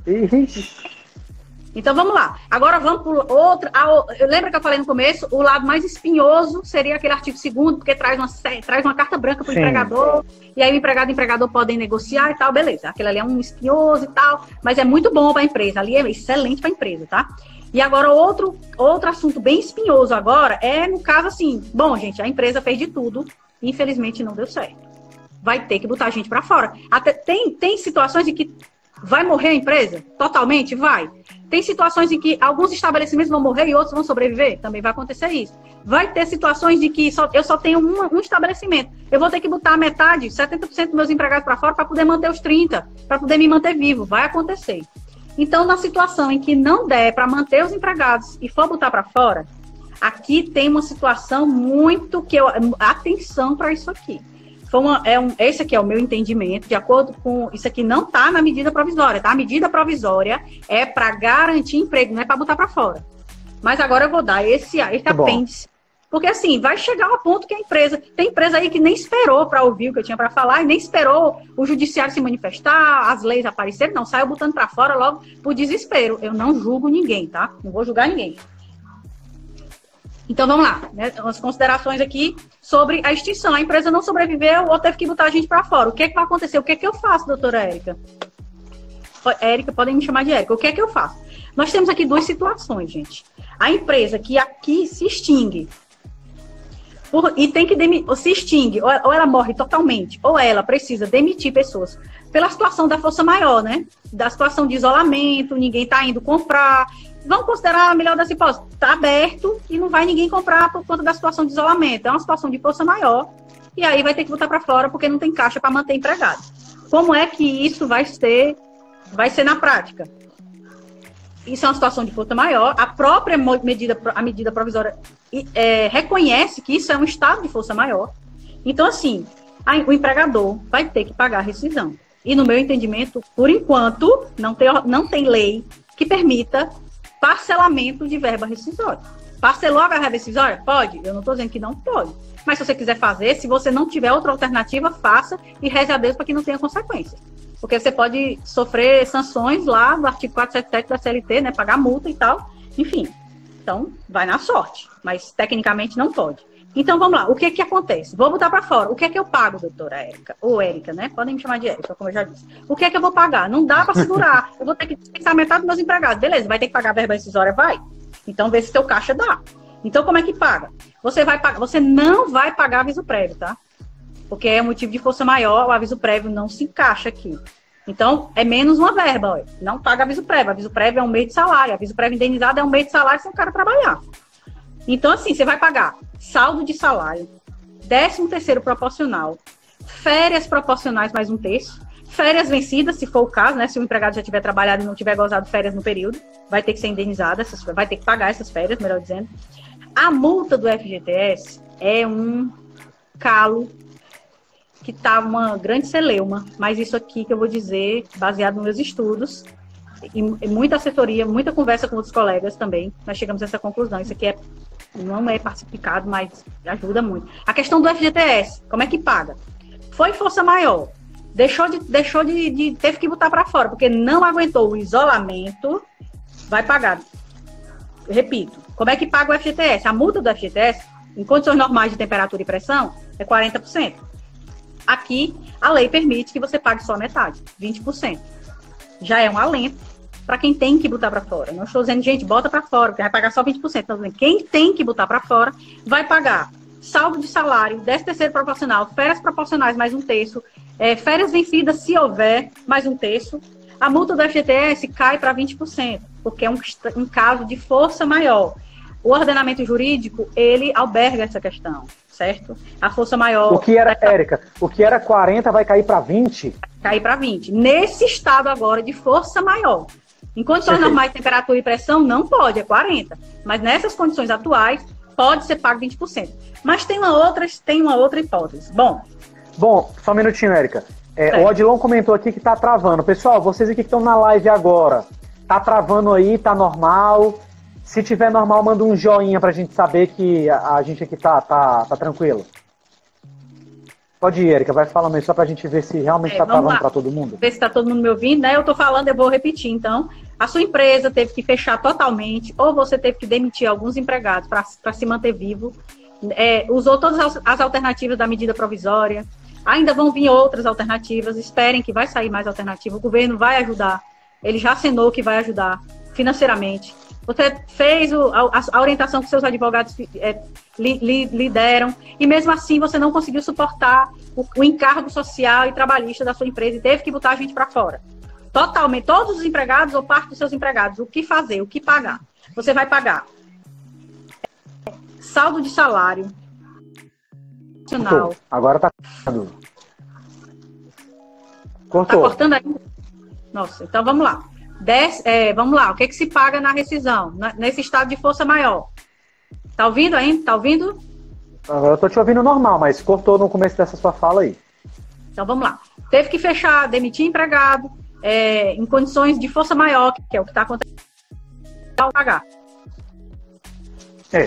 Ixi. Então, vamos lá. Agora, vamos para outra... Lembra que eu falei no começo? O lado mais espinhoso seria aquele artigo segundo, porque traz uma, traz uma carta branca para o empregador, e aí o empregado e o empregador podem negociar e tal, beleza. Aquele ali é um espinhoso e tal, mas é muito bom para a empresa. Ali é excelente para a empresa, tá? E agora, outro, outro assunto bem espinhoso agora é, no caso, assim... Bom, gente, a empresa fez de tudo, e infelizmente não deu certo. Vai ter que botar a gente para fora. Até, tem, tem situações em que vai morrer a empresa? Totalmente? Vai. Tem situações em que alguns estabelecimentos vão morrer e outros vão sobreviver? Também vai acontecer isso. Vai ter situações de que só, eu só tenho um, um estabelecimento. Eu vou ter que botar metade, setenta por cento dos meus empregados para fora para poder manter os trinta por cento, para poder me manter vivo. Vai acontecer. Então, na situação em que não der para manter os empregados e for botar para fora, aqui tem uma situação muito que eu... Atenção para isso aqui. Foi uma, é um, esse aqui é o meu entendimento, de acordo com... Isso aqui não está na medida provisória, tá? A medida provisória é para garantir emprego, não é para botar para fora. Mas agora eu vou dar esse, esse apêndice. Porque, assim, vai chegar ao ponto que a empresa... Tem empresa aí que nem esperou para ouvir o que eu tinha para falar e nem esperou o judiciário se manifestar, as leis aparecerem. Não, saiu botando para fora logo por desespero. Eu não julgo ninguém, tá? Não vou julgar ninguém. Então, vamos lá, né? Umas considerações aqui sobre a extinção. A empresa não sobreviveu ou teve que botar a gente para fora. O que é que vai acontecer? O que é que eu faço, doutora Érica? Érica, podem me chamar de Érica. O que é que eu faço? Nós temos aqui duas situações, gente. A empresa que aqui se extingue por, e tem que demitir, ou se extingue, ou, ou ela morre totalmente, ou ela precisa demitir pessoas pela situação da força maior, né? Da situação de isolamento, ninguém está indo comprar... Vamos considerar a melhor das hipóteses. Está aberto e não vai ninguém comprar por conta da situação de isolamento. É uma situação de força maior. E aí vai ter que botar para fora porque não tem caixa para manter empregado. Como é que isso vai ser, vai ser na prática? Isso é uma situação de força maior. A própria medida, a medida provisória é, reconhece que isso é um estado de força maior. Então, assim, a, o empregador vai ter que pagar a rescisão. E, no meu entendimento, por enquanto, não tem, não tem lei que permita parcelamento de verba rescisória. Parcelou a verba rescisória? Pode. Eu não estou dizendo que não pode. Mas se você quiser fazer, se você não tiver outra alternativa, faça e reze a Deus para que não tenha consequências. Porque você pode sofrer sanções lá no artigo quatrocentos e setenta e sete da C L T, né? Pagar multa e tal. Enfim. Então, vai na sorte. Mas, tecnicamente, não pode. Então, vamos lá. O que que acontece? Vou botar para fora. O que é que eu pago, doutora Érica? Ou Érica, né? Podem me chamar de Érica, como eu já disse. O que é que eu vou pagar? Não dá para segurar. Eu vou ter que dispensar metade dos meus empregados. Beleza, vai ter que pagar a verba rescisória? Vai. Então, vê se seu caixa dá. Então, como é que paga? Você vai pagar, você não vai pagar aviso prévio, tá? Porque é um motivo de força maior, o aviso prévio não se encaixa aqui. Então, é menos uma verba. Ó. Não paga aviso prévio. Aviso prévio é um mês de salário. Aviso prévio indenizado é um mês de salário sem o cara trabalhar. Então, assim, você vai pagar saldo de salário, décimo terceiro proporcional, férias proporcionais mais um terço, férias vencidas, se for o caso, né? Se o empregado já tiver trabalhado e não tiver gozado férias no período, vai ter que ser indenizado, essas, vai ter que pagar essas férias, melhor dizendo. A multa do F G T S é um calo que tá uma grande celeuma, mas isso aqui que eu vou dizer, baseado nos meus estudos, e, e muita assessoria, muita conversa com outros colegas também, nós chegamos a essa conclusão. Isso aqui é, não é pacificado, mas ajuda muito. A questão do F G T S, como é que paga? Foi força maior, deixou de, deixou de, de teve que botar para fora, porque não aguentou o isolamento, vai pagar. Repito, como é que paga o F G T S? A multa do F G T S, em condições normais de temperatura e pressão, é quarenta por cento. Aqui, a lei permite que você pague só metade, vinte por cento. Já é um alento para quem tem que botar para fora. Não estou dizendo, gente, bota para fora, porque vai pagar só vinte por cento. Estou dizendo, quem tem que botar para fora vai pagar saldo de salário, décimo terceiro proporcional, férias proporcionais mais um terço, é, férias vencidas, se houver, mais um terço. A multa do F G T S cai para vinte por cento, porque é um, um caso de força maior. O ordenamento jurídico, ele alberga essa questão, certo? A força maior... O que era, Érica, o que era quarenta vai cair para vinte? Cair para vinte. Nesse estado agora de força maior. Em condições normais de temperatura e pressão, não pode, é quarenta. Mas nessas condições atuais, pode ser pago vinte por cento. Mas tem uma outra, tem uma outra hipótese. Bom... Bom, só um minutinho, Érica. É, o Odilon comentou aqui que tá travando. Pessoal, vocês aqui que estão na live agora, tá travando aí, tá normal... Se tiver normal, manda um joinha pra gente saber que a, a gente aqui tá, tá, tá tranquilo. Pode ir, Érica, vai falando aí só pra gente ver se realmente é, tá travando pra todo mundo. Ver se tá todo mundo me ouvindo, né? Eu tô falando, eu vou repetir, então. A sua empresa teve que fechar totalmente, ou você teve que demitir alguns empregados para se manter vivo. É, usou todas as, as alternativas da medida provisória. Ainda vão vir outras alternativas. Esperem que vai sair mais alternativa. O governo vai ajudar. Ele já assinou que vai ajudar financeiramente. Você fez o, a, a orientação que seus advogados é, lhe, lhe, lhe deram, e mesmo assim você não conseguiu suportar o, o encargo social e trabalhista da sua empresa e teve que botar a gente para fora. Totalmente, todos os empregados ou parte dos seus empregados, o que fazer, o que pagar? Você vai pagar saldo de salário. Cortou. Agora tá cortando. Cortou. Tá cortando ainda? Nossa, então vamos lá. Dez, é, vamos lá, o que, é que se paga na rescisão, na, nesse estado de força maior? Tá ouvindo ainda? Tá ouvindo? Agora eu tô te ouvindo normal, mas cortou no começo dessa sua fala aí. Então vamos lá. Teve que fechar, demitir empregado, é, em condições de força maior, que é o que está acontecendo, pagar. É.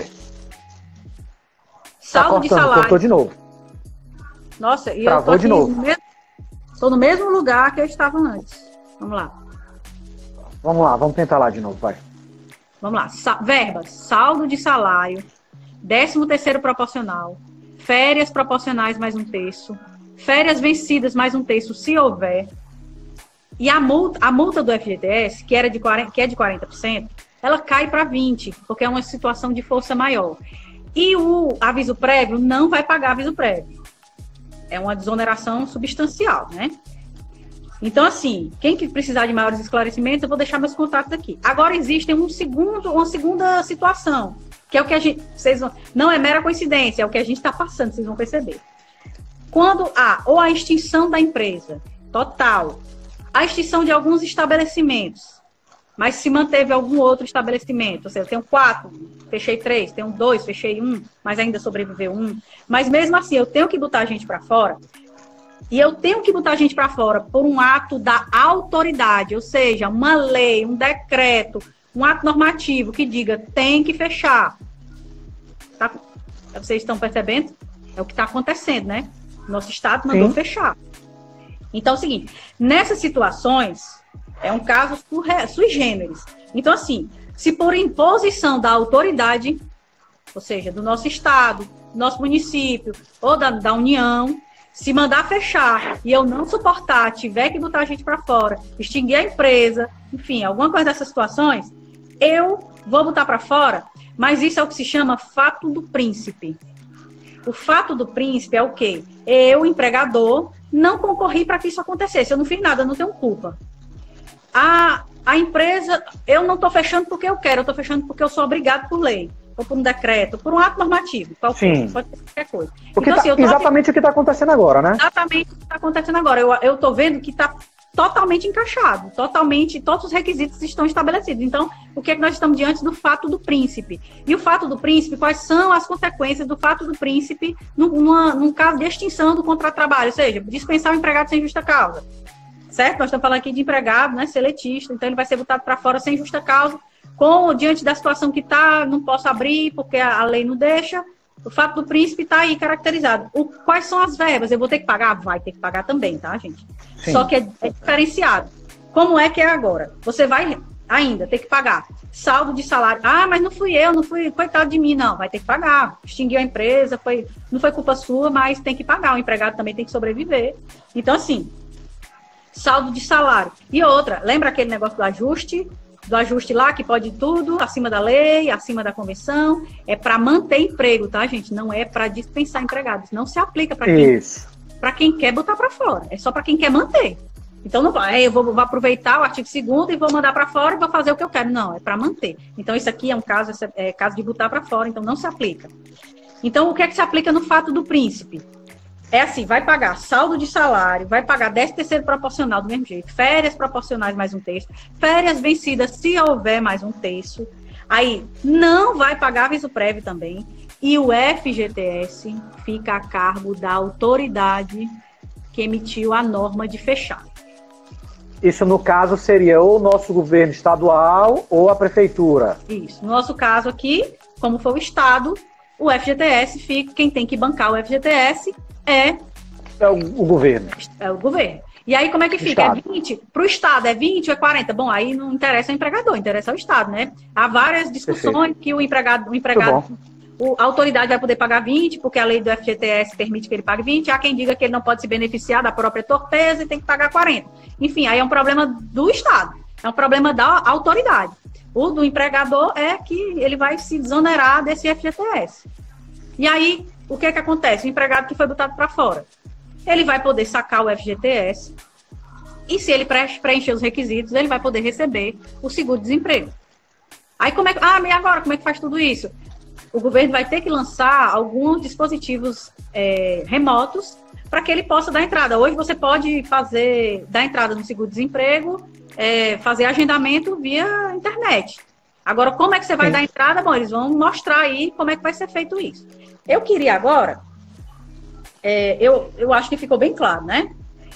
Saldo tá de salário. Cortou de novo. Nossa, e Travou eu tô aqui de novo. no mesmo, tô no mesmo lugar que eu estava antes. Vamos lá. Vamos lá, vamos tentar lá de novo, vai. Vamos lá. Sa verbas, saldo de salário, décimo terceiro proporcional, férias proporcionais mais um terço, férias vencidas mais um terço, se houver. E a multa, a multa do F G T S, que, era de quarenta, que é de quarenta por cento, ela cai para vinte por cento, porque é uma situação de força maior. E o aviso prévio não vai pagar aviso prévio. É uma desoneração substancial, né? Então, assim, quem que precisar de maiores esclarecimentos, eu vou deixar meus contatos aqui. Agora, existe um segundo, uma segunda situação, que é o que a gente... Vocês vão, não é mera coincidência, é o que a gente está passando, vocês vão perceber. Quando há ou a extinção da empresa, total, a extinção de alguns estabelecimentos, mas se manteve algum outro estabelecimento, ou seja, eu tenho quatro, fechei três, tenho dois, fechei um, mas ainda sobreviveu um. Mas mesmo assim, eu tenho que botar a gente para fora... E eu tenho que botar a gente para fora por um ato da autoridade, ou seja, uma lei, um decreto, um ato normativo que diga tem que fechar. Tá? Vocês estão percebendo? É o que está acontecendo, né? Nosso Estado mandou Sim. fechar. Então é o seguinte, nessas situações, é um caso sui generis. Então, assim, se por imposição da autoridade, ou seja, do nosso Estado, do nosso município ou da, da União... Se mandar fechar e eu não suportar, tiver que botar a gente para fora, extinguir a empresa, enfim, alguma coisa dessas situações, eu vou botar para fora, mas isso é o que se chama fato do príncipe. O fato do príncipe é o quê? Eu, empregador, não concorri para que isso acontecesse. Eu não fiz nada, eu não tenho culpa. A, a empresa, eu não estou fechando porque eu quero, eu estou fechando porque eu sou obrigado por lei, ou por um decreto, por um ato normativo, qualquer, pode ser qualquer coisa. Porque então, tá, assim, exatamente o que está acontecendo agora, né? Exatamente o que está acontecendo agora. Eu estou vendo que está totalmente encaixado, totalmente, todos os requisitos estão estabelecidos. Então, o que é que nós estamos diante do fato do príncipe? E o fato do príncipe, quais são as consequências do fato do príncipe numa, num caso de extinção do contrato de trabalho, ou seja, dispensar o empregado sem justa causa, certo? Nós estamos falando aqui de empregado, né, seletista, então ele vai ser botado para fora sem justa causa, com, diante da situação que está, não posso abrir porque a, a lei não deixa. O fato do príncipe está aí caracterizado. O, quais são as verbas? Eu vou ter que pagar? Vai ter que pagar também, tá, gente? Sim. Só que é, é diferenciado. Como é que é agora? Você vai ainda ter que pagar saldo de salário. Ah, mas não fui eu, não fui, coitado de mim. Não, vai ter que pagar. Extinguiu a empresa, foi, não foi culpa sua, mas tem que pagar. O empregado também tem que sobreviver. Então, assim, saldo de salário. E outra, lembra aquele negócio do ajuste? Do ajuste lá, que pode tudo, acima da lei, acima da convenção, é para manter emprego, tá, gente? Não é para dispensar empregados. Não se aplica para quem, para quem quer botar para fora. É só para quem quer manter. Então, não vai, eu vou, vou aproveitar o artigo segundo e vou mandar para fora e vou fazer o que eu quero. Não, é para manter. Então, isso aqui é um caso, é caso de botar para fora, então não se aplica. Então, o que é que se aplica no fato do príncipe? É assim, vai pagar saldo de salário, vai pagar décimo terceiro proporcional do mesmo jeito, férias proporcionais mais um terço, férias vencidas se houver mais um terço, aí não vai pagar aviso prévio também, e o F G T S fica a cargo da autoridade que emitiu a norma de fechar. Isso, no caso, seria ou o nosso governo estadual ou a prefeitura. Isso. No nosso caso aqui, como foi o Estado, o F G T S fica, quem tem que bancar o F G T S É, é o, o governo. É o governo. E aí, como é que fica? Estado. É vinte? Para o Estado, é vinte ou é quarenta? Bom, aí não interessa o empregador, interessa o Estado, né? Há várias discussões Perfeito. que o empregado, o empregado o, a autoridade vai poder pagar vinte, porque a lei do F G T S permite que ele pague vinte. Há quem diga que ele não pode se beneficiar da própria torpeza e tem que pagar quarenta. Enfim, aí é um problema do Estado, é um problema da autoridade. O do empregador é que ele vai se desonerar desse F G T S. E aí, o que é que acontece? O empregado que foi botado para fora, ele vai poder sacar o F G T S e se ele preencher os requisitos, ele vai poder receber o seguro-desemprego. Aí, como é que... Ah, e agora, como é que faz tudo isso? O governo vai ter que lançar alguns dispositivos é, remotos para que ele possa dar entrada. Hoje você pode fazer, dar entrada no seguro-desemprego, é, fazer agendamento via internet. Agora, como é que você vai Sim. dar entrada? Bom, eles vão mostrar aí como é que vai ser feito isso. Eu queria agora, é, eu, eu acho que ficou bem claro, né?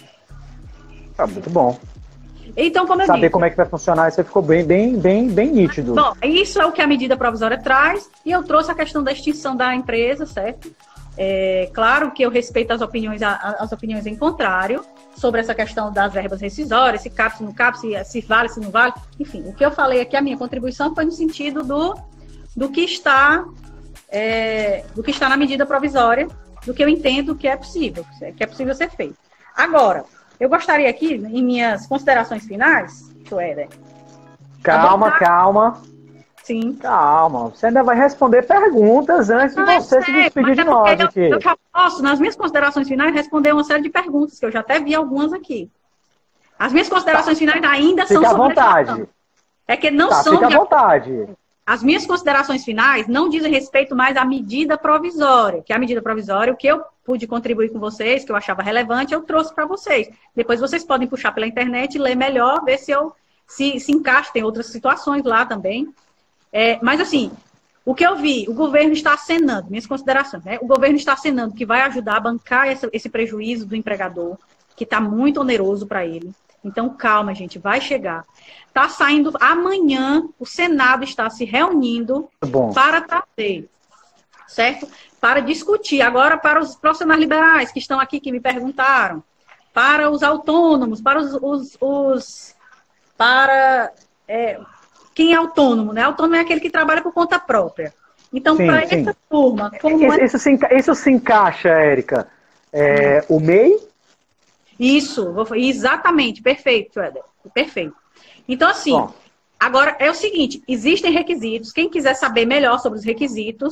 Tá muito bom. Então, como eu Saber disse, como é que vai funcionar, isso ficou bem, bem, bem, bem nítido. Bom, isso é o que a medida provisória traz, e eu trouxe a questão da extinção da empresa, certo? É, claro que eu respeito as opiniões, as opiniões em contrário, sobre essa questão das verbas rescisórias, se cabe, se não cabe, se, se vale, se não vale. Enfim, o que eu falei aqui, a minha contribuição foi no sentido do, do que está... É, do que está na medida provisória, do que eu entendo que é possível, que é possível ser feito. Agora, eu gostaria aqui, em minhas considerações finais, Joélia... Calma, abordar... calma. Sim. Calma, você ainda vai responder perguntas antes de você é, se despedir de nós eu, aqui. Eu já posso, nas minhas considerações finais, responder uma série de perguntas, que eu já até vi algumas aqui. As minhas considerações tá. finais ainda fica são à sobre vontade. É que não tá, são... Fica à de... vontade. As minhas considerações finais não dizem respeito mais à medida provisória, que é a medida provisória, o que eu pude contribuir com vocês, que eu achava relevante, eu trouxe para vocês. Depois vocês podem puxar pela internet, ler melhor, ver se eu se, se encaixa, tem outras situações lá também. É, mas assim, o que eu vi, o governo está acenando, minhas considerações, né? O governo está acenando que vai ajudar a bancar essa, esse prejuízo do empregador, que está muito oneroso para ele. Então, calma, gente, vai chegar. Está saindo amanhã, o Senado está se reunindo Bom. para trazer, certo? Para discutir. Agora, para os profissionais liberais que estão aqui, que me perguntaram, para os autônomos, para os... os, os para é, quem é autônomo, né? Autônomo é aquele que trabalha por conta própria. Então, para essa turma... Como isso, é... isso, se, isso se encaixa, Érica. É, hum. O M E I? Isso, exatamente, perfeito, Éder, perfeito. Então, assim, Bom. agora é o seguinte, existem requisitos, quem quiser saber melhor sobre os requisitos,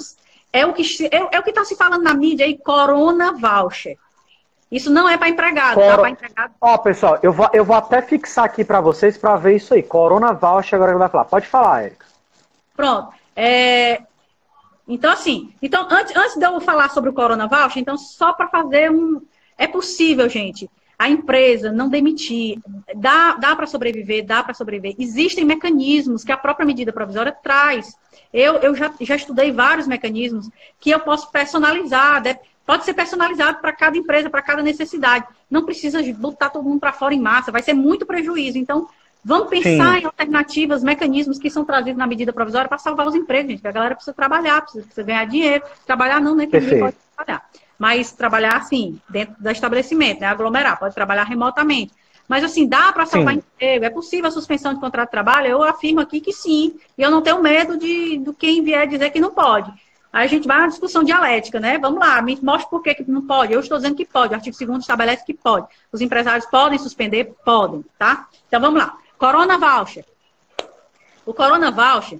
É o que é, é o que está se falando na mídia aí, Corona Voucher. Isso não é para empregado, Coro... tá? Para empregado. Ó, pessoal, eu vou, eu vou até fixar aqui para vocês para ver isso aí. Corona Voucher, agora que vai falar. Pode falar, Érica. Pronto. É... Então, assim, então, antes, antes de eu falar sobre o Corona Voucher, então, só para fazer um... É possível, gente, a empresa não demitir, dá, dá para sobreviver, dá para sobreviver. Existem mecanismos que a própria medida provisória traz. Eu, eu já, já estudei vários mecanismos que eu posso personalizar, né? Pode ser personalizado para cada empresa, para cada necessidade. Não precisa botar todo mundo para fora em massa, vai ser muito prejuízo. Então, vamos pensar Sim. em alternativas, mecanismos que são trazidos na medida provisória para salvar os empregos, gente. Porque a galera precisa trabalhar, precisa, precisa ganhar dinheiro. Trabalhar não, né? Que ninguém pode trabalhar. Mas trabalhar, assim, dentro do estabelecimento, né? Aglomerar, pode trabalhar remotamente. Mas, assim, dá para salvar sim. emprego? É possível a suspensão de contrato de trabalho? Eu afirmo aqui que sim. E eu não tenho medo de, de quem vier dizer que não pode. Aí a gente vai à discussão dialética, né? Vamos lá, me mostre por que que não pode. Eu estou dizendo que pode. O artigo segundo estabelece que pode. Os empresários podem suspender? Podem, tá? Então, vamos lá. Corona Voucher. O Corona Voucher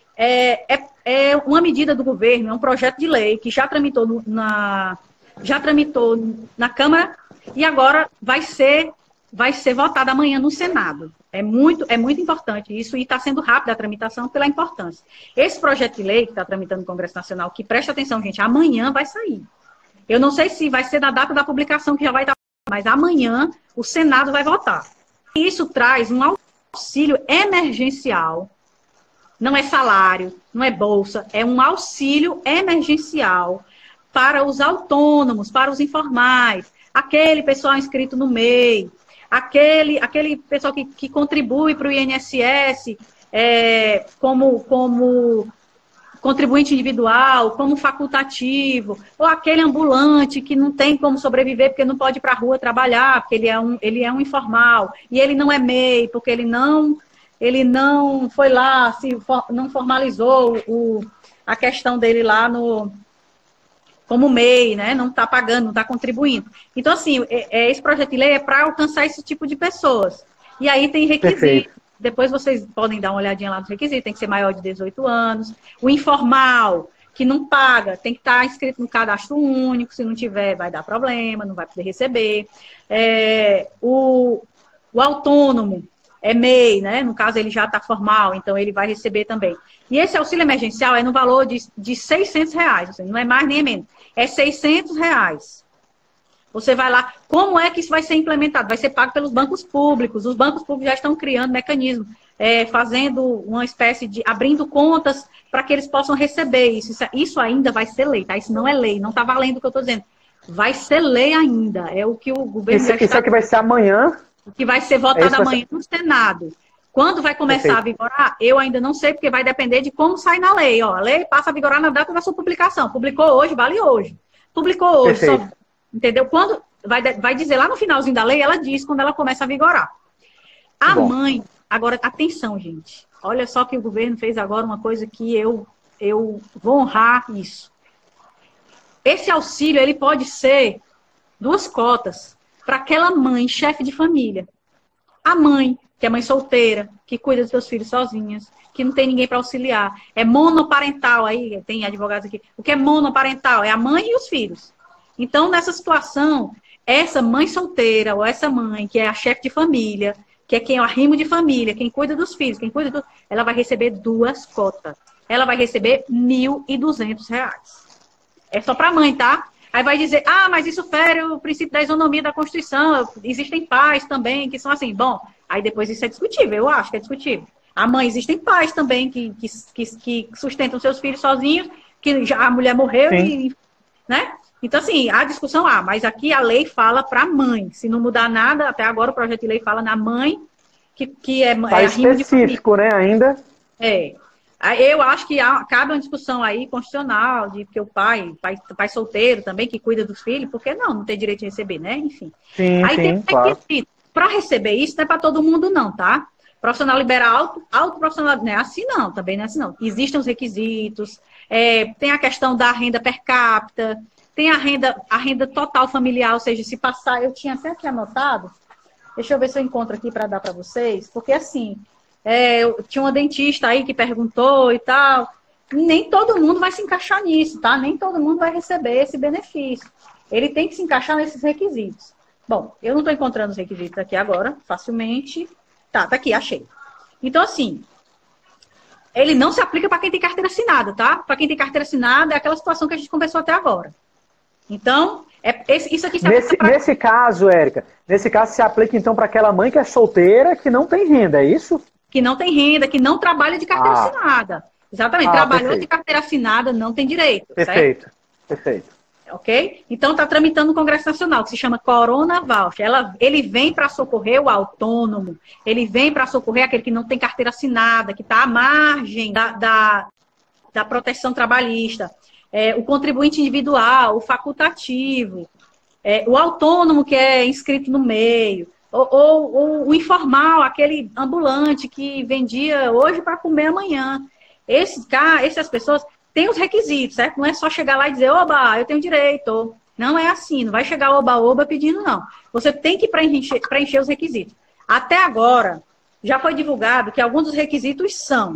é, é, é uma medida do governo, é um projeto de lei que já tramitou, no, na, já tramitou na Câmara e agora vai ser, vai ser votado amanhã no Senado. É muito, é muito importante isso e está sendo rápida a tramitação pela importância. Esse projeto de lei que está tramitando no Congresso Nacional, que presta atenção, gente, amanhã vai sair. Eu não sei se vai ser na data da publicação que já vai estar, mas amanhã o Senado vai votar. Isso traz um auxílio emergencial, não é salário, não é bolsa, é um auxílio emergencial para os autônomos, para os informais, aquele pessoal inscrito no M E I, aquele, aquele pessoal que, que contribui para o I N S S é, como, como contribuinte individual, como facultativo, ou aquele ambulante que não tem como sobreviver porque não pode ir para a rua trabalhar, porque ele é, um, ele é um informal, e ele não é M E I, porque ele não, ele não foi lá, se for, não formalizou o, a questão dele lá no... como M E I, né? Não está pagando, não está contribuindo. Então, assim, é, é, esse projeto de lei é para alcançar esse tipo de pessoas. E aí tem requisitos. Depois vocês podem dar uma olhadinha lá nos requisitos. Tem que ser maior de dezoito anos. O informal, que não paga, tem que estar inscrito no cadastro único. Se não tiver, vai dar problema, não vai poder receber. É, o, o autônomo é M E I, né? No caso, ele já está formal, então ele vai receber também. E esse auxílio emergencial é no valor de, de seiscentos reais. Assim, não é mais nem é menos. É seiscentos reais. Você vai lá. Como é que isso vai ser implementado? Vai ser pago pelos bancos públicos. Os bancos públicos já estão criando mecanismos, é, fazendo uma espécie de... abrindo contas para que eles possam receber isso. Isso, isso ainda vai ser lei, tá? Isso não é lei, não está valendo o que eu estou dizendo. Vai ser lei ainda. É o que o governo... Isso, isso aqui vai ser amanhã? Que vai ser votado é amanhã ser... no Senado. Quando vai começar Perfeito. a vigorar, eu ainda não sei, porque vai depender de como sai na lei. Ó, a lei passa a vigorar na data da sua publicação. Publicou hoje, vale hoje. Publicou hoje, só, entendeu? Quando vai, vai dizer lá no finalzinho da lei, ela diz quando ela começa a vigorar. A Bom. mãe, agora, atenção, gente. Olha só que o governo fez agora uma coisa que eu, eu vou honrar isso. Esse auxílio, ele pode ser duas cotas para aquela mãe, chefe de família. A mãe, que é mãe solteira, que cuida dos seus filhos sozinhas, que não tem ninguém para auxiliar. É monoparental, aí tem advogados aqui. O que é monoparental? É a mãe e os filhos. Então, nessa situação, essa mãe solteira, ou essa mãe, que é a chefe de família, que é quem é o arrimo de família, quem cuida dos filhos, quem cuida do... ela vai receber duas cotas. Ela vai receber mil e duzentos reais. É só para a mãe, tá? Aí vai dizer, ah, mas isso fere o princípio da isonomia da Constituição, existem pais também que são assim. Bom, aí depois isso é discutível, eu acho que é discutível. A mãe, existem pais também que, que, que, que sustentam seus filhos sozinhos, que já a mulher morreu, e, né? Então, assim, a discussão há, mas aqui a lei fala para a mãe. Se não mudar nada, até agora o projeto de lei fala na mãe, que, que é, tá é específico, né, ainda? É. Eu acho que há, cabe uma discussão aí constitucional, de que o pai, pai, pai solteiro também, que cuida dos filhos, porque não, não tem direito de receber, né? Enfim. Sim, aí sim, tem claro. que para receber isso, não é para todo mundo, não, tá? Profissional liberal, auto, auto profissional, não é assim não, também não é assim não. Existem os requisitos, é, tem a questão da renda per capita, tem a renda, a renda total familiar, ou seja, se passar, eu tinha até aqui anotado, deixa eu ver se eu encontro aqui para dar para vocês, porque assim, é, eu tinha uma dentista aí que perguntou e tal, nem todo mundo vai se encaixar nisso, tá? Nem todo mundo vai receber esse benefício. Ele tem que se encaixar nesses requisitos. Bom, eu não estou encontrando os requisitos aqui agora, facilmente. Tá, tá aqui, achei. Então, assim, ele não se aplica para quem tem carteira assinada, tá? Para quem tem carteira assinada, é aquela situação que a gente conversou até agora. Então, é, esse, isso aqui se nesse, pra... nesse caso, Érica, nesse caso se aplica então para aquela mãe que é solteira, que não tem renda, é isso? Que não tem renda, que não trabalha de carteira ah. assinada. Exatamente, ah, trabalhou perfeito. De carteira assinada, não tem direito. Perfeito, certo? perfeito. Ok? Então, está tramitando no Congresso Nacional, que se chama Corona Voucher. Ela, ele vem para socorrer o autônomo, ele vem para socorrer aquele que não tem carteira assinada, que está à margem da, da, da proteção trabalhista, é, o contribuinte individual, o facultativo, é, o autônomo que é inscrito no meio, ou, ou, ou o informal, aquele ambulante que vendia hoje para comer amanhã. Esse, essas pessoas... Tem os requisitos, certo? Não é só chegar lá e dizer, oba, eu tenho direito. Não é assim, não vai chegar oba-oba pedindo, não. Você tem que preencher, preencher os requisitos. Até agora, já foi divulgado que alguns dos requisitos são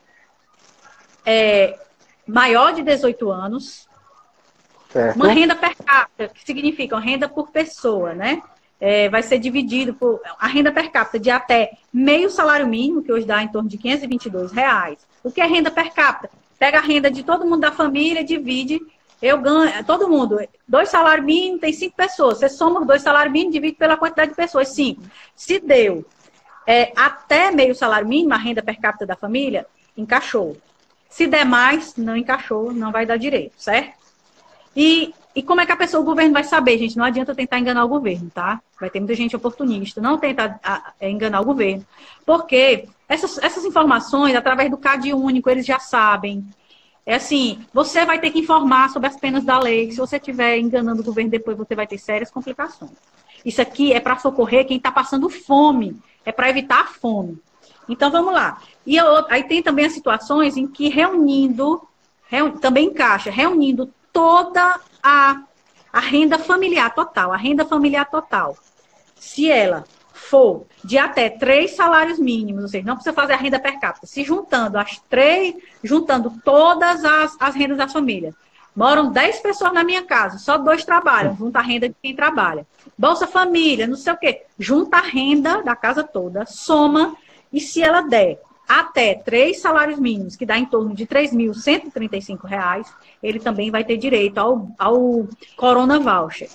é, maior de dezoito anos, certo. Uma renda per capita, que significa uma renda por pessoa, né? É, vai ser dividido por a renda per capita de até meio salário mínimo, que hoje dá em torno de quinhentos e vinte e dois reais. O que é renda per capita? Pega a renda de todo mundo da família, divide, eu ganho, todo mundo, dois salários mínimos, tem cinco pessoas. Você soma os dois salários mínimos, divide pela quantidade de pessoas, cinco. Se deu é, até meio salário mínimo, a renda per capita da família, encaixou. Se der mais, não encaixou, não vai dar direito, certo? E, e como é que a pessoa, o governo vai saber, gente? Não adianta tentar enganar o governo, tá? Vai ter muita gente oportunista, não tenta a, a, enganar o governo. Porque essas, essas informações, através do C A D único, eles já sabem. É assim, você vai ter que informar sobre as penas da lei. Se você estiver enganando o governo depois, você vai ter sérias complicações. Isso aqui é para socorrer quem está passando fome. É para evitar a fome. Então, vamos lá. E eu, aí tem também as situações em que reunindo, reun, também encaixa, reunindo toda a, a renda familiar total, a renda familiar total. Se ela for de até três salários mínimos, ou seja, não precisa fazer a renda per capita, se juntando as três, juntando todas as, as rendas da família. Moram dez pessoas na minha casa, só dois trabalham, junta a renda de quem trabalha. Bolsa Família, não sei o quê. Junta a renda da casa toda, soma, e se ela der até três salários mínimos, que dá em torno de três mil cento e trinta e cinco reais, ele também vai ter direito ao, ao Corona Voucher.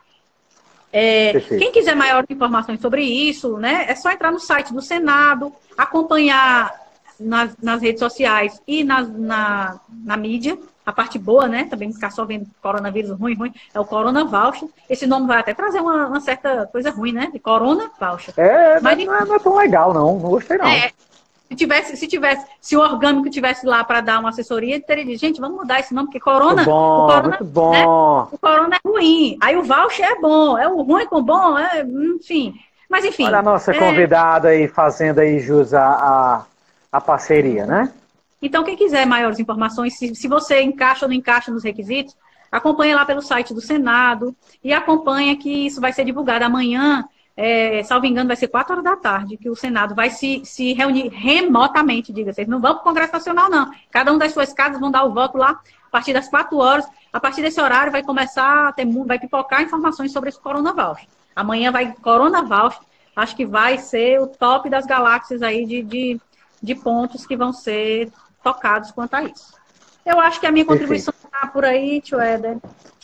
É, quem quiser maiores informações sobre isso, né, é só entrar no site do Senado, acompanhar nas, nas redes sociais e nas, na, na mídia, a parte boa, né, também ficar só vendo coronavírus ruim, ruim, é o Corona Voucher. Esse nome vai até trazer uma, uma certa coisa ruim, né, de Corona Voucher. É, mas não é, não é tão legal, não, não gostei não. É, se tivesse, se tivesse, se o orgânico tivesse lá para dar uma assessoria, ele teria dito, gente, vamos mudar esse nome, porque Corona, muito bom, o Corona, muito bom. Né, o Corona é ruim, aí o Voucher é bom, é o ruim com bom, é, enfim. Mas enfim. Olha a nossa é... convidada aí fazendo aí jus a, a, a parceria, né? Então, quem quiser maiores informações, se, se você encaixa ou não encaixa nos requisitos, acompanha lá pelo site do Senado e acompanha que isso vai ser divulgado amanhã, é, salvo engano, vai ser quatro horas da tarde, que o Senado vai se, se reunir remotamente, diga, vocês não vão para o Congresso Nacional, não. Cada um das suas casas vão dar o voto lá a partir das quatro horas. A partir desse horário vai começar a ter, vai pipocar informações sobre esse Corona Voucher. Amanhã vai Corona Voucher, acho que vai ser o top das galáxias aí de, de, de pontos que vão ser tocados quanto a isso. Eu acho que a minha contribuição está por aí, tio Éder.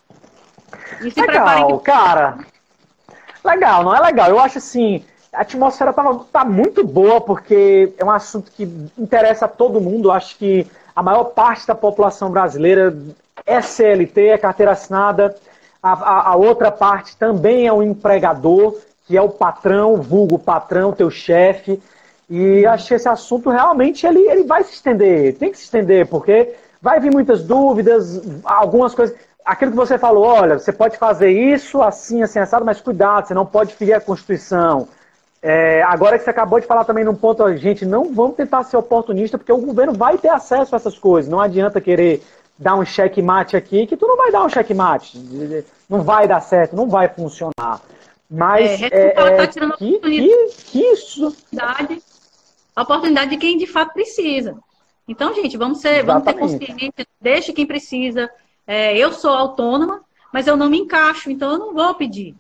E se legal, que... cara. Legal, não é legal. Eu acho assim, a atmosfera tá, tá muito boa, porque é um assunto que interessa a todo mundo. Eu acho que a maior parte da população brasileira é C L T, é carteira assinada. A, a, a outra parte também é um empregador, que é o patrão, vulgo patrão, teu chefe. E acho que esse assunto realmente ele, ele vai se estender, tem que se estender, porque vai vir muitas dúvidas, algumas coisas. Aquilo que você falou, olha, você pode fazer isso, assim, assim, assado, mas cuidado, você não pode ferir a Constituição. É, agora que você acabou de falar também num ponto, gente, não vamos tentar ser oportunista, porque o governo vai ter acesso a essas coisas. Não adianta querer dar um checkmate aqui, que tu não vai dar um checkmate. Não vai dar certo, não vai funcionar. Mas, é, é, é, tá tirando que, que, que isso... A oportunidade de quem de fato precisa. Então, gente, vamos, ser, vamos ter consciência, deixe quem precisa. É, eu sou autônoma, mas eu não me encaixo, então eu não vou pedir.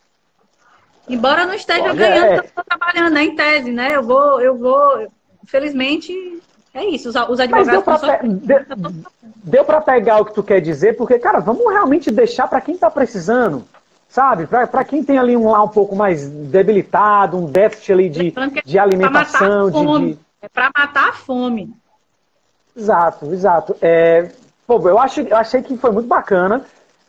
Embora eu não esteja Olha, ganhando, é... eu estou trabalhando, né, em tese, né? Eu vou, eu vou, infelizmente, é isso. Os, os advogados... Mas deu para pe... de... deu para pegar o que tu quer dizer, porque, cara, vamos realmente deixar para quem está precisando, sabe? Para quem tem ali um lá um pouco mais debilitado, um déficit ali de, de alimentação, de, de... É para matar a fome. Exato, exato. É, pô, eu, acho, eu achei que foi muito bacana.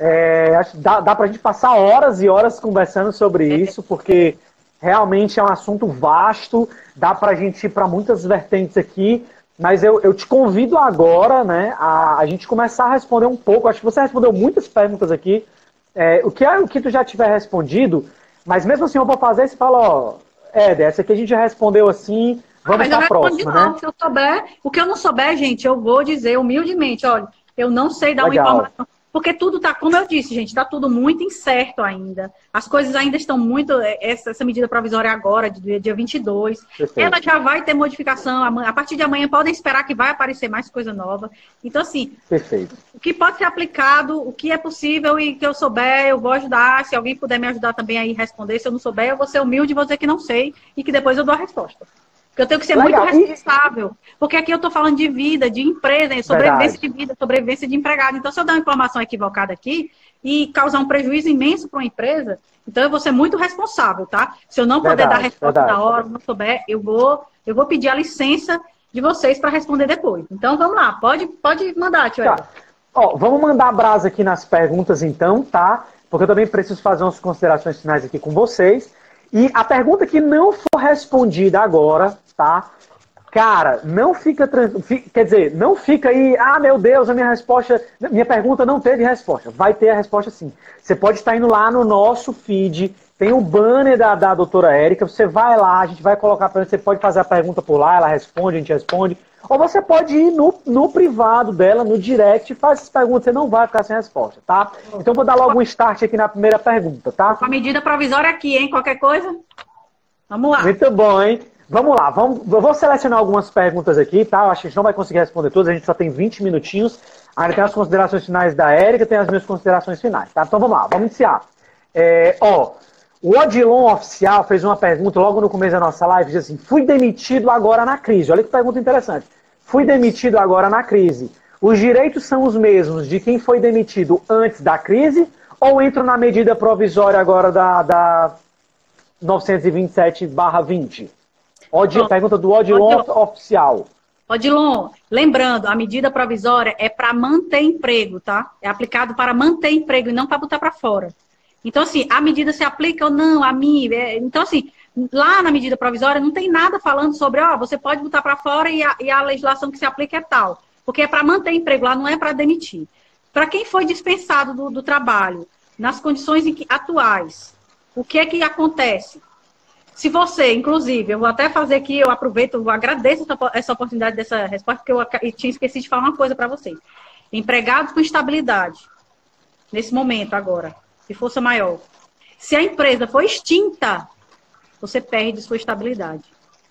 É, acho, dá, dá pra gente passar horas e horas conversando sobre isso, porque realmente é um assunto vasto, dá pra gente ir para muitas vertentes aqui, mas eu, eu te convido agora, né, a, a gente começar a responder um pouco. Acho que você respondeu muitas perguntas aqui. É, o, que é, o que tu já tiver respondido, mas mesmo assim eu vou fazer e você fala, ó, Éder, essa aqui a gente já respondeu assim. Vamos para a próxima, não, né? Se eu souber, o que eu não souber, gente, eu vou dizer humildemente, olha, eu não sei dar Legal. uma informação. Porque tudo tá, como eu disse, gente, está tudo muito incerto ainda. As coisas ainda estão muito... Essa, essa medida provisória agora, de dia vinte e dois, Perfeito. ela já vai ter modificação. A partir de amanhã podem esperar que vai aparecer mais coisa nova. Então, assim, Perfeito. o que pode ser aplicado, o que é possível e que eu souber, eu vou ajudar. Se alguém puder me ajudar também aí responder, se eu não souber, eu vou ser humilde e vou dizer que não sei e que depois eu dou a resposta. Porque eu tenho que ser Legal. muito responsável. Porque aqui eu estou falando de vida, de empresa, sobrevivência Verdade. de vida, sobrevivência de empregado. Então, se eu dar uma informação equivocada aqui e causar um prejuízo imenso para uma empresa, então eu vou ser muito responsável, tá? Se eu não poder Verdade. dar a resposta Verdade. na hora, não souber, eu vou, eu vou pedir a licença de vocês para responder depois. Então, vamos lá. Pode, pode mandar, tio. Tá. Ó, vamos mandar brasa aqui nas perguntas, então, tá? Porque eu também preciso fazer umas considerações finais aqui com vocês. E a pergunta que não for respondida agora, tá? Cara, não fica tranquilo. Quer dizer, não fica aí, ah, meu Deus, a minha resposta, minha pergunta não teve resposta. Vai ter a resposta sim. Você pode estar indo lá no nosso feed, tem o banner da, da doutora Érica, você vai lá, a gente vai colocar para você pode fazer a pergunta por lá, ela responde, a gente responde. Ou você pode ir no, no privado dela, no direct, e faz essas perguntas, você não vai ficar sem resposta, tá? Então vou dar logo um start aqui na primeira pergunta, tá? Com a medida provisória aqui, hein? Qualquer coisa? Vamos lá. Muito bom, hein? Vamos lá, vamos, eu vou selecionar algumas perguntas aqui, tá? Eu acho que a gente não vai conseguir responder todas, a gente só tem vinte minutinhos. Ainda tem as considerações finais da Érica, tem as minhas considerações finais, tá? Então vamos lá, vamos iniciar. É, ó, o Odilon Oficial fez uma pergunta logo no começo da nossa live, diz assim, fui demitido agora na crise. Olha que pergunta interessante. Fui demitido agora na crise. Os direitos são os mesmos de quem foi demitido antes da crise ou entro na medida provisória agora da, da novecentos e vinte e sete barra vinte? Odilon, pergunta do Odilon, Odilon Oficial. Odilon, lembrando, a medida provisória é para manter emprego, tá? É aplicado para manter emprego e não para botar para fora. Então, assim, a medida se aplica ou não, a mim. É, então, assim, lá na medida provisória não tem nada falando sobre, ó, você pode botar para fora e a, e a legislação que se aplica é tal. Porque é para manter emprego, lá não é para demitir. Para quem foi dispensado do, do trabalho, nas condições em que, atuais, o que é que acontece? Se você, inclusive, eu vou até fazer aqui, eu aproveito, eu agradeço essa, essa oportunidade dessa resposta, porque eu, eu tinha esquecido de falar uma coisa para vocês. Empregados com estabilidade, nesse momento agora, de força maior. Se a empresa for extinta, você perde sua estabilidade.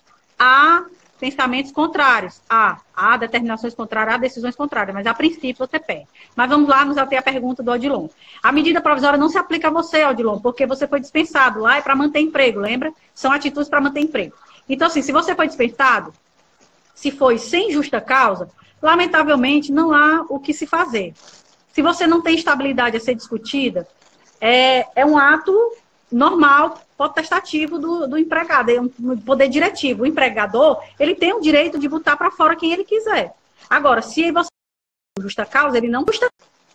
Há pensamentos contrários, há, há determinações contrárias, há decisões contrárias, mas a princípio você perde. Mas vamos lá nos ater a pergunta do Odilon. A medida provisória não se aplica a você, Odilon, porque você foi dispensado. Lá é para manter emprego, lembra? São atitudes para manter emprego. Então, assim, se você foi dispensado, se foi sem justa causa, lamentavelmente não há o que se fazer. Se você não tem estabilidade a ser discutida, é, é um ato normal, potestativo do, do empregado, é um poder diretivo. O empregador, ele tem o direito de botar para fora quem ele quiser. Agora, se você tem justa causa, ele não justa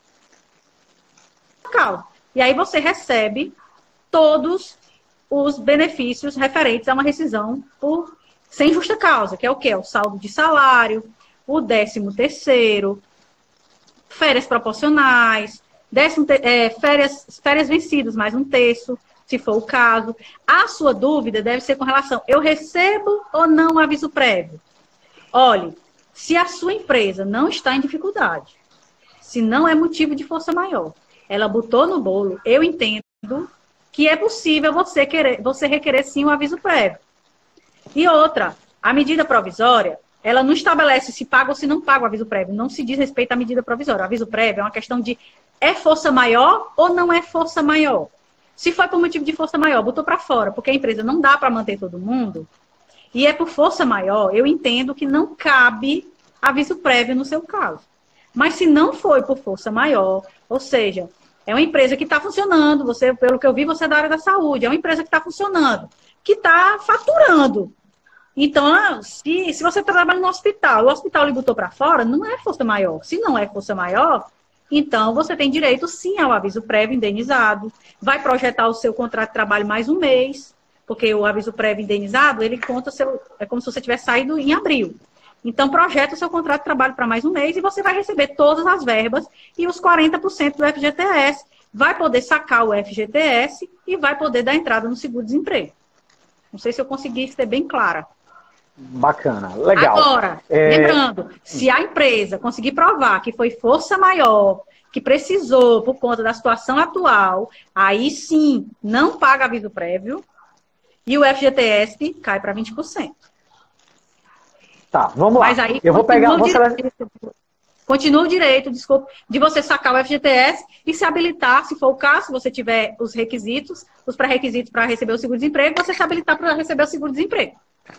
causa. E aí você recebe todos os benefícios referentes a uma rescisão por sem justa causa, que é o quê? O saldo de salário, o décimo terceiro, férias proporcionais, décimo, é, férias, férias vencidas, mais um terço, se for o caso. A sua dúvida deve ser com relação, eu recebo ou não aviso prévio? Olhe, se a sua empresa não está em dificuldade, se não é motivo de força maior, ela botou no bolo, eu entendo que é possível você, querer, você requerer sim um aviso prévio. E outra, a medida provisória, ela não estabelece se paga ou se não paga o aviso prévio. Não se diz respeito à medida provisória. O aviso prévio é uma questão de é força maior ou não é força maior. Se foi por motivo de força maior, botou para fora, porque a empresa não dá para manter todo mundo, e é por força maior, eu entendo que não cabe aviso prévio no seu caso. Mas se não foi por força maior, ou seja, é uma empresa que está funcionando, você, pelo que eu vi, você é da área da saúde, é uma empresa que está funcionando, que está faturando. Então, se, se você trabalha no hospital, o hospital lhe botou para fora, não é força maior. Se não é força maior, então você tem direito, sim, ao aviso prévio indenizado. Vai projetar o seu contrato de trabalho mais um mês, porque o aviso prévio indenizado, ele conta, seu, é como se você tivesse saído em abril. Então, projeta o seu contrato de trabalho para mais um mês e você vai receber todas as verbas e os quarenta por cento do F G T S. Vai poder sacar o F G T S e vai poder dar entrada no seguro-desemprego. Não sei se eu consegui ser bem clara. Bacana, legal. Agora, é... lembrando, se a empresa conseguir provar que foi força maior, que precisou por conta da situação atual, aí sim, não paga aviso prévio e o F G T S cai para vinte por cento. Tá, vamos lá. Mas aí, eu vou pegar... Vou direito, continua o direito, desculpa, de você sacar o F G T S e se habilitar, se for o caso, se você tiver os requisitos, os pré-requisitos para receber o seguro-desemprego, você se habilitar para receber o seguro-desemprego.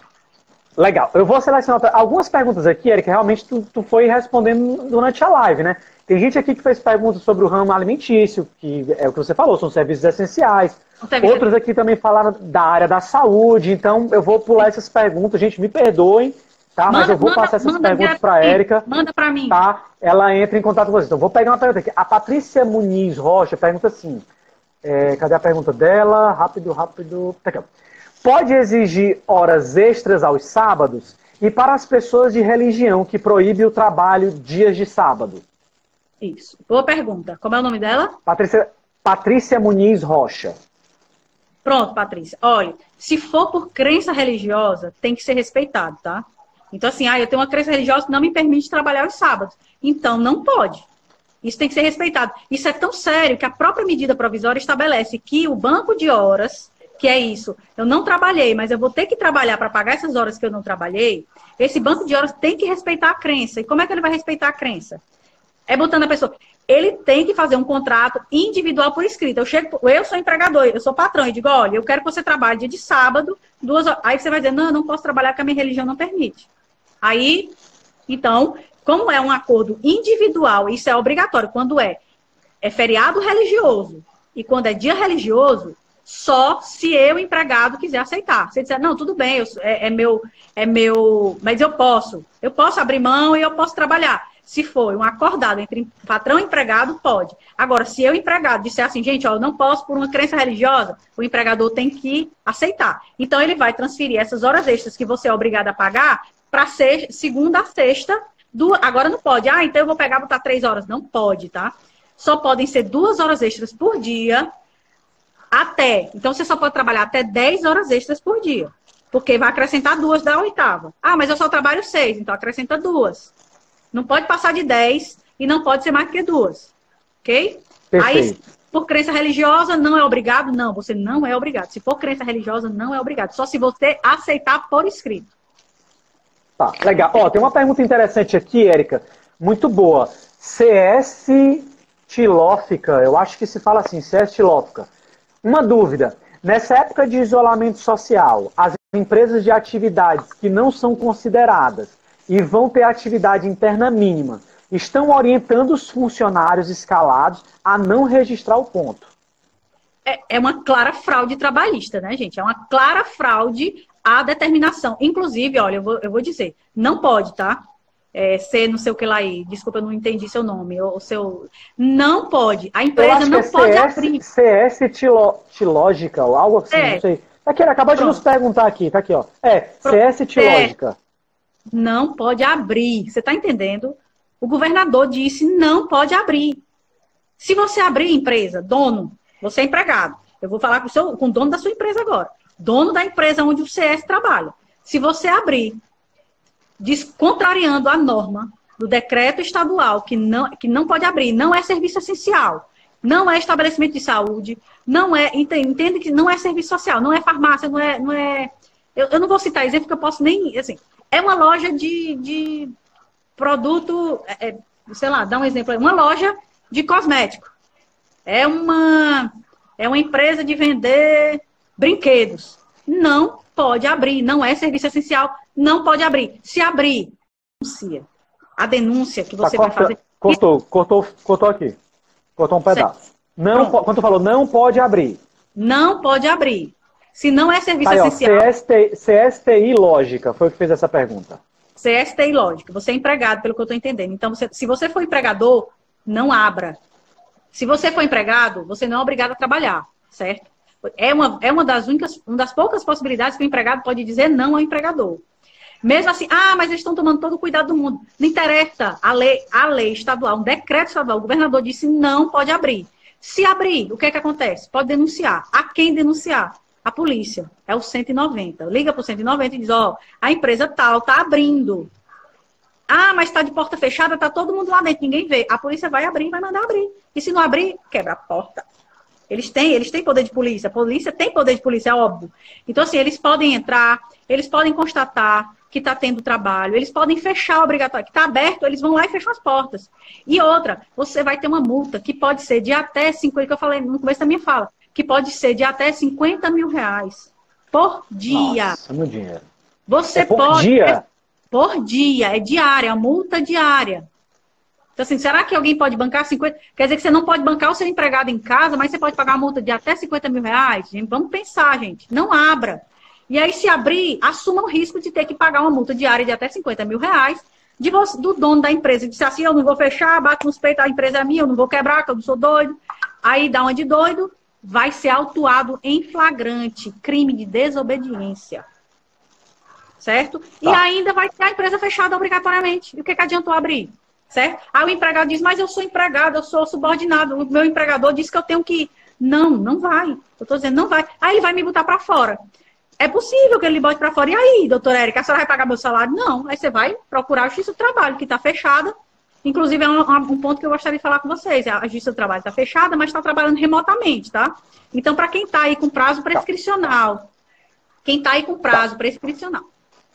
Legal. Eu vou selecionar algumas perguntas aqui, Erika, realmente tu, tu foi respondendo durante a live, né? Tem gente aqui que fez perguntas sobre o ramo alimentício, que é o que você falou, são serviços essenciais. Serviço... Outros aqui também falaram da área da saúde, então eu vou pular essas perguntas, gente, me perdoem, tá? Manda, Mas eu vou manda, passar essas perguntas para a Erika. Manda para mim. Tá? Ela entra em contato com você. Então, vou pegar uma pergunta aqui. A Patrícia Muniz Rocha pergunta assim, é, cadê a pergunta dela? Rápido, rápido. Tá aqui, ó. Pode exigir horas extras aos sábados? E para as pessoas de religião que proíbe o trabalho dias de sábado? Isso. Boa pergunta. Como é o nome dela? Patrícia, Patrícia Muniz Rocha. Pronto, Patrícia. Olha, se for por crença religiosa, tem que ser respeitado, tá? Então, assim, ah, eu tenho uma crença religiosa que não me permite trabalhar aos sábados. Então, não pode. Isso tem que ser respeitado. Isso é tão sério que a própria medida provisória estabelece que o banco de horas... que é isso, eu não trabalhei, mas eu vou ter que trabalhar para pagar essas horas que eu não trabalhei, esse banco de horas tem que respeitar a crença. E como é que ele vai respeitar a crença? É botando a pessoa... Ele tem que fazer um contrato individual por escrito. Eu chego, eu sou empregador, eu sou patrão, e digo, olha, eu quero que você trabalhe dia de sábado, duas horas. Aí você vai dizer, não, eu não posso trabalhar porque a minha religião não permite. Aí, então, como é um acordo individual, isso é obrigatório, quando é, é feriado religioso e quando é dia religioso, só se eu, empregado, quiser aceitar. Você disser, não, tudo bem, eu, é, é, meu, é meu... Mas eu posso. Eu posso abrir mão e eu posso trabalhar. Se for um acordado entre patrão e empregado, pode. Agora, se eu, empregado, disser assim, gente, ó, eu não posso por uma crença religiosa, o empregador tem que aceitar. Então, ele vai transferir essas horas extras que você é obrigado a pagar para ser segunda a sexta. Do... Agora não pode. Ah, então eu vou pegar e botar três horas. Não pode, tá? Só podem ser duas horas extras por dia. Até. Então, você só pode trabalhar até dez horas extras por dia. Porque vai acrescentar duas da oitava. Ah, mas eu só trabalho seis, então acrescenta duas. Não pode passar de dez e não pode ser mais que duas. Ok? Perfeito. Aí, por crença religiosa, não é obrigado? Não, você não é obrigado. Se for crença religiosa, não é obrigado. Só se você aceitar por escrito. Tá, legal. Ó, tem uma pergunta interessante aqui, Erika. Muito boa. C S Tilófica, eu acho que se fala assim, C S Tilófica. Uma dúvida. Nessa época de isolamento social, as empresas de atividades que não são consideradas e vão ter atividade interna mínima, estão orientando os funcionários escalados a não registrar o ponto. É, é uma clara fraude trabalhista, né, gente? É uma clara fraude à determinação. Inclusive, olha, eu vou, eu vou dizer, não pode, tá? É, ser não sei o que lá aí, desculpa, eu não entendi seu nome, o seu... Não pode, a empresa não é pode C S, abrir. C S Tilo, Tilógica, ou algo assim, é. não sei. Tá aqui, ele acabou Pronto. de nos perguntar aqui, tá aqui, ó. É, Pronto. C S Tilógica. É. Não pode abrir, você tá entendendo? O governador disse, não pode abrir. Se você abrir empresa, dono, você é empregado, eu vou falar com o, seu, com o dono da sua empresa agora, dono da empresa onde o C S trabalha. Se você abrir, diz, contrariando a norma do decreto estadual, que não, que não pode abrir, não é serviço essencial, não é estabelecimento de saúde, não é, entende, entende que não é serviço social, não é farmácia, não é... Não é eu, eu não vou citar exemplo, porque eu posso nem... Assim, é uma loja de, de produto, é, sei lá, dá um exemplo aí, uma loja de cosmético. É uma, é uma empresa de vender brinquedos. Não pode abrir, não é serviço essencial, não pode abrir. Se abrir, denuncia. A denúncia que você tá, vai fazer... Cortou, cortou, cortou aqui. Cortou um pedaço. Não, quando tu falou, não pode abrir. Não pode abrir. Se não é serviço aí, ó, essencial... C S T, C S T I Lógica foi o que fez essa pergunta. C S T I Lógica. Você é empregado, pelo que eu estou entendendo. Então, você, se você for empregador, não abra. Se você for empregado, você não é obrigado a trabalhar, certo? É uma, é uma das únicas, uma das poucas possibilidades que o empregado pode dizer não ao empregador. Mesmo assim, ah, mas eles estão tomando todo o cuidado do mundo. Não interessa. A lei, a lei estadual, um decreto estadual, o governador disse não pode abrir. Se abrir, o que é que acontece? Pode denunciar. A quem denunciar? A polícia. É o cento e noventa. Liga para o cento e noventa e diz, ó, a empresa tal está abrindo. Ah, mas está de porta fechada, está todo mundo lá dentro, ninguém vê. A polícia vai abrir, vai mandar abrir. E se não abrir, quebra a porta. Eles têm, eles têm poder de polícia. A polícia tem poder de polícia, é óbvio. Então, assim, eles podem entrar, eles podem constatar que está tendo trabalho, eles podem fechar o obrigatório, que está aberto, eles vão lá e fecham as portas. E outra, você vai ter uma multa que pode ser de até cinquenta, que eu falei no começo da minha fala, que pode ser de até cinquenta mil reais por dia. Nossa, meu dinheiro. Você é por pode. Dia? É por dia, é diária, a multa diária. Então, assim, será que alguém pode bancar cinquenta? Quer dizer que você não pode bancar o seu empregado em casa, mas você pode pagar uma multa de até cinquenta mil reais? Vamos pensar, gente. Não abra. E aí, se abrir, assuma o risco de ter que pagar uma multa diária de até cinquenta mil reais de você, do dono da empresa. Disse assim, eu não vou fechar, bate nos peitos, a empresa é minha, eu não vou quebrar, que eu não sou doido. Aí dá uma de doido, vai ser autuado em flagrante, crime de desobediência. Certo? Tá. E ainda vai ter a empresa fechada obrigatoriamente. E o que, que adiantou abrir? Certo? Aí o empregado diz, mas eu sou empregado, eu sou subordinado, o meu empregador disse que eu tenho que ir. Não, não vai. Eu estou dizendo, não vai. Aí ele vai me botar para fora. É possível que ele bote para fora. E aí, doutora Érica, a senhora vai pagar meu salário? Não. Aí você vai procurar a Justiça do Trabalho, que está fechada. Inclusive, é um, um ponto que eu gostaria de falar com vocês. A Justiça do Trabalho está fechada, mas está trabalhando remotamente, tá? Então, para quem está aí com prazo prescricional, quem está aí com prazo prescricional.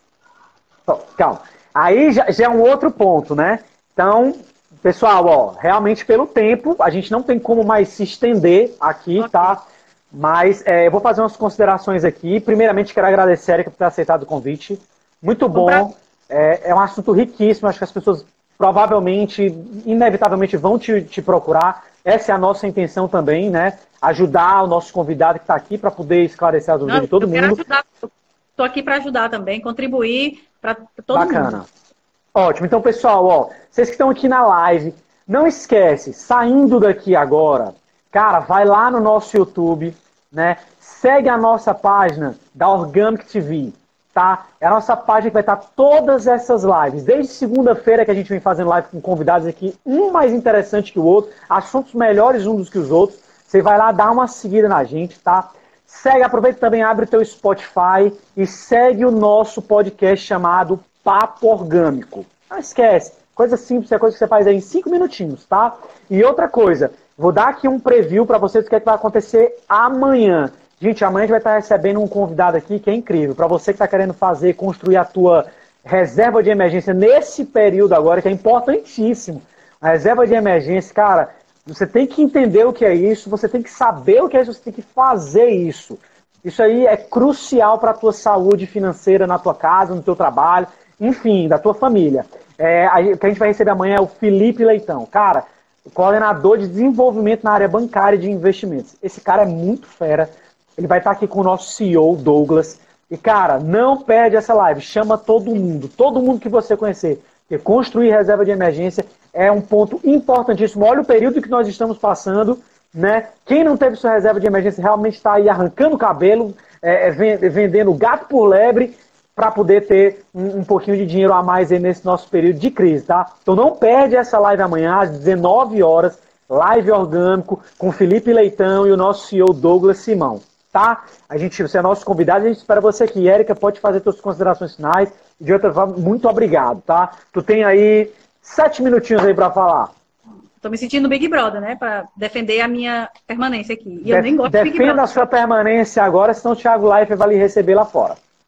Calma. Aí já, já é um outro ponto, né? Então, pessoal, ó, realmente pelo tempo, a gente não tem como mais se estender aqui, okay. Tá? Mas é, eu vou fazer umas considerações aqui. Primeiramente, quero agradecer a Érica por ter aceitado o convite. Muito bom. É, é um assunto riquíssimo. Acho que as pessoas provavelmente, inevitavelmente, vão te, te procurar. Essa é a nossa intenção também, né? Ajudar o nosso convidado que está aqui para poder esclarecer as dúvidas de todo mundo. Estou aqui para ajudar também, contribuir para todo Bacana. mundo. Bacana. Ótimo. Então, pessoal, ó, vocês que estão aqui na live, não esquece, saindo daqui agora, cara, vai lá no nosso YouTube, né? Segue a nossa página da Organic T V, tá? É a nossa página que vai estar todas essas lives. Desde segunda-feira que a gente vem fazendo live com convidados aqui, um mais interessante que o outro, assuntos melhores uns do que os outros. Você vai lá dar uma seguida na gente, tá? Segue, aproveita também, abre o teu Spotify e segue o nosso podcast chamado Papo Orgânico. Não esquece, coisa simples, é coisa que você faz aí em cinco minutinhos, tá? E outra coisa, vou dar aqui um preview para vocês do que, é que vai acontecer amanhã. Gente, amanhã a gente vai estar recebendo um convidado aqui que é incrível. Para você que está querendo fazer, construir a tua reserva de emergência nesse período agora, que é importantíssimo. A reserva de emergência, cara, você tem que entender o que é isso, você tem que saber o que é isso, você tem que fazer isso. Isso aí é crucial para a tua saúde financeira na tua casa, no teu trabalho, enfim, da tua família. É, o que a gente vai receber amanhã é o Felipe Leitão. Cara, coordenador de desenvolvimento na área bancária e de investimentos. Esse cara é muito fera. Ele vai estar aqui com o nosso C E O, Douglas. E, cara, não perde essa live. Chama todo mundo. Todo mundo que você conhecer. Porque construir reserva de emergência é um ponto importantíssimo. Olha o período que nós estamos passando, né? Quem não teve sua reserva de emergência realmente está aí arrancando o cabelo, é, é, vendendo gato por lebre, para poder ter um, um pouquinho de dinheiro a mais aí nesse nosso período de crise, tá? Então não perde essa live amanhã, às dezenove horas, live orgânico, com Felipe Leitão e o nosso C E O Douglas Simão, tá? A gente, você é nosso convidado, a gente espera você aqui. Érica, pode fazer suas considerações finais. E de outra forma, muito obrigado, tá? Tu tem aí sete minutinhos aí para falar. Tô me sentindo Big Brother, né? Para defender a minha permanência aqui. E eu nem gosto de Big Brother. Defenda a sua permanência agora, senão o Thiago Leifert vai lhe receber lá fora.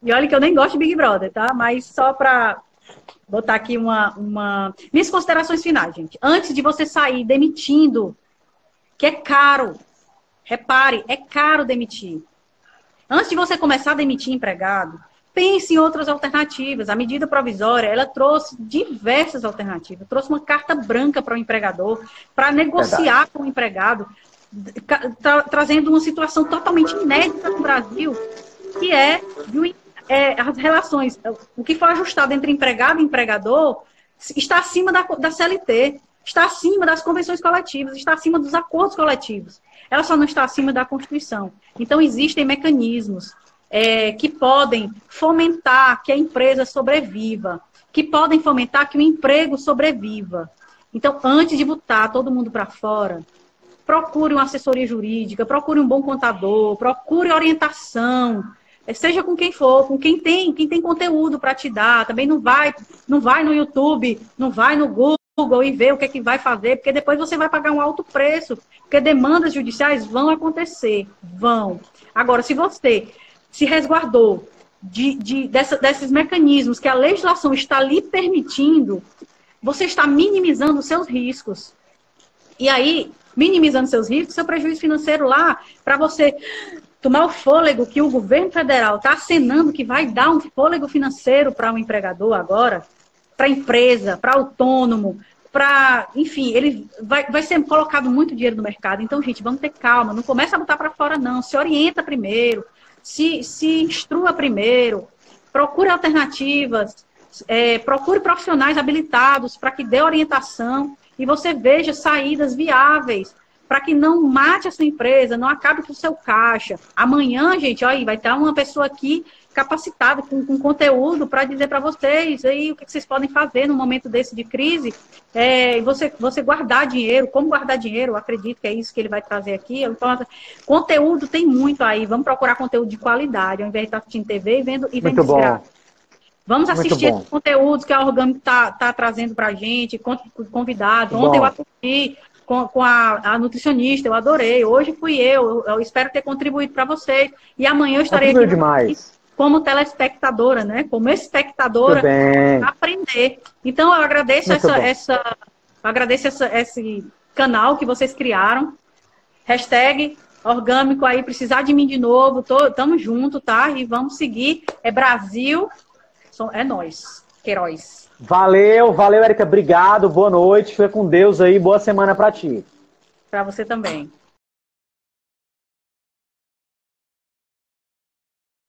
E olha que eu nem gosto de Big Brother, tá? Mas só para botar aqui uma, uma... Minhas considerações finais, gente. Antes de você sair demitindo, que é caro, repare, é caro demitir. Antes de você começar a demitir empregado, pense em outras alternativas. A medida provisória, ela trouxe diversas alternativas. Trouxe uma carta branca para o empregador, para negociar Verdade. com o empregado, tra trazendo uma situação totalmente inédita no Brasil, que é, de, é as relações, o que foi ajustado entre empregado e empregador está acima da, da C L T, está acima das convenções coletivas, está acima dos acordos coletivos. Ela só não está acima da Constituição. Então, existem mecanismos é, que podem fomentar que a empresa sobreviva, que podem fomentar que o emprego sobreviva. Então, antes de botar todo mundo para fora, procure uma assessoria jurídica, procure um bom contador, procure orientação, seja com quem for, com quem tem, quem tem conteúdo para te dar. Também não vai, não vai no YouTube, não vai no Google e ver o que é que vai fazer, porque depois você vai pagar um alto preço, porque demandas judiciais vão acontecer, vão. Agora, se você se resguardou de, de, dessa, desses mecanismos que a legislação está lhe permitindo, você está minimizando os seus riscos. E aí, minimizando seus riscos, seu prejuízo financeiro lá, para você tomar o fôlego que o governo federal está acenando que vai dar um fôlego financeiro para o um empregador agora, para a empresa, para autônomo, para, enfim, ele vai, vai ser colocado muito dinheiro no mercado. Então, gente, vamos ter calma, não começa a botar para fora não, se orienta primeiro, se, se instrua primeiro, procure alternativas, é, procure profissionais habilitados para que dê orientação e você veja saídas viáveis para que não mate a sua empresa, não acabe com o seu caixa. Amanhã, gente, olha aí, vai estar uma pessoa aqui capacitada, com, com conteúdo, para dizer para vocês aí o que vocês podem fazer no momento desse de crise. É, você, você guardar dinheiro, como guardar dinheiro, eu acredito que é isso que ele vai trazer aqui. Então, conteúdo tem muito aí, vamos procurar conteúdo de qualidade, ao invés de estar assistindo T V e vendo, e vendo desgraça. Vamos assistir esses conteúdos que a Orgânico está tá trazendo para a gente, convidado. Ontem eu assisti com, com a, a nutricionista, eu adorei. Hoje fui eu, eu, eu espero ter contribuído para vocês. E amanhã eu estarei aqui demais. como telespectadora, né? Como espectadora, para aprender. Então, eu agradeço, essa, essa, eu agradeço essa, esse canal que vocês criaram. Hashtag Orgânico aí, precisar de mim de novo. Tô, tamo junto, tá? E vamos seguir. É Brasil... É nós, Queiroz. Valeu, valeu, Érica. Obrigado, boa noite. Fica com Deus aí, boa semana pra ti. Pra você também.